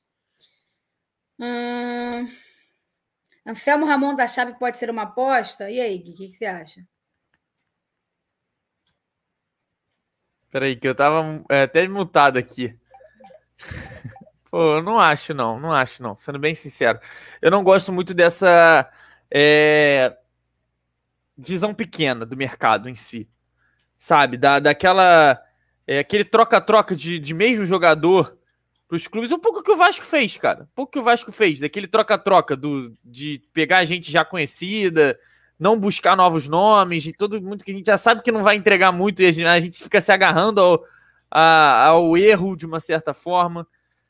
Hum... Anselmo Ramon da Chape pode ser uma aposta? E aí, Gui, o que, que você acha? Peraí, que eu tava é, até mutado aqui. Pô, eu não acho, não. Não acho, não. Sendo bem sincero. Eu não gosto muito dessa é, visão pequena do mercado em si. Sabe? Da, daquela... É, aquele troca-troca de, de mesmo jogador para os clubes. Um pouco que o Vasco fez, cara. Um pouco que o Vasco fez. Daquele troca-troca do, de pegar gente já conhecida, não buscar novos nomes, de todo mundo que a gente já sabe que não vai entregar muito e a gente, a gente fica se agarrando ao, a, ao erro de uma certa forma.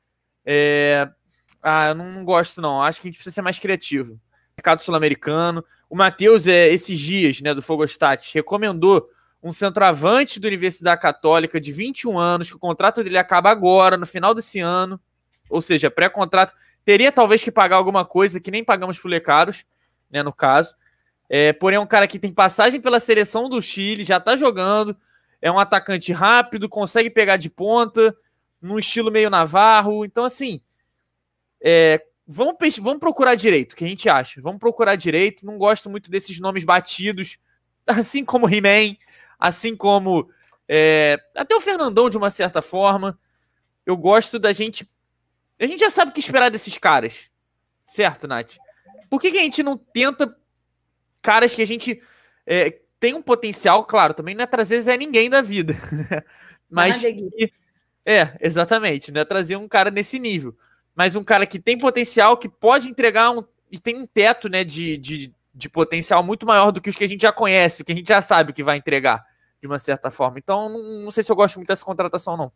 É, ah, eu não, não gosto, não. Acho que a gente precisa ser mais criativo. Mercado sul-americano. O Matheus, é, esses dias, né, do Fogostat, recomendou um centroavante da Universidade Católica de vinte e um anos, que o contrato dele acaba agora, no final desse ano, ou seja, pré-contrato, teria talvez que pagar alguma coisa que nem pagamos pro Lecaros, né, no caso, é, porém é um cara que tem passagem pela seleção do Chile, já tá jogando, é um atacante rápido, consegue pegar de ponta, num estilo meio Navarro, então assim, é, vamos, vamos procurar direito, o que a gente acha, vamos procurar direito, não gosto muito desses nomes batidos, assim como He-Man, assim como é, até o Fernandão, de uma certa forma. Eu gosto da gente... A gente já sabe o que esperar desses caras. Certo, Nath? Por que, que a gente não tenta caras que a gente é, tem um potencial, claro, também não é trazer Zé Ninguém da vida. Mas... Que, é, exatamente. Não é trazer um cara nesse nível. Mas um cara que tem potencial, que pode entregar um... E tem um teto, né, de, de, de potencial muito maior do que os que a gente já conhece, que a gente já sabe que vai entregar, de uma certa forma. Então, não, não sei se eu gosto muito dessa contratação, não.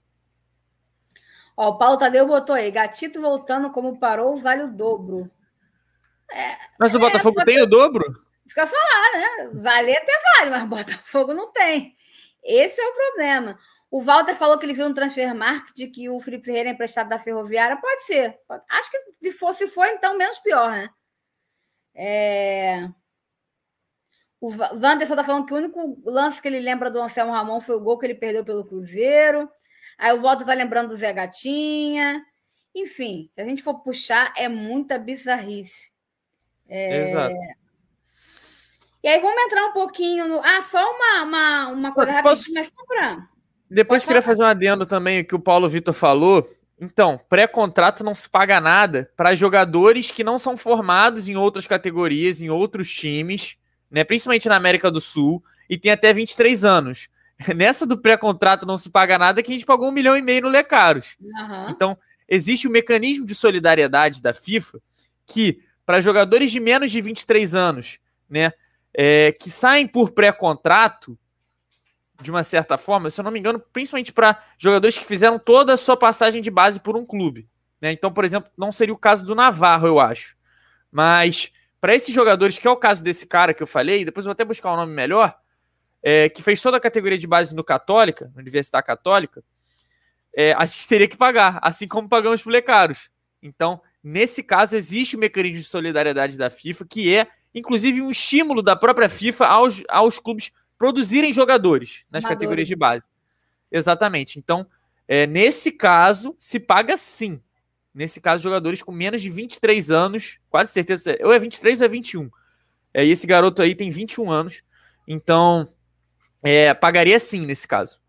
Ó, o Paulo Tadeu botou aí, Gatito voltando como parou, vale o dobro. É, mas o é, Botafogo pode... tem o dobro? Isso que eu ia falar, né? Vale até vale, mas o Botafogo não tem. Esse é o problema. O Walter falou que ele viu no Transfermarkt que o Felipe Ferreira é emprestado da Ferroviária. Pode ser. Pode... Acho que se for, se for, então menos pior, né? É... O Wanderson tá falando que o único lance que ele lembra do Anselmo Ramon foi o gol que ele perdeu pelo Cruzeiro. Aí o Walter vai lembrando do Zé Gatinha. Enfim, se a gente for puxar, é muita bizarrice. É... Exato. E aí vamos entrar um pouquinho no... Ah, só uma, uma, uma coisa Eu posso... rapidinho, mas só pra... Depois queria fazer um adendo também que o Paulo Vitor falou. Então, pré-contrato não se paga nada para jogadores que não são formados em outras categorias, em outros times, né, principalmente na América do Sul, e tem até vinte e três anos. Nessa do pré-contrato não se paga nada que a gente pagou um milhão e meio no Lecaros. Uhum. Então, existe um mecanismo de solidariedade da FIFA que, para jogadores de menos de vinte e três anos, né, é, que saem por pré-contrato, de uma certa forma, se eu não me engano, principalmente para jogadores que fizeram toda a sua passagem de base por um clube, né? Então, por exemplo, não seria o caso do Navarro, eu acho. Mas, para esses jogadores, que é o caso desse cara que eu falei, depois eu vou até buscar um nome melhor, é, que fez toda a categoria de base no Católica, na Universidade Católica, é, a gente teria que pagar, assim como pagamos para Lecaros. Então, nesse caso, existe o mecanismo de solidariedade da FIFA, que é, inclusive, um estímulo da própria FIFA aos, aos clubes produzirem jogadores nas Amadores. Categorias de base. Exatamente. Então, é, nesse caso, se paga sim. Nesse caso, jogadores com menos de vinte e três anos, quase certeza, ou é vinte e três ou é vinte e um. É, e esse garoto aí tem vinte e um anos. Então, é, pagaria sim nesse caso.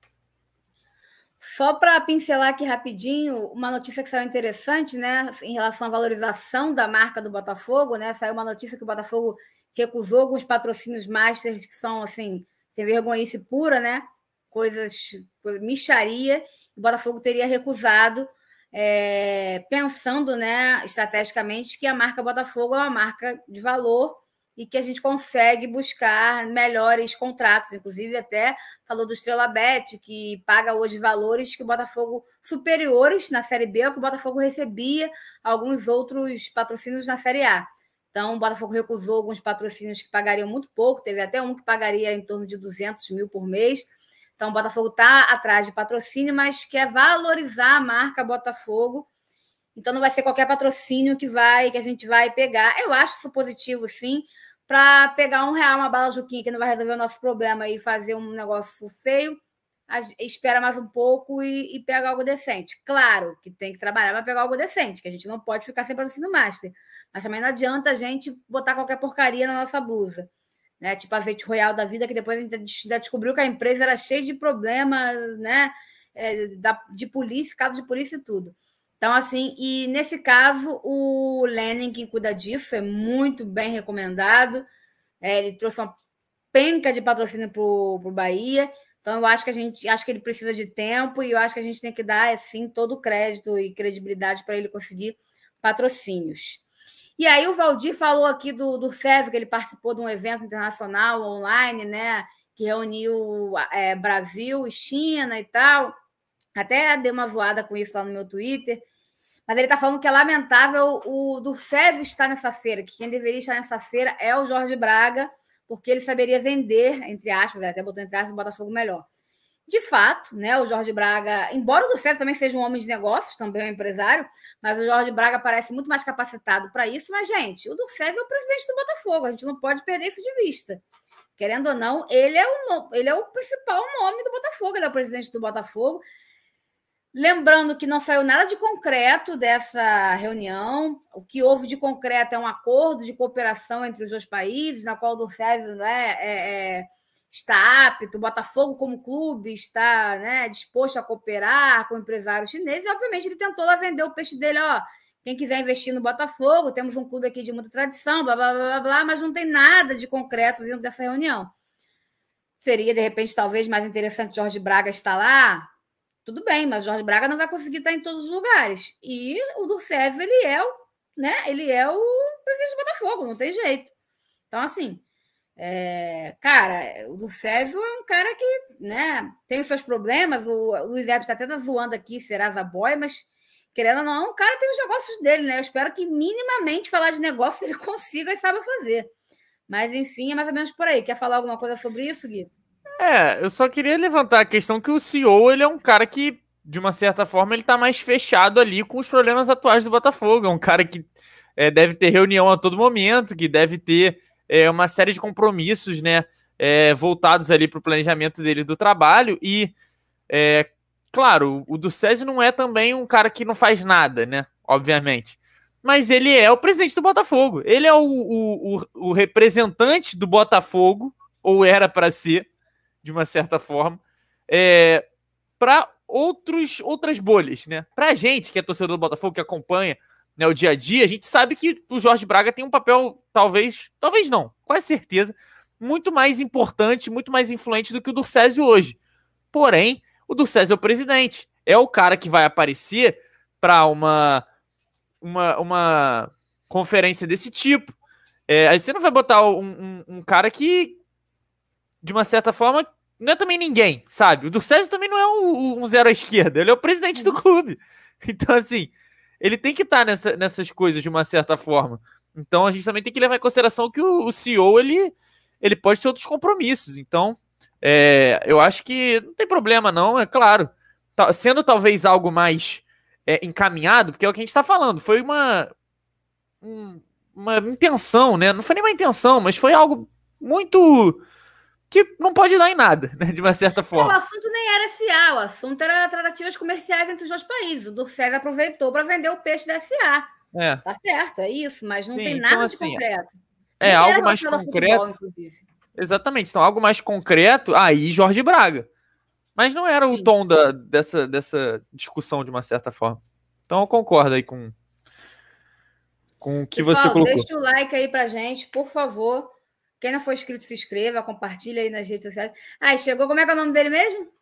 Só para pincelar aqui rapidinho, uma notícia que saiu interessante, né, em relação à valorização da marca do Botafogo, né? Saiu uma notícia que o Botafogo recusou alguns patrocínios masters que são, assim, sem vergonhice pura, né? Coisas, coisa, micharia. O Botafogo teria recusado, é, pensando, né, estrategicamente, que a marca Botafogo é uma marca de valor e que a gente consegue buscar melhores contratos. Inclusive, até falou do Estrela Bet, que paga hoje valores que o Botafogo superiores na Série B, ao que o Botafogo recebia alguns outros patrocínios na Série A. Então, o Botafogo recusou alguns patrocínios que pagariam muito pouco, teve até um que pagaria em torno de duzentos mil por mês. Então, o Botafogo está atrás de patrocínio, mas quer valorizar a marca Botafogo. Então, não vai ser qualquer patrocínio que, vai, que a gente vai pegar. Eu acho isso positivo, sim, para pegar um real, uma bala Juquinha, que não vai resolver o nosso problema e fazer um negócio feio. Espera mais um pouco e, e pega algo decente. Claro que tem que trabalhar para pegar algo decente, que a gente não pode ficar sem patrocínio master. Mas também não adianta a gente botar qualquer porcaria na nossa blusa. Né? Tipo azeite royal da vida, que depois a gente já descobriu que a empresa era cheia de problemas, né? É, da, de polícia, casos de polícia e tudo. Então, assim, e nesse caso, o Lenin, que cuida disso, é muito bem recomendado. É, ele trouxe uma penca de patrocínio para o Bahia. Então, eu acho que a gente acho que ele precisa de tempo e eu acho que a gente tem que dar, assim, todo o crédito e credibilidade para ele conseguir patrocínios. E aí o Valdir falou aqui do, do S E V, que ele participou de um evento internacional online, né? Que reuniu é, Brasil e China e tal. Até dei uma zoada com isso lá no meu Twitter. Mas ele está falando que é lamentável o do S E V estar nessa feira, que quem deveria estar nessa feira é o Jorge Braga, porque ele saberia vender, entre aspas, até botou entre aspas, o Botafogo melhor. De fato, né, o Jorge Braga, embora o do César também seja um homem de negócios, também é um empresário, mas o Jorge Braga parece muito mais capacitado para isso. Mas, gente, o do César é o presidente do Botafogo, a gente não pode perder isso de vista. Querendo ou não, ele é o, ele é o principal nome do Botafogo, ele é o presidente do Botafogo. Lembrando que não saiu nada de concreto dessa reunião. O que houve de concreto é um acordo de cooperação entre os dois países, na qual o do César, né, é, é, está apto, o Botafogo como clube está, né, disposto a cooperar com empresários chineses. E, obviamente, ele tentou lá vender o peixe dele, ó, quem quiser investir no Botafogo, temos um clube aqui de muita tradição, blá, blá, blá, blá, mas não tem nada de concreto vindo dessa reunião. Seria, de repente, talvez mais interessante Jorge Braga estar lá? Tudo bem, mas Jorge Braga não vai conseguir estar em todos os lugares. E o do César, ele é o, né, ele é o presidente do Botafogo, não tem jeito. Então, assim, é, cara, o do César é um cara que, né, tem os seus problemas. O Luiz Hermes está até zoando aqui, Serasa Boy, mas, querendo ou não, o cara tem os negócios dele, né? Eu espero que minimamente falar de negócio ele consiga e saiba fazer. Mas, enfim, é mais ou menos por aí. Quer falar alguma coisa sobre isso, Gui? É, eu só queria levantar a questão que o C E O, ele é um cara que, de uma certa forma, ele tá mais fechado ali com os problemas atuais do Botafogo. É um cara que é, deve ter reunião a todo momento, que deve ter é, uma série de compromissos, né, é, voltados ali para o planejamento dele do trabalho. E, é, claro, o Dursésio não é também um cara que não faz nada, né, obviamente. Mas ele é o presidente do Botafogo. Ele é o, o, o, o representante do Botafogo, ou era para ser, de uma certa forma, é, para outros outras bolhas, né? Para a gente, que é torcedor do Botafogo, que acompanha, né, o dia a dia, a gente sabe que o Jorge Braga tem um papel, talvez, talvez não, quase certeza, muito mais importante, muito mais influente do que o Dursésio hoje. Porém, o Dursésio é o presidente. É o cara que vai aparecer para uma, uma, uma conferência desse tipo. É, você não vai botar um, um, um cara que, de uma certa forma, não é também ninguém, sabe? O Dursésio também não é um, um zero à esquerda, ele é o presidente do clube. Então, assim, ele tem que estar nessa, nessas coisas de uma certa forma. Então, a gente também tem que levar em consideração que o, o C E O, ele, ele pode ter outros compromissos. Então, é, eu acho que não tem problema, não, é claro. Tá, sendo talvez algo mais é, encaminhado, porque é o que a gente está falando, foi uma, um, uma intenção, né? Não foi nem uma intenção, mas foi algo muito... que não pode dar em nada, né, de uma certa forma. O assunto nem era S A, o assunto era tratativas comerciais entre os dois países. O Dursésio aproveitou para vender o peixe da S A. É. Tá certo, é isso, mas não Sim, tem então, nada assim, de concreto. É Nem algo era mais relacionado ao concreto. futebol, inclusive. Exatamente, então algo mais concreto, aí Jorge Braga. Mas não era o Sim. tom da, dessa, dessa discussão de uma certa forma. Então eu concordo aí com, com o que Pessoal, você colocou. deixa o like aí pra gente, por favor. Quem não for inscrito, se inscreva, compartilha aí nas redes sociais. Ah, chegou, como é que é o nome dele mesmo?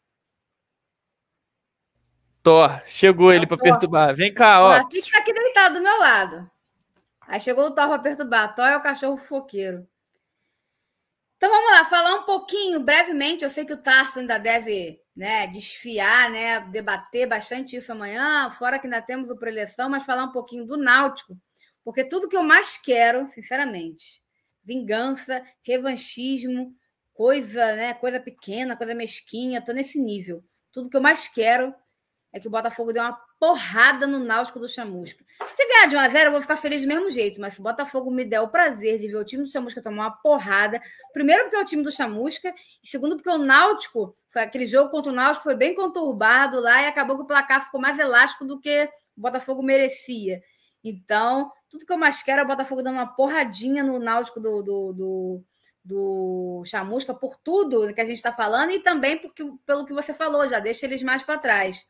Thor, chegou É ele o para Thor. perturbar. Vem cá, O ó. Rafik tá aqui deitado do meu lado. Aí chegou o Thor para perturbar. Thor é o cachorro fofoqueiro. Então vamos lá, falar um pouquinho, brevemente. Eu sei que o Tarso ainda deve, né, desfiar, né, debater bastante isso amanhã, fora que ainda temos o preleção, mas falar um pouquinho do Náutico, porque tudo que eu mais quero, sinceramente, vingança, revanchismo, coisa, né, coisa pequena, coisa mesquinha, tô nesse nível. Tudo que eu mais quero é que o Botafogo dê uma porrada no Náutico do Chamusca. Se ganhar de um a zero, eu vou ficar feliz do mesmo jeito, mas se o Botafogo me der o prazer de ver o time do Chamusca tomar uma porrada, primeiro porque é o time do Chamusca, e segundo porque o Náutico, foi aquele jogo contra o Náutico, foi bem conturbado lá e acabou que o placar ficou mais elástico do que o Botafogo merecia. Então, tudo que eu mais quero é o Botafogo dando uma porradinha no Náutico do, do, do, do Chamusca, por tudo que a gente está falando e também porque, pelo que você falou, já deixa eles mais para trás.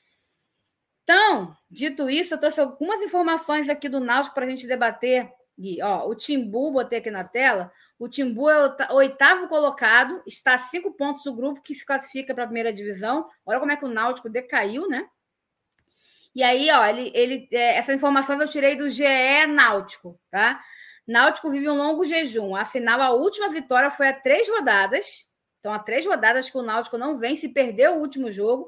Então, dito isso, eu trouxe algumas informações aqui do Náutico para a gente debater. Gui, ó, o Timbu, botei aqui na tela. O Timbu é o oitavo colocado, está a cinco pontos do grupo que se classifica para a primeira divisão. Olha como é que o Náutico decaiu, né? E aí, ó, ele, ele, é, essas informações eu tirei do G E Náutico, tá? Náutico vive um longo jejum. Afinal, a última vitória foi há três rodadas. Então, há três rodadas que o Náutico não vence e perdeu o último jogo.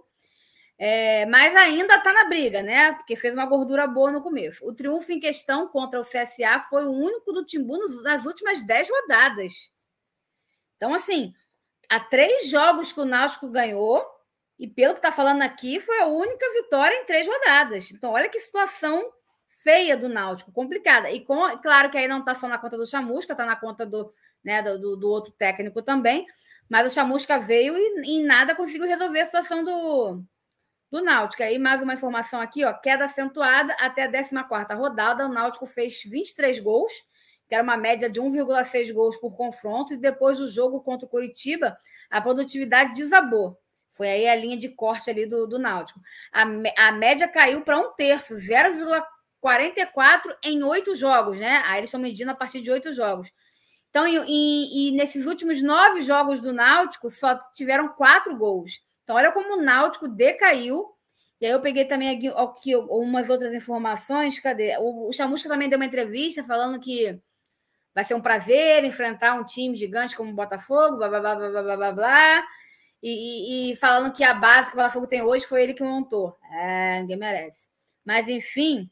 É, mas ainda está na briga, né? Porque fez uma gordura boa no começo. O triunfo em questão contra o C S A foi o único do Timbu nas últimas dez rodadas. Então, assim, há três jogos que o Náutico ganhou, e pelo que está falando aqui, foi a única vitória em três rodadas. Então, olha que situação feia do Náutico, complicada. E com, claro que aí não está só na conta do Chamusca, está na conta do, né, do, do outro técnico também, mas o Chamusca veio e em nada conseguiu resolver a situação do. do Náutico. Aí, mais uma informação aqui, ó, queda acentuada até a décima quarta rodada. O Náutico fez vinte e três gols, que era uma média de um vírgula seis gols por confronto, e depois do jogo contra o Coritiba, a produtividade desabou. Foi aí a linha de corte ali do, do Náutico. A, a média caiu para um terço, zero vírgula quarenta e quatro em oito jogos, né? Aí eles estão medindo a partir de oito jogos. Então, e, e, e nesses últimos nove jogos do Náutico, só tiveram quatro gols. Então, olha como o Náutico decaiu. E aí eu peguei também aqui, aqui umas outras informações. Cadê? O, o Chamusca também deu uma entrevista falando que vai ser um prazer enfrentar um time gigante como o Botafogo, blá, blá, blá, blá, blá, blá, blá. E, e, e falando que a base que o Botafogo tem hoje foi ele que montou. É, ninguém merece. Mas, enfim,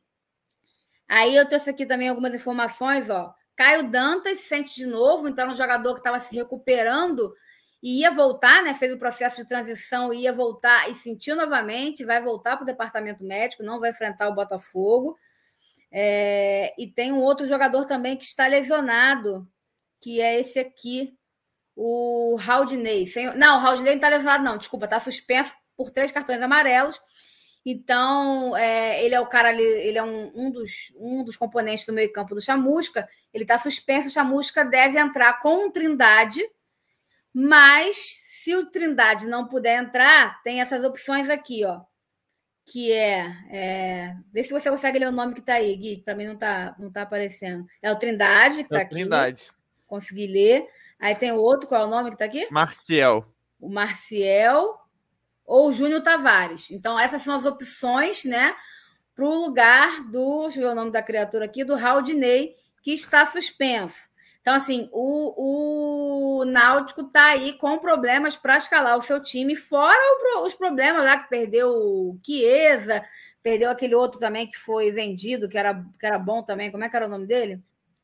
aí eu trouxe aqui também algumas informações, ó. Caio Dantas se sente de novo, então é um jogador que estava se recuperando e ia voltar, né? Fez o processo de transição, ia voltar e sentiu novamente, vai voltar para o departamento médico, não vai enfrentar o Botafogo. É, e tem um outro jogador também que está lesionado, que é esse aqui, o Haldney. Sem... Não, o Haldney não está lesionado, não, desculpa, está suspenso por três cartões amarelos. Então, é, ele é o cara ali, ele é um, um, dos, um dos componentes do meio-campo do Chamusca. Ele está suspenso, o Chamusca deve entrar com o Trindade, mas se o Trindade não puder entrar, tem essas opções aqui, ó. Que é, é... Vê se você consegue ler o nome que está aí, Gui, que para mim não está não tá aparecendo. É o Trindade, que está É o aqui. Trindade. Consegui ler. Aí tem o outro, qual é o nome que está aqui? Marcial. O Marcial ou o Júnior Tavares. Então, essas são as opções, né, para o lugar do, deixa eu ver o nome da criatura aqui, do Haldney, que está suspenso. Então, assim, o, o Náutico está aí com problemas para escalar o seu time, fora o, os problemas lá que perdeu o Chiesa, perdeu aquele outro também que foi vendido, que era, que era bom também. Como é que era o nome dele?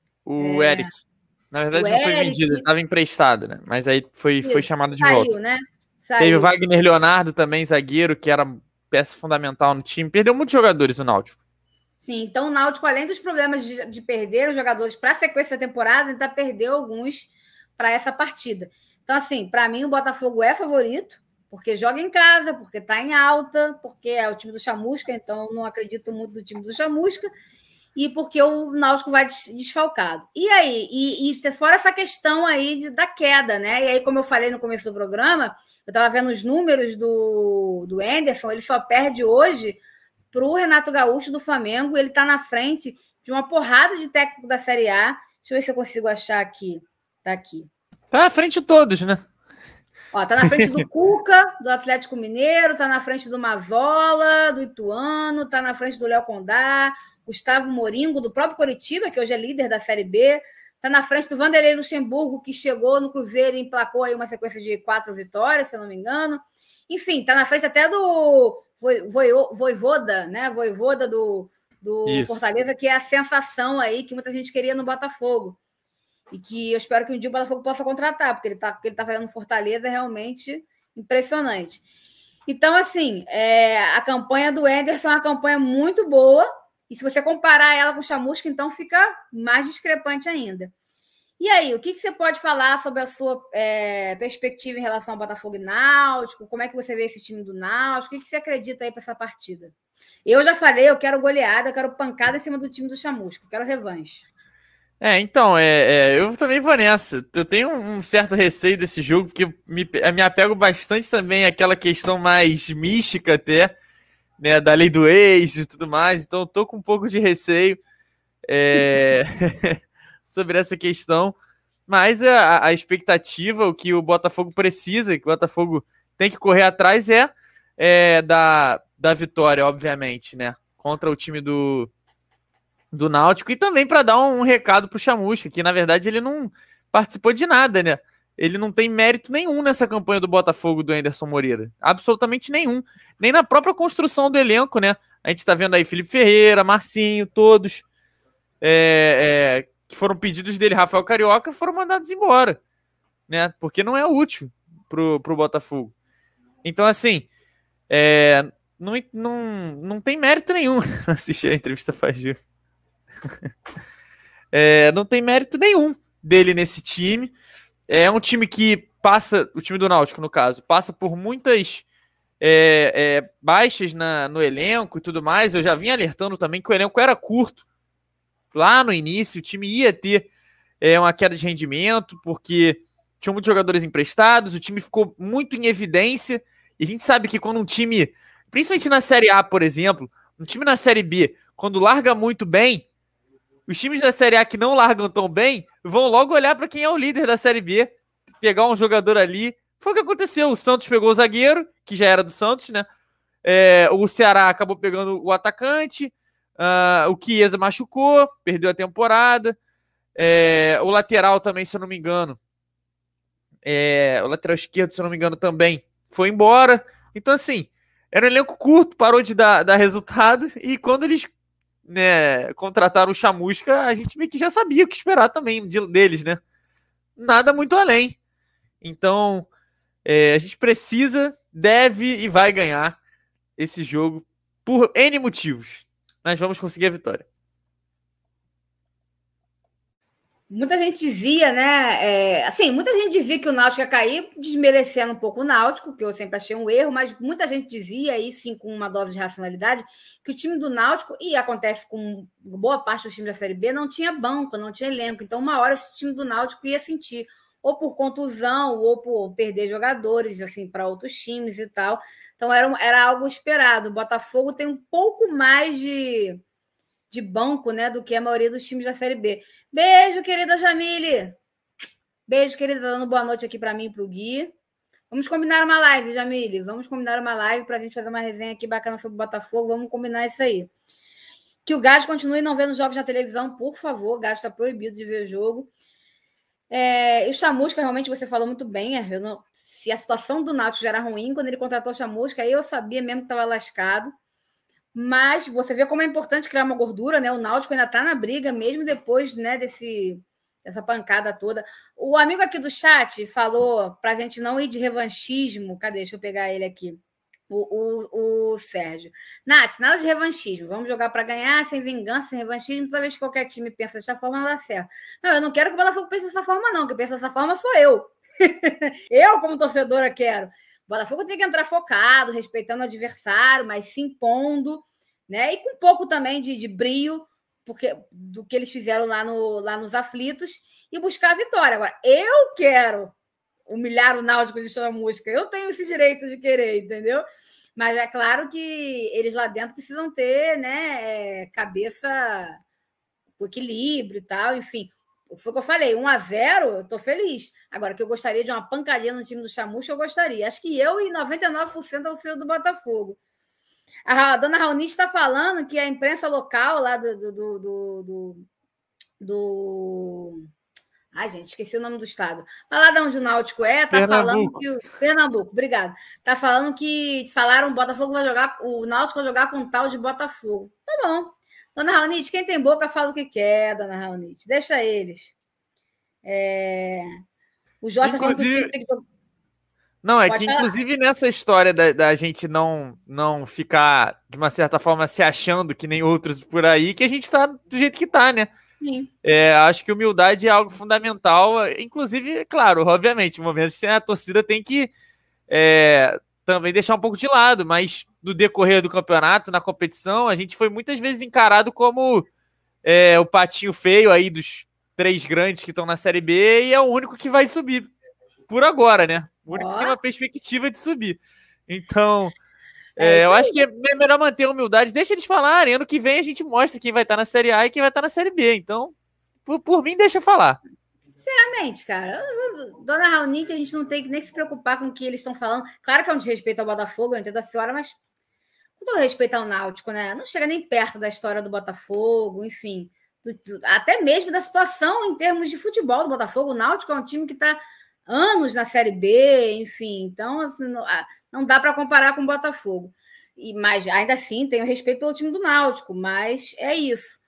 O é... Eric. Na verdade, o não foi Eric... vendido, ele estava emprestado, né? Mas aí foi, foi chamado de Saiu, volta. Né? Saiu. Teve o Wagner Leonardo também, zagueiro, que era peça fundamental no time. Perdeu muitos jogadores o Náutico. Sim, então o Náutico, além dos problemas de, de perder os jogadores para a sequência da temporada, ainda perdeu alguns para essa partida. Então, assim, para mim o Botafogo é favorito, porque joga em casa, porque está em alta, porque é o time do Chamusca, então eu não acredito muito no time do Chamusca, e porque o Náutico vai desfalcado. E aí, e, e fora essa questão aí de, da queda, né? E aí, como eu falei no começo do programa, eu estava vendo os números do, do Anderson, ele só perde hoje para o Renato Gaúcho do Flamengo, ele está na frente de uma porrada de técnico da Série A. Deixa eu ver se eu consigo achar aqui. Tá aqui. Tá na frente de todos, né? Ó, tá na frente do Cuca, do Atlético Mineiro, tá na frente do Mazola, do Ituano, tá na frente do Léo Condá, Gustavo Moringo, do próprio Coritiba, que hoje é líder da Série B, tá na frente do Vanderlei Luxemburgo, que chegou no Cruzeiro e emplacou aí uma sequência de quatro vitórias, se eu não me engano. Enfim, tá na frente até do Voivoda, né? Voivoda do, do Fortaleza, que é a sensação aí que muita gente queria no Botafogo. E que eu espero que um dia o Botafogo possa contratar, porque ele está ele tá fazendo no Fortaleza é realmente impressionante. Então, assim, é, a campanha do Anderson é uma campanha muito boa, e se você comparar ela com o Chamusca, então fica mais discrepante ainda. E aí, o que, que você pode falar sobre a sua é, perspectiva em relação ao Botafogo e Náutico? Como é que você vê esse time do Náutico? O que, que você acredita aí para essa partida? Eu já falei, eu quero goleada, eu quero pancada em cima do time do Chamusca, eu quero revanche. É, então, é, é, eu também vou nessa. Eu tenho um certo receio desse jogo, porque me, me apego bastante também àquela questão mais mística até, né, da lei do ex e tudo mais, então eu tô com um pouco de receio é, sobre essa questão, mas a, a expectativa, o que o Botafogo precisa, que o Botafogo tem que correr atrás é, é da, da vitória, obviamente, né, contra o time do do Náutico, e também para dar um, um recado pro Chamusca, que na verdade ele não participou de nada, né? Ele não tem mérito nenhum nessa campanha do Botafogo do Anderson Moreira. Absolutamente nenhum. Nem na própria construção do elenco, né? A gente tá vendo aí Felipe Ferreira, Marcinho, todos é, é, que foram pedidos dele, Rafael Carioca, foram mandados embora, né? Porque não é útil pro, pro Botafogo. Então, assim, é, não, não, não tem mérito nenhum assistir a entrevista Fagil. É, não tem mérito nenhum dele nesse time. É um time que passa, o time do Náutico, no caso, passa por muitas é, é, baixas na, no elenco e tudo mais. Eu já vim alertando também que o elenco era curto. Lá no início, o time ia ter é, uma queda de rendimento, porque tinha muitos jogadores emprestados, o time ficou muito em evidência. E a gente sabe que quando um time, principalmente na Série A, por exemplo, um time na Série B, quando larga muito bem, os times da Série A que não largam tão bem vão logo olhar para quem é o líder da Série B, pegar um jogador ali. Foi o que aconteceu. O Santos pegou o zagueiro, que já era do Santos, né? É, o Ceará acabou pegando o atacante. Uh, o Chiesa machucou, perdeu a temporada. É, o lateral também, se eu não me engano. É, o lateral esquerdo, se eu não me engano, também foi embora. Então, assim, era um elenco curto, parou de dar, dar resultado. E quando eles né, contrataram o Chamusca, a gente meio que já sabia o que esperar também de, deles, né? Nada muito além. Então, é, a gente precisa, deve e vai ganhar esse jogo por N motivos. Nós vamos conseguir a vitória. muita gente dizia, né? É, assim, muita gente dizia que o Náutico ia cair, desmerecendo um pouco o Náutico, que eu sempre achei um erro, mas muita gente dizia, aí sim, com uma dose de racionalidade, que o time do Náutico, e acontece com boa parte dos times da Série B, não tinha banco, não tinha elenco. Então, uma hora esse time do Náutico ia sentir, ou por contusão, ou por perder jogadores assim para outros times e tal. Então, era, era algo esperado. O Botafogo tem um pouco mais de. de banco, né, do que a maioria dos times da Série B. Beijo, querida Jamile. Beijo, querida, tá dando boa noite aqui para mim e para o Gui. Vamos combinar uma live, Jamile. Vamos combinar uma live para a gente fazer uma resenha aqui bacana sobre o Botafogo. Vamos combinar isso aí. Que o Gás continue não vendo jogos na televisão, por favor. O Gás está proibido de ver o jogo. É, e o Chamusca, realmente, você falou muito bem. Eu não, se a situação do Náutico já era ruim, quando ele contratou o Chamusca, aí eu sabia mesmo que estava lascado. Mas você vê como é importante criar uma gordura, né? O Náutico ainda está na briga, mesmo depois, né, desse, dessa pancada toda. O amigo aqui do chat falou para a gente não ir de revanchismo. Cadê? Deixa eu pegar ele aqui. O, o, o Sérgio. Nath, nada de revanchismo. Vamos jogar para ganhar, sem vingança, sem revanchismo. Toda vez que qualquer time pensa dessa forma, não dá certo. Não, eu não quero que o Botafogo pense dessa forma, não. Quem pensa dessa forma sou eu. Eu, como torcedora, quero. O Botafogo tem que entrar focado, respeitando o adversário, mas se impondo, né? E com um pouco também de, de brio, porque, do que eles fizeram lá, no, lá nos aflitos, e buscar a vitória. Agora, eu quero humilhar o Náutico de Chamusca. Eu tenho esse direito de querer, entendeu? Mas é claro que eles lá dentro precisam ter, né, cabeça, com equilíbrio e tal, enfim. Foi o que eu falei, um a zero, eu tô feliz. Agora, que eu gostaria de uma pancadinha no time do Chamusca, eu gostaria. Acho que eu e noventa e nove por cento é o seu do Botafogo. A dona Raoni está falando que a imprensa local lá do... do, do, do, do... Ai, gente, esqueci o nome do estado. Mas lá de onde o Náutico é, tá falando que o Pernambuco, obrigado. Tá falando que falaram o Botafogo vai jogar, o Náutico vai jogar com um tal de Botafogo. Tá bom. Dona Raonite, quem tem boca fala o que quer, dona Raonite. Deixa eles. É... O Jorge inclusive... tem que... Não, é Pode que, falar. inclusive, nessa história da, da gente não, não ficar, de uma certa forma, se achando que nem outros por aí, que a gente tá do jeito que tá, né? Sim. É, acho que humildade é algo fundamental. Inclusive, claro, obviamente, em momentos que a torcida tem que é, também deixar um pouco de lado, mas no decorrer do campeonato, na competição, a gente foi muitas vezes encarado como é, o patinho feio aí dos três grandes que estão na Série B e é o único que vai subir por agora, né? O único Ó. que tem uma perspectiva de subir. Então, É é, eu isso acho aí. que é melhor manter a humildade. Deixa eles falarem. Ano que vem a gente mostra quem vai estar na Série A e quem vai estar na Série B. Então, por, por mim, deixa eu falar. Sinceramente, cara, dona Raonite, a gente não tem que nem se preocupar com o que eles estão falando. Claro que é um desrespeito ao Botafogo, eu entendo a senhora, mas com todo respeito ao Náutico, né? Não chega nem perto da história do Botafogo, enfim, do, do, até mesmo da situação em termos de futebol do Botafogo. O Náutico é um time que está anos na Série B, enfim, então assim, não, não dá para comparar com o Botafogo. E, mas ainda assim tenho respeito pelo time do Náutico, mas é isso.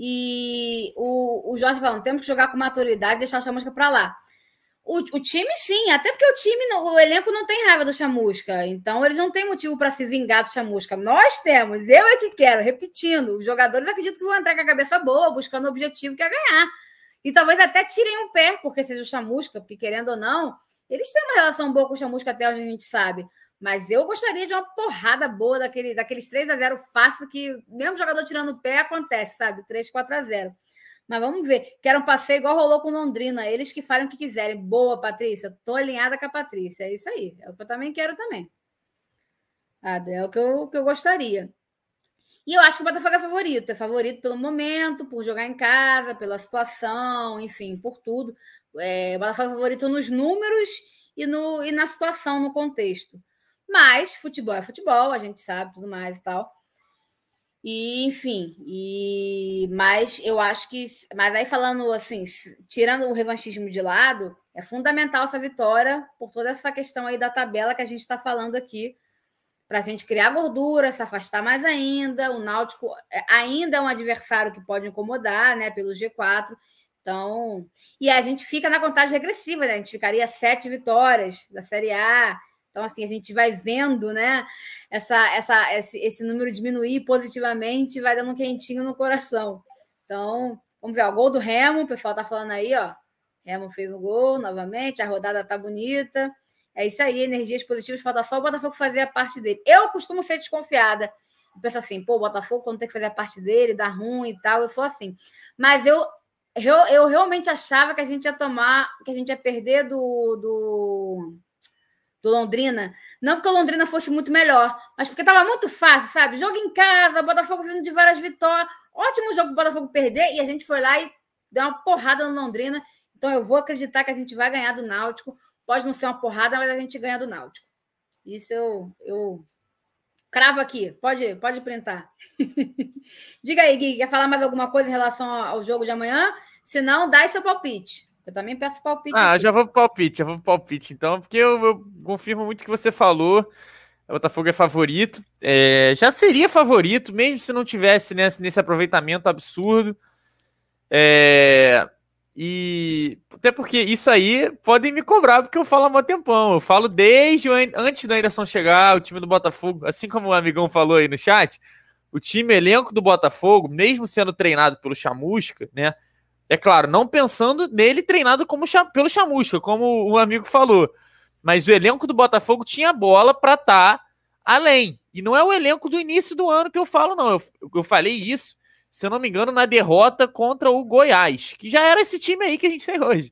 E o, o Jorge falando, temos que jogar com maturidade e deixar a Chamusca para lá. O, o time, sim, até porque o time, o elenco não tem raiva do Chamusca, então eles não têm motivo para se vingar do Chamusca. Nós temos, eu é que quero, repetindo, os jogadores acredito que vão entrar com a cabeça boa, buscando o objetivo que é ganhar. E talvez até tirem o pé, porque seja o Chamusca, porque querendo ou não, eles têm uma relação boa com o Chamusca até onde a gente sabe. Mas eu gostaria de uma porrada boa daquele, daqueles três a zero fácil que, mesmo jogador tirando o pé, acontece, sabe? três, quatro a zero. Mas vamos ver. Quero um passeio igual rolou com Londrina. Eles que falem o que quiserem. Boa, Patrícia. Tô alinhada com a Patrícia. É isso aí. É o que eu também quero também. Sabe? É o que eu, que eu gostaria. E eu acho que o Botafogo é favorito. É favorito pelo momento, por jogar em casa, pela situação, enfim, por tudo. É, o Botafogo é favorito nos números e, no, e na situação, no contexto. Mas futebol é futebol, a gente sabe, tudo mais e tal. E, enfim, e, mas eu acho que... Mas aí falando assim, tirando o revanchismo de lado, é fundamental essa vitória por toda essa questão aí da tabela que a gente está falando aqui, para a gente criar gordura, se afastar mais ainda. O Náutico ainda é um adversário que pode incomodar, né, pelo G quatro. Então, e a gente fica na contagem regressiva, né? A gente ficaria sete vitórias da Série A. Então, assim, a gente vai vendo, né, essa, essa, esse, esse número diminuir positivamente, vai dando um quentinho no coração. Então, Vamos ver, o gol do Remo, o pessoal tá falando aí, ó. Remo fez um gol novamente, a rodada tá bonita. É isso aí, energias positivas, falta só o Botafogo fazer a parte dele. Eu costumo ser desconfiada. Eu penso assim, pô, o Botafogo, quando tem que fazer a parte dele, dá ruim e tal, eu sou assim. Mas eu, eu, eu realmente achava que a gente ia tomar, que a gente ia perder do, do, do Londrina. Não porque o Londrina fosse muito melhor, mas porque estava muito fácil, sabe? Jogo em casa, Botafogo vindo de várias vitórias. Ótimo jogo para o Botafogo perder, e a gente foi lá e deu uma porrada no Londrina. Então eu vou acreditar que a gente vai ganhar do Náutico. Pode não ser uma porrada, mas a gente ganha do Náutico. Isso eu, eu cravo aqui. Pode, pode printar. Diga aí, Gui, quer falar mais alguma coisa em relação ao jogo de amanhã? Se não, dá seu palpite. Eu também peço palpite. Ah, aqui. já vou pro palpite, já vou pro palpite, então, porque eu, eu confirmo muito o que você falou. O Botafogo é favorito. É, já seria favorito, mesmo se não tivesse nesse, nesse aproveitamento absurdo. É, e até porque isso aí podem me cobrar, porque eu falo há muito tempão. Eu falo desde antes do Anderson chegar, o time do Botafogo, assim como o amigão falou aí no chat, o time elenco do Botafogo, mesmo sendo treinado pelo Chamusca, né? É claro, não pensando nele treinado como, pelo Chamusca, como o amigo falou. Mas o elenco do Botafogo tinha bola para estar tá além. E não é o elenco do início do ano que eu falo, não. Eu, eu falei isso, se eu não me engano, na derrota contra o Goiás, que já era esse time aí que a gente tem hoje.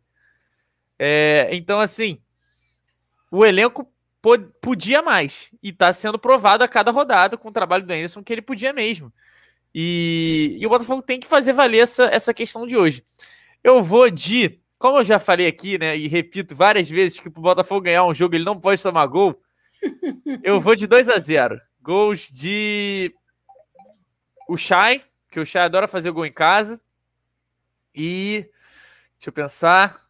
É, então, assim, o elenco pod- podia mais. E está sendo provado a cada rodada com o trabalho do Anderson que ele podia mesmo. E, e o Botafogo tem que fazer valer essa, essa questão de hoje. Eu vou de... Como eu já falei aqui, né, e repito várias vezes que pro Botafogo ganhar um jogo ele não pode tomar gol, eu vou de dois a zero. Gols de... O Chay, que o Chay adora fazer gol em casa. E... Deixa eu pensar...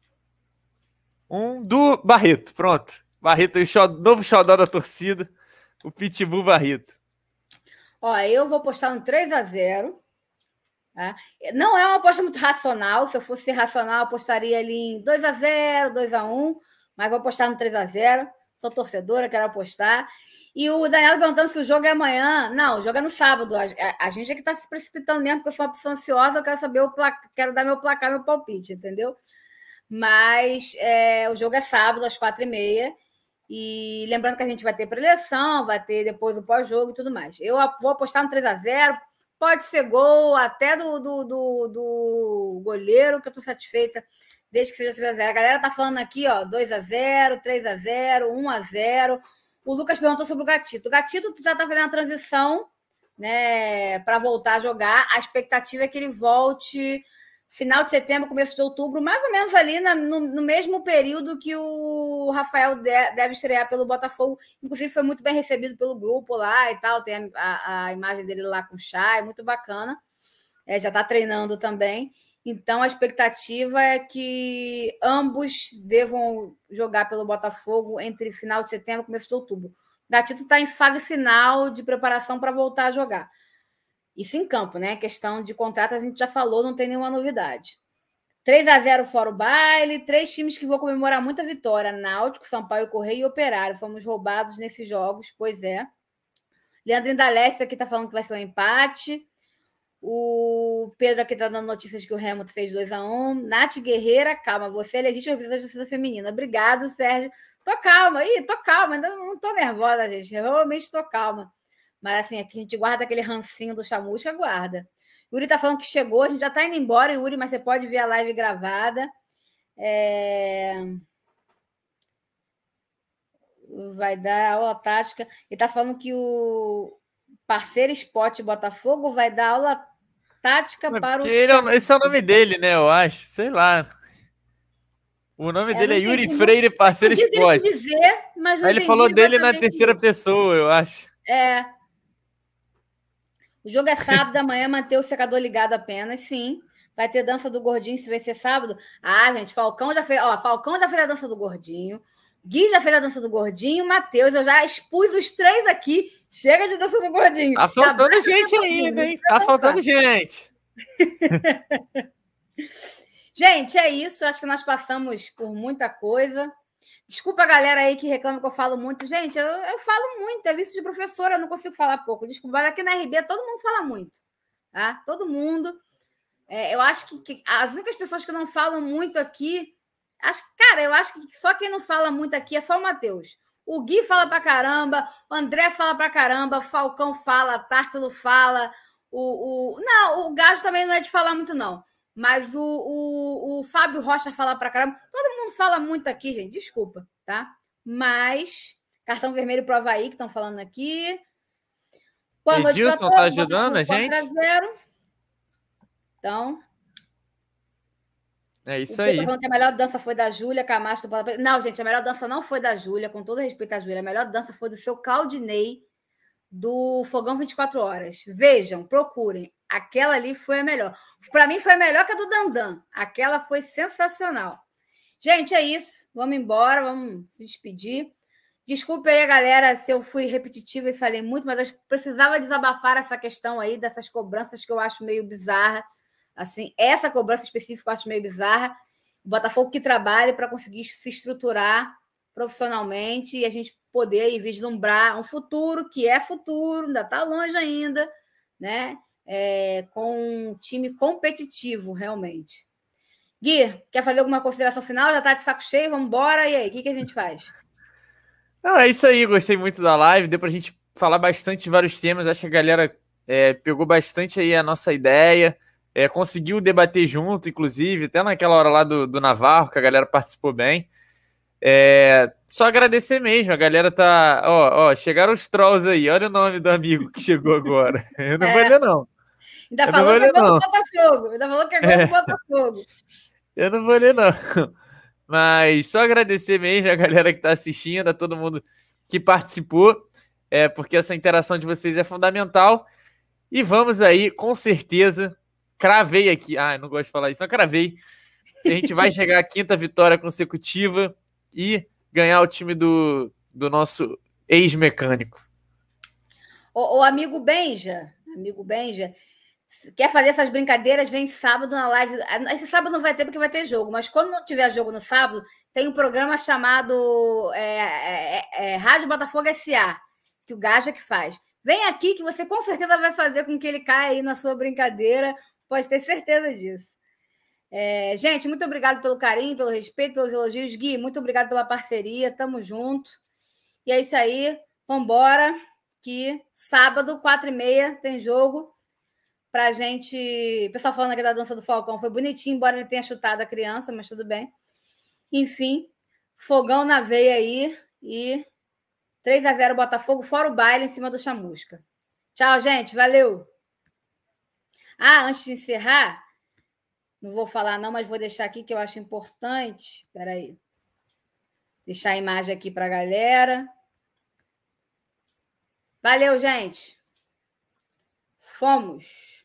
Um do Barreto, pronto. Barreto, o novo xodó da torcida, o Pitbull Barreto. Ó, eu vou postar no três a zero. Tá? Não é uma aposta muito racional. Se eu fosse racional, eu apostaria ali em dois a zero, dois a um. Mas vou apostar no três a zero. Sou torcedora, quero apostar. E o Daniel perguntando se o jogo é amanhã. Não, o jogo é no sábado. A, a, a gente é que está se precipitando mesmo, porque eu sou uma pessoa ansiosa, eu quero saber o placar, quero dar meu placar, meu palpite, entendeu? Mas é, o jogo é sábado, às quatro e meia. E lembrando que a gente vai ter preleção, vai ter depois o pós-jogo e tudo mais. Eu vou apostar no três a zero. Pode ser gol até do, do, do, do goleiro, que eu estou satisfeita, desde que seja três a zero. A galera tá falando aqui, ó, dois a zero, três a zero, um a zero. O Lucas perguntou sobre o Gatito. O Gatito já está fazendo a transição, né, para voltar a jogar. A expectativa é que ele volte final de setembro, começo de outubro, mais ou menos ali na, no, no mesmo período que o Rafael de, deve estrear pelo Botafogo. Inclusive, foi muito bem recebido pelo grupo lá e tal. Tem a, a, a imagem dele lá com o Chay, muito bacana. É, já está treinando também. Então, a expectativa é que ambos devam jogar pelo Botafogo entre final de setembro e começo de outubro. O Gatito está em fase final de preparação para voltar a jogar. Isso em campo, né? Questão de contrato, a gente já falou, não tem nenhuma novidade. três a zero fora o baile, três times que vão comemorar muita vitória: Náutico, Sampaio Correia e Operário. Fomos roubados nesses jogos, pois é. Leandro Indalécio aqui está falando que vai ser um empate. O Pedro aqui está dando notícias de que o Hamilton fez dois a um. Nath Guerreira, calma, você é legítima representante da torcida feminina. Obrigado, Sérgio. Tô calma, Ih, tô calma, ainda não tô nervosa, gente. Eu realmente tô calma. Mas assim, aqui a gente guarda aquele rancinho do Chamusca, guarda. O Yuri tá falando que chegou, a gente já tá indo embora, Yuri, mas você pode ver a live gravada. É... Vai dar aula tática. Ele tá falando que o parceiro Spot Botafogo vai dar aula tática É para os... ele é, esse é o nome dele, né? Eu acho, sei lá. O nome É, dele é entendi, Yuri Freire, parceiro Spot. Dizer, mas não Aí ele entendi falou dele na terceira que... pessoa, eu acho. É. O jogo é sábado, amanhã manter o secador ligado apenas, sim. Vai ter dança do gordinho, se vai ser sábado. Ah, gente, Falcão já fez, ó, Falcão já fez a dança do gordinho. Gui já fez a dança do gordinho, Matheus, eu já expus os três aqui. Chega de dança do gordinho. Tá faltando gente ainda, hein? Tá faltando gente. Gente, é isso. Acho que nós passamos por muita coisa. Desculpa a galera aí que reclama que eu falo muito. Gente, eu, eu falo muito. É vice de professora, eu não consigo falar pouco. Desculpa, mas aqui na R B todo mundo fala muito. Tá? Todo mundo. É, eu acho que, que as únicas pessoas que não falam muito aqui. Acho, cara, eu acho que só quem não fala muito aqui é só o Matheus. O Gui fala pra caramba, o André fala pra caramba, o Falcão fala, Tártilo fala, o, o... Não, o Gajo também não é de falar muito, não. Mas o, o, o Fábio Rocha fala pra caramba. Todo mundo fala muito aqui, gente, desculpa, tá? Mas cartão vermelho pro Avaí, que estão falando aqui. Boa noite pra Edilson todos. tá ajudando a quatro a gente? zero. Então... É isso O Pedro aí. falando que a melhor dança foi da Júlia Camacho. Não, gente, a melhor dança não foi da Júlia, com todo respeito à Júlia. A melhor dança foi do seu Claudinei, do Fogão vinte e quatro horas. Vejam, procurem. Aquela ali foi a melhor. Para mim, foi a melhor que a do Dandan. Aquela foi sensacional. Gente, é isso. Vamos embora, vamos se despedir. Desculpe aí, galera, se eu fui repetitiva e falei muito, mas eu precisava desabafar essa questão aí, dessas cobranças que eu acho meio bizarra. Assim, essa cobrança específica eu acho meio bizarra. O Botafogo que trabalha para conseguir se estruturar profissionalmente e a gente poder aí vislumbrar um futuro que é futuro, ainda está longe ainda, né? É, com um time competitivo, realmente. Gui, quer fazer alguma consideração final? Já está de saco cheio? Vamos embora. E aí, o que, que a gente faz? Não, é isso aí, gostei muito da live. Deu pra gente falar bastante de vários temas. Acho que a galera é, pegou bastante aí a nossa ideia. É, conseguiu debater junto, inclusive, até naquela hora lá do, do Navarro, que a galera participou bem. É, só agradecer mesmo, a galera tá... Ó, ó, chegaram os trolls aí, olha o nome do amigo que chegou agora. Eu não É. vou ler, não. Ainda Eu falou não que é vou ler, gol do não. Botafogo. Ainda falou que é gol É. do Botafogo. Eu não vou ler, não. Mas só agradecer mesmo a galera que tá assistindo, a todo mundo que participou, é, porque essa interação de vocês é fundamental. E vamos aí, com certeza... Cravei aqui. Ah, eu não gosto de falar isso, mas cravei. A gente vai chegar à quinta vitória consecutiva e ganhar o time do, do nosso ex-mecânico. O, o amigo Benja, amigo Benja, quer fazer essas brincadeiras, vem sábado na live. Esse sábado não vai ter porque vai ter jogo, mas quando não tiver jogo no sábado, tem um programa chamado é, é, é, Rádio Botafogo S A, que o Gaja que faz. Vem aqui que você com certeza vai fazer com que ele caia aí na sua brincadeira. Pode ter certeza disso. É, gente, muito obrigado pelo carinho, pelo respeito, pelos elogios. Gui, muito obrigado pela parceria. Tamo junto. E é isso aí. Vambora. Que sábado, quatro e meia, tem jogo pra gente... O pessoal falando aqui da dança do Falcão foi bonitinho, embora ele tenha chutado a criança, mas tudo bem. Enfim, fogão na veia aí e três a zero Botafogo, fora o baile em cima do Chamusca. Tchau, gente. Valeu. Ah, antes de encerrar, não vou falar não, mas vou deixar aqui que eu acho importante. Espera aí. Deixar a imagem aqui para a galera. Valeu, gente. Fomos.